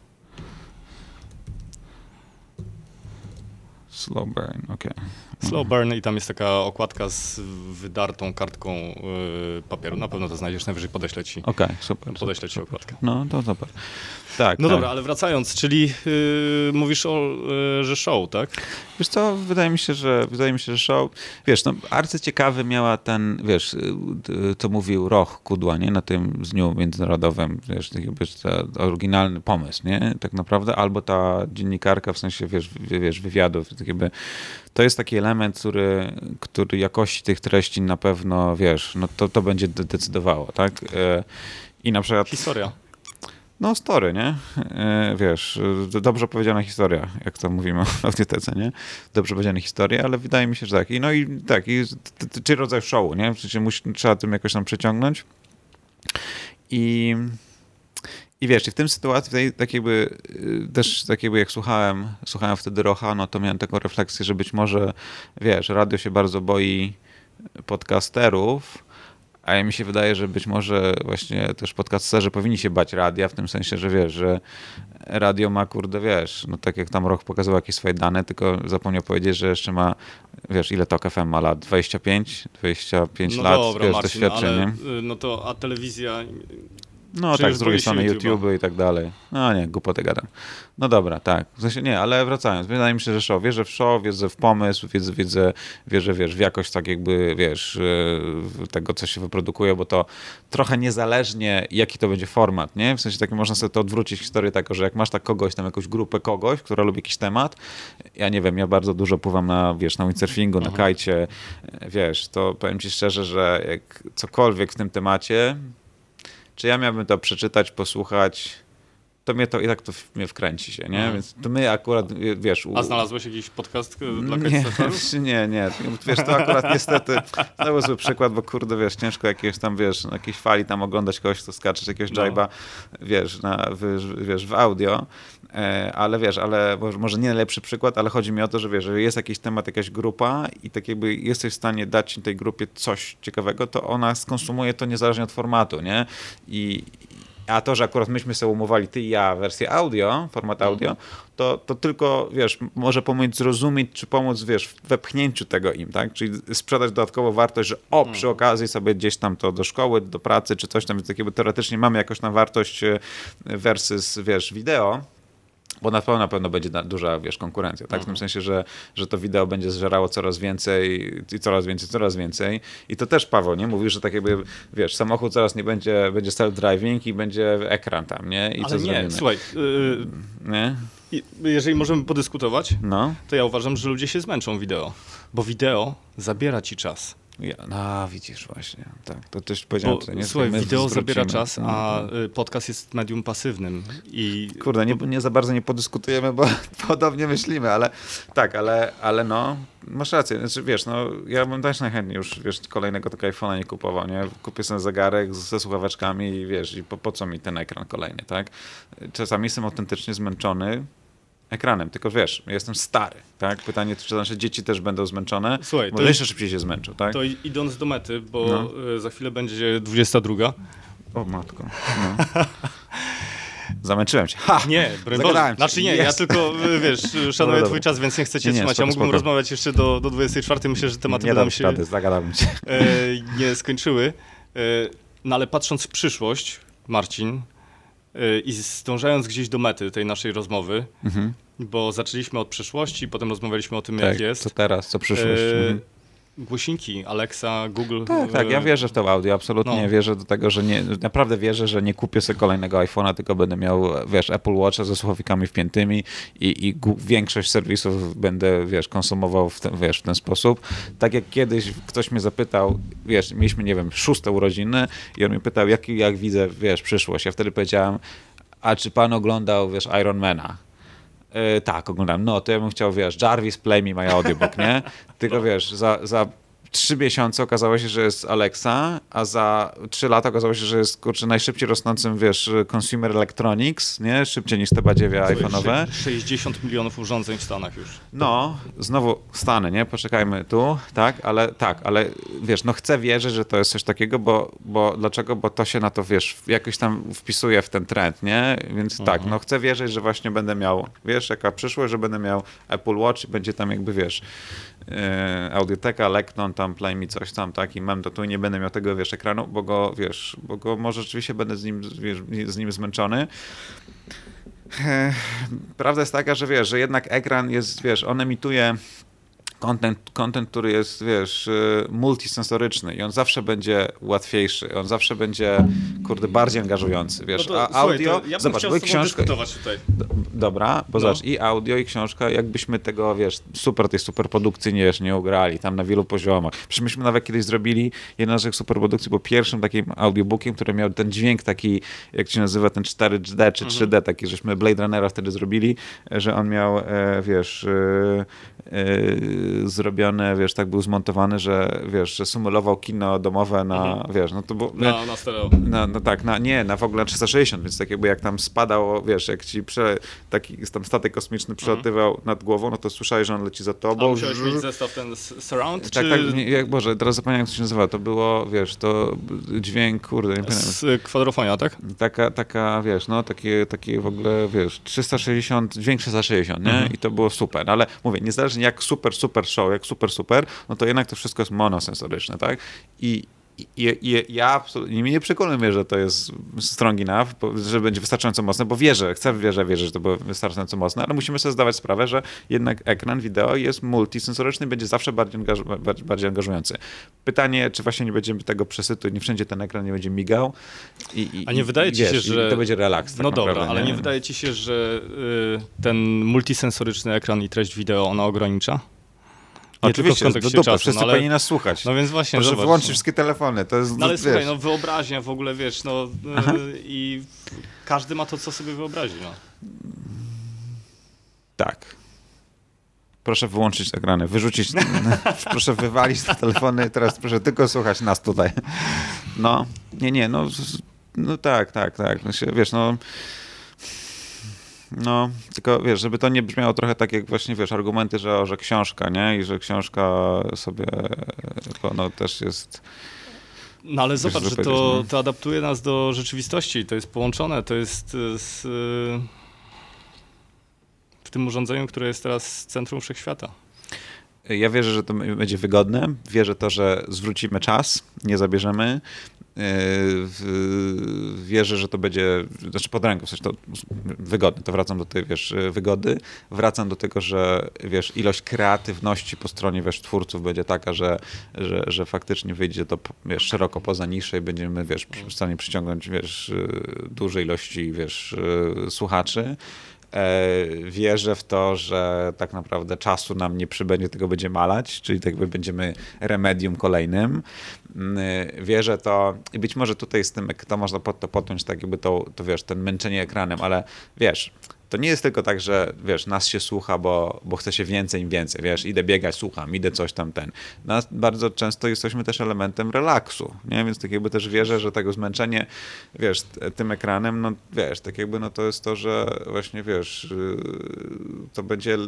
Slow Burn, okej. Slow Burn i tam jest taka okładka z wydartą kartką papieru. Na pewno to znajdziesz, najwyżej podeślę ci. Okej, super. Podeślę ci okładkę. No, to super. Tak. No dobra, ale wracając, czyli mówisz że show, tak? Wiesz co, wydaje mi się, że show, wiesz, no arcyciekawy miała ten, wiesz, to mówił Roch Kudła, nie, na tym dniu międzynarodowym, wiesz, ten oryginalny pomysł, nie, tak naprawdę, albo ta dziennikarka, w sensie, wiesz, wywiadów, tak jakby, to jest taki element, który jakości tych treści na pewno, wiesz, no to będzie decydowało, tak? I na przykład... Historia. No story, nie? Wiesz, dobrze opowiedziana historia, jak to mówimy w audiotece, nie? Dobrze powiedziane historie, ale wydaje mi się, że tak. Czy rodzaj showu, nie? W sensie trzeba tym jakoś tam przeciągnąć. I wiesz, i w tym sytuacji, tak jakby też tak jakby jak słuchałem wtedy Rocha, no to miałem taką refleksję, że być może, wiesz, radio się bardzo boi podcasterów, a ja mi się wydaje, że być może właśnie też podcasterzy powinni się bać radia, w tym sensie, że wiesz, że radio ma, kurde, wiesz, no tak jak tam Roch pokazywał jakieś swoje dane, tylko zapomniał powiedzieć, że jeszcze ma, wiesz, ile Tok FM ma lat? 25 no lat, dobra, wiesz, Marcin, doświadczenie. Ale, no to, a telewizja... No tak, z drugiej strony YouTube i tak dalej. No nie, głupoty gadam. No dobra, tak. W sensie nie, ale wracając. Wydaje mi się, że show. Wierzę w show, wierzę w pomysł, wierzę, wiesz, w jakość tak jakby, wiesz, tego, co się wyprodukuje, bo to trochę niezależnie, jaki to będzie format, nie? W sensie takim można sobie to odwrócić historię taką, że jak masz tak kogoś, tam jakąś grupę kogoś, która lubi jakiś temat, ja nie wiem, ja bardzo dużo pływam na windsurfingu, na kajcie, wiesz, to powiem ci szczerze, że jak cokolwiek w tym temacie, czy ja miałbym to przeczytać, posłuchać, to mnie to i tak to mnie wkręci się, nie? Więc to my akurat, wiesz... A znalazłeś jakiś podcast dla kajtseferów? Nie. Wiesz, to akurat niestety znowu zły przykład, bo kurde, wiesz, ciężko jakieś tam, wiesz, na jakiejś fali tam oglądać kogoś, kto skacze, czy jakiegoś dżajba, wiesz, w audio, ale wiesz, może nie najlepszy przykład, ale chodzi mi o to, że wiesz, że jest jakiś temat, jakaś grupa i tak jakby jesteś w stanie dać tej grupie coś ciekawego, to ona skonsumuje to niezależnie od formatu, nie? A to, że akurat myśmy sobie umowali, ty i ja, wersję audio, format audio, to tylko, wiesz, może pomóc zrozumieć, czy pomóc, wiesz, w wepchnięciu tego im, tak? Czyli sprzedać dodatkową wartość, że przy okazji sobie gdzieś tam to do szkoły, do pracy, czy coś tam, więc takiego teoretycznie mamy jakąś tam wartość versus, wiesz, wideo, bo na pewno będzie duża, wiesz, konkurencja, tak? W tym sensie, że to wideo będzie zżerało coraz więcej i coraz więcej. I to też Paweł, nie? Mówił, że tak jakby, wiesz, samochód zaraz nie będzie self-driving i będzie ekran tam, nie? I ale co nie, zrobimy? Słuchaj, nie? Jeżeli możemy podyskutować, no. To ja uważam, że ludzie się zmęczą wideo, bo wideo zabiera ci czas. No, widzisz właśnie, tak, to też powiedziałem. Słuchaj, wideo zabiera czas, a podcast jest medium pasywnym. Kurde, nie za bardzo nie podyskutujemy, bo podobnie myślimy, ale tak, ale no, masz rację, znaczy, wiesz, no, ja bym też najchętniej już, wiesz, kolejnego takiego iPhone'a nie kupował, nie? Kupię sobie zegarek ze słuchaweczkami i wiesz, i po co mi ten ekran kolejny, tak? Czasami jestem autentycznie zmęczony ekranem, tylko wiesz, jestem stary, tak? Pytanie, czy nasze dzieci też będą zmęczone? Słuchaj, może jeszcze szybciej się zmęczą, tak? To idąc do mety, bo za chwilę będzie 22. O matko. No. Zamęczyłem się. Nie, broń Boże. Znaczy nie, ja tylko, wiesz, szanuję twój czas, więc nie chcę cię trzymać. Ja mógłbym rozmawiać jeszcze do 24. Myślę, że tematy będą się zagadałem cię. Nie skończyły. No ale patrząc w przyszłość, Marcin, i zdążając gdzieś do mety tej naszej rozmowy, bo zaczęliśmy od przeszłości, potem rozmawialiśmy o tym, jak jest. Co teraz, co przyszłość. Głośniki, Alexa, Google. Tak, ja wierzę w to audio, absolutnie wierzę do tego, że naprawdę wierzę, że nie kupię sobie kolejnego iPhone'a, tylko będę miał, Apple Watcha ze słuchawkami wpiętymi i większość serwisów będę, konsumował w ten sposób. Tak jak kiedyś ktoś mnie zapytał, mieliśmy, nie wiem, 6. urodziny i on mnie pytał, jak widzę, przyszłość. Ja wtedy powiedziałem, a czy pan oglądał, Ironmana? Tak, oglądam. No, to ja bym chciał, Jarvis, play me my audiobook, nie? Tylko za 3 miesiące okazało się, że jest Alexa, a za 3 lata okazało się, że jest, najszybciej rosnącym, consumer electronics, nie? Szybciej niż te badziewie iPhone'owe. 60 milionów urządzeń w Stanach już. No, znowu Stany, nie? Poczekajmy tu, ale chcę wierzyć, że to jest coś takiego, bo dlaczego? Bo to się na to, jakoś tam wpisuje w ten trend, nie? Więc chcę wierzyć, że właśnie będę miał, jaka przyszłość, że będę miał Apple Watch i będzie tam jakby, audioteka, Lekton, tam play mi coś tam, tak, i mam to tu i nie będę miał tego, ekranu, bo go może rzeczywiście będę z nim zmęczony. Prawda jest taka, że jednak ekran jest, on emituje content, który jest, multisensoryczny i on zawsze będzie łatwiejszy, on zawsze będzie, bardziej angażujący, a audio, słuchaj, ja zobacz, bo książka, tutaj. Dobra, bo zobacz, i audio, i książka, jakbyśmy tego, tej superprodukcji nie ugrali, tam na wielu poziomach. Przecież myśmy nawet kiedyś zrobili, jedna z tych superprodukcji był pierwszym takim audiobookiem, który miał ten dźwięk taki, jak się nazywa, ten 4D czy 3D, taki, żeśmy Blade Runnera wtedy zrobili, że on miał, zrobione, tak był zmontowany, że że symulował kino domowe na, no to było... Na stereo. Na w ogóle 360, więc tak jakby jak tam spadało, jak ci taki tam statek kosmiczny przelatywał nad głową, no to słyszałeś, że on leci za tobą. A musiałeś mieć zestaw ten surround? Tak, Boże, teraz zapomniałem, jak to się nazywa, to było, to dźwięk, kurde, nie pamiętam. Z kwadrofonia, tak? Taka, takie w ogóle, 360, dźwięk 360, nie? I to było super, no, ale mówię, niezależnie jak super show, jak super, no to jednak to wszystko jest monosensoryczne, tak? I ja absolutnie nie przekonuję, że to jest strong enough, że będzie wystarczająco mocne, bo chcę wierzyć, że to było wystarczająco mocne, ale musimy sobie zdawać sprawę, że jednak ekran wideo jest multisensoryczny, będzie zawsze bardziej angażujący. Pytanie, czy właśnie nie będziemy tego przesytu, nie wszędzie ten ekran nie będzie migał. A nie wydaje ci się, że... to będzie relaks. Tak dobra, naprawdę, ale nie wydaje ci się, że ten multisensoryczny ekran i treść wideo ona ogranicza? Nie oczywiście, do dupy, wszyscy powinni nas słuchać. No więc właśnie, proszę wyłączyć wszystkie telefony. To jest, no ale słuchaj, wyobraźnia w ogóle, i każdy ma to, co sobie wyobrazi. No. Tak. Proszę wyłączyć ekrany, wyrzucić, proszę wywalić te telefony, teraz proszę tylko słuchać nas tutaj. No, no tak. No, tylko żeby to nie brzmiało trochę tak jak właśnie, argumenty, że książka, nie? I że książka sobie też jest... No ale zobacz, że to adaptuje nas do rzeczywistości, to jest połączone, to jest w tym urządzeniu, które jest teraz centrum wszechświata. Ja wierzę, że to będzie wygodne, wierzę to, że zwrócimy czas, nie zabierzemy. Wierzę, że to będzie, pod ręką, w sensie to wygodne, to wracam do tej, wygody, wracam do tego, że, ilość kreatywności po stronie, twórców będzie taka, że faktycznie wyjdzie to, szeroko poza niszę i będziemy, w stanie przyciągnąć, duże ilości, słuchaczy. Wierzę w to, że tak naprawdę czasu nam nie przybędzie, tego będzie malać, czyli tak jakby będziemy remedium kolejnym. Wierzę to i być może tutaj z tym, to można to podjąć tak jakby to ten męczenie ekranem, ale to nie jest tylko tak, że nas się słucha, bo chce się więcej, idę biegać, słucham, idę coś tam bardzo często jesteśmy też elementem relaksu, nie? Więc tak jakby też wierzę, że tego zmęczenie, tym ekranem, tak jakby to jest to, że właśnie, to będzie,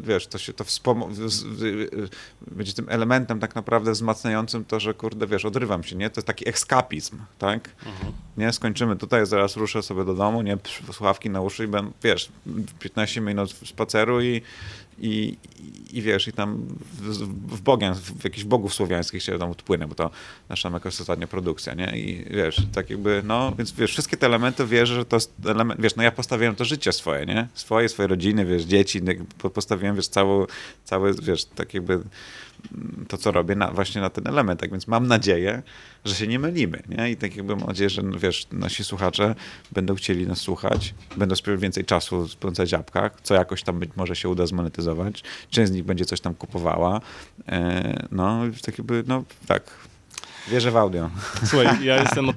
będzie tym elementem tak naprawdę wzmacniającym to, że kurde, odrywam się, nie? To jest taki ekskapizm, tak? Nie? Skończymy tutaj, zaraz ruszę sobie do domu, nie? Słuchawki na uszy i 15 minut spaceru i wiesz, i tam w jakichś bogów słowiańskich się tam odpłynę, bo to nasza jakaś ostatnia produkcja, nie? I wiesz, tak jakby, no, więc wiesz, wszystkie te elementy wierzę, że to jest element, wiesz, no ja postawiłem to życie swoje, nie? Swoje rodziny, wiesz, dzieci, postawiłem, wiesz, cały, wiesz, tak jakby to, co robię właśnie na ten element, tak więc mam nadzieję, że się nie mylimy, nie? I tak jakby mam nadzieję, że wiesz, nasi słuchacze będą chcieli nas słuchać, będą spędzać więcej czasu spędzać w apkach, co jakoś tam być może się uda zmonetyzować, część z nich będzie coś tam kupowała, no, tak jakby, no, tak, wierzę w audio. Słuchaj, ja jestem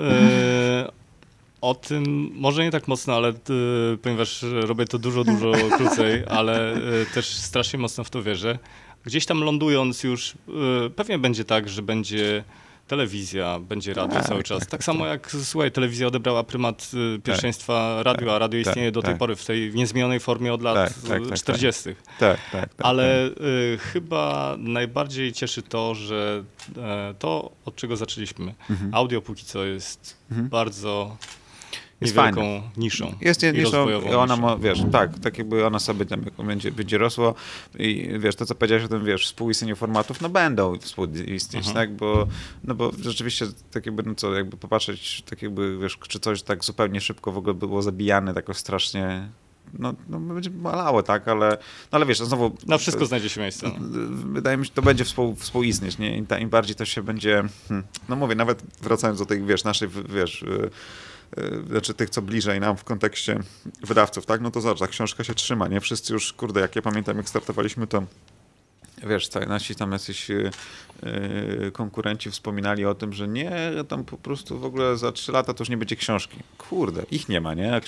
o tym, może nie tak mocno, ale ponieważ robię to dużo krócej, ale też strasznie mocno w to wierzę. Gdzieś tam lądując już, pewnie będzie tak, że będzie telewizja, będzie radio cały czas. Tak samo jak, słuchaj, telewizja odebrała prymat pierwszeństwa radiu, a radio istnieje do tej pory w tej niezmienionej formie od lat 40. Ale chyba najbardziej cieszy to, że to, od czego zaczęliśmy, audio póki co jest bardzo niewielką niszą. Jest niszą i ona ma, wiesz, tak jakby ona sobie tam będzie rosło i wiesz, to co powiedziałeś o tym, wiesz, współistnieniu formatów, no będą współistnieć, tak, bo rzeczywiście tak jakby, no co, jakby popatrzeć, tak jakby, wiesz, czy coś tak zupełnie szybko w ogóle było zabijane, tak strasznie, no będzie malało, tak, ale wiesz, znowu... Na wszystko znajdzie się miejsce. No. Wydaje mi się, że to będzie współistnieć, nie? Im bardziej to się będzie, no mówię, nawet wracając do tej, wiesz, naszej, wiesz, znaczy tych, co bliżej nam w kontekście wydawców, tak? No to zobacz, ta książka się trzyma, nie? Wszyscy już, kurde, jak ja pamiętam, jak startowaliśmy, to wiesz, nasi tam jacyś konkurenci wspominali o tym, że nie, tam po prostu w ogóle za 3 lata to już nie będzie książki. Kurde, ich nie ma, nie?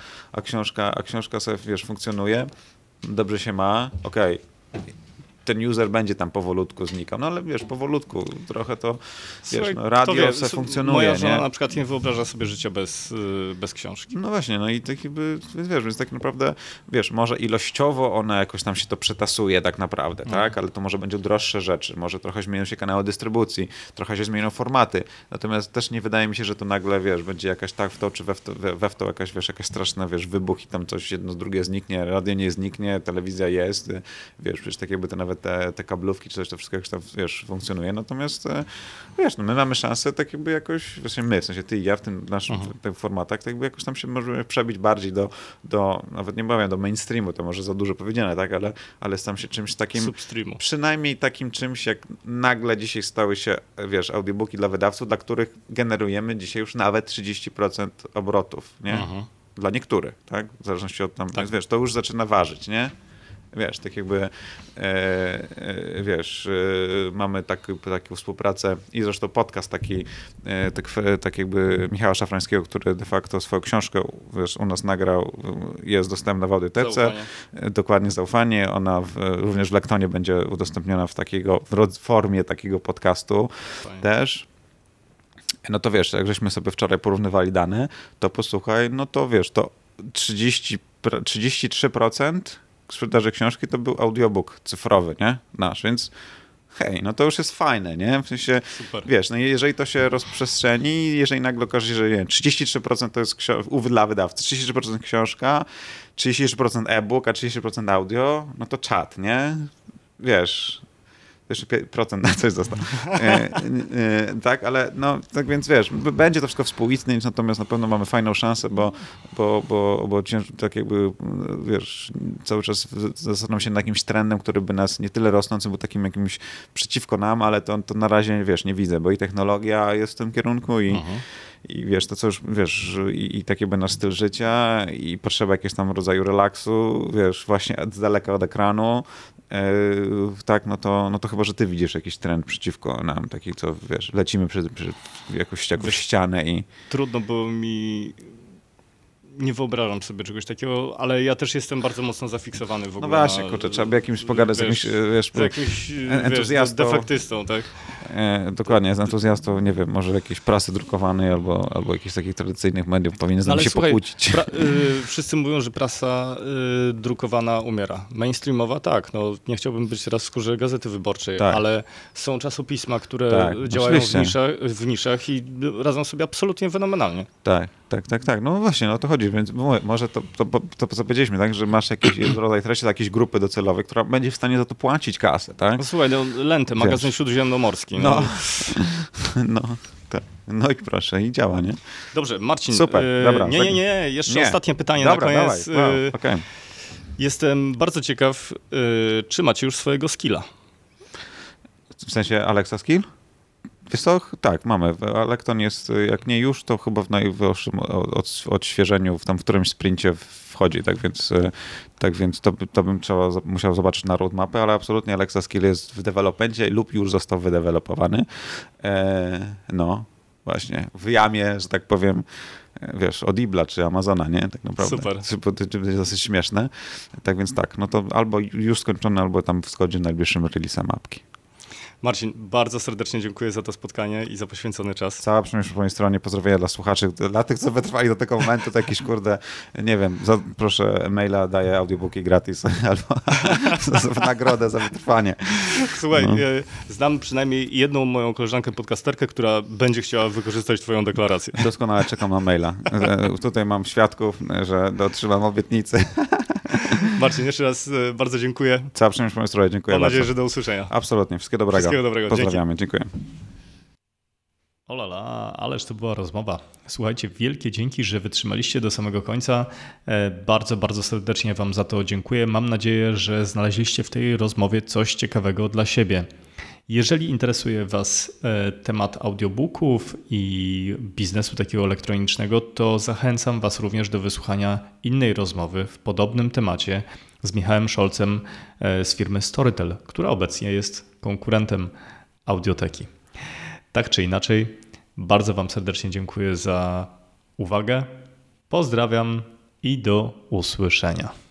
A książka sobie, wiesz, funkcjonuje, dobrze się ma, okej. Ten user będzie tam powolutku znikał, no ale wiesz, powolutku, trochę to, wiesz, no, radio se funkcjonuje, moja żona nie? na przykład nie wyobraża sobie życia bez książki. No właśnie, no i tak jakby, wiesz, więc tak naprawdę, wiesz, może ilościowo ona jakoś tam się to przetasuje tak naprawdę, tak, ale to może będą droższe rzeczy, może trochę zmienią się kanały dystrybucji, trochę się zmienią formaty, natomiast też nie wydaje mi się, że to nagle, wiesz, będzie jakaś tak w to, czy we w to jakaś, wiesz, jakaś straszna, wiesz, wybuch i tam coś jedno z drugie zniknie, radio nie zniknie, telewizja jest, wiesz, przecież tak jakby to nawet te kablówki, czy coś, to wszystko jakoś tam, wiesz, funkcjonuje, natomiast, wiesz, no my mamy szansę tak jakby jakoś, właśnie my, w sensie ty i ja w tym naszym w tych formatach, tak jakby jakoś tam się możemy przebić bardziej do nawet nie powiem, do mainstreamu, to może za dużo powiedziane, tak, ale stam się czymś takim, Substreamu. Przynajmniej takim czymś, jak nagle dzisiaj stały się, wiesz, audiobooki dla wydawców, dla których generujemy dzisiaj już nawet 30% obrotów, nie? Dla niektórych, tak? W zależności od tam, wiesz, to już zaczyna ważyć, nie? Wiesz, tak jakby, wiesz, mamy taką współpracę i zresztą podcast tak jakby Michała Szafrańskiego, który de facto swoją książkę, wiesz, u nas nagrał, jest dostępna w audiotece. Dokładnie, Zaufanie. Ona również w Lektonie będzie udostępniona w formie takiego podcastu też. No to wiesz, jak żeśmy sobie wczoraj porównywali dane, to posłuchaj, no to wiesz, to 33% sprzedaży książki to był audiobook cyfrowy, nie? Nasz, więc hej, no to już jest fajne, nie? W sensie, super. Wiesz, no jeżeli to się rozprzestrzeni, jeżeli nagle okaże się, że nie, 33% to jest dla wydawcy, 33% książka, 33% e-book, a 30% audio, no to czat, nie? Wiesz, jeszcze 5% na coś został. Tak, ale no, tak więc wiesz, będzie to wszystko współistnieć, natomiast na pewno mamy fajną szansę, bo tak jakby, wiesz, cały czas zastanawiam się nad jakimś trendem, który by nas nie tyle rosnący był takim jakimś przeciwko nam, ale to na razie, wiesz, nie widzę, bo i technologia jest w tym kierunku i wiesz, to co już, wiesz, i taki by nasz styl życia i potrzeba jakiegoś tam rodzaju relaksu, wiesz, właśnie z daleka od ekranu, tak, no to chyba, że ty widzisz jakiś trend przeciwko nam, taki co, wiesz, lecimy przed jakąś ścianę i... Trudno było mi... Nie wyobrażam sobie czegoś takiego, ale ja też jestem bardzo mocno zafiksowany w ogóle. No właśnie, kurczę, trzeba by jakimś pogadać z jakimś, wiesz, z jakimś entuzjastą. defektystą, tak? Dokładnie, z entuzjastą, nie wiem, może jakiejś prasy drukowanej albo jakichś takich tradycyjnych mediów powinien z nami się pokłócić. Wszyscy mówią, że prasa drukowana umiera. Mainstreamowa tak, no nie chciałbym być teraz w skórze Gazety Wyborczej, ale są czasopisma, które działają w niszach i radzą sobie absolutnie fenomenalnie. Tak. No właśnie, no o to chodzi, więc może to co powiedzieliśmy, tak, że masz jakiś rodzaj treści dla jakiejś grupy docelowej, która będzie w stanie za to płacić kasę, tak? No słuchaj, Lentę, magazyn śródziemnomorski. Tak. No i proszę, i działa, nie? Dobrze, Marcin. Super, dobra. Nie, jeszcze ostatnie pytanie na koniec. Dawaj. Wow, okay. Jestem bardzo ciekaw, czy macie już swojego skilla? W sensie Alexa skill? Wiesz co? Tak, mamy. Alekton jest, jak nie już, to chyba w najwyższym odświeżeniu, w którymś sprincie wchodzi, tak więc to bym musiał zobaczyć na roadmapę, ale absolutnie Alexa Skill jest w dewelopencie lub już został wydewelopowany. No, właśnie, w jamie, że tak powiem, wiesz, od Ibla czy Amazona, nie? Tak naprawdę. Super. To będzie dosyć śmieszne. Tak więc tak, no to albo już skończone, albo tam wschodzi najbliższym release'em mapki. Marcin, bardzo serdecznie dziękuję za to spotkanie i za poświęcony czas. Cała przyjemność po mojej stronie, pozdrowienia dla słuchaczy. Dla tych, co wytrwali do tego momentu, to jakiś nie wiem, proszę maila, daję audiobooki gratis albo w nagrodę za wytrwanie. Słuchaj, znam przynajmniej jedną moją koleżankę podcasterkę, która będzie chciała wykorzystać twoją deklarację. Doskonale czekam na maila. Tutaj mam świadków, że dotrzymam obietnicy. Marcin, jeszcze raz bardzo dziękuję. Cała przyjemność po mojej stronie, dziękuję bardzo. Mam nadzieję, że do usłyszenia. Absolutnie, wszystkiego dobrego. Pozdrawiamy, dziękuję. Olala, ależ to była rozmowa. Słuchajcie, wielkie dzięki, że wytrzymaliście do samego końca. Bardzo, bardzo serdecznie wam za to dziękuję. Mam nadzieję, że znaleźliście w tej rozmowie coś ciekawego dla siebie. Jeżeli interesuje was temat audiobooków i biznesu takiego elektronicznego, to zachęcam was również do wysłuchania innej rozmowy w podobnym temacie z Michałem Szolcem z firmy Storytel, która obecnie jest konkurentem Audioteki. Tak czy inaczej, bardzo wam serdecznie dziękuję za uwagę. Pozdrawiam i do usłyszenia.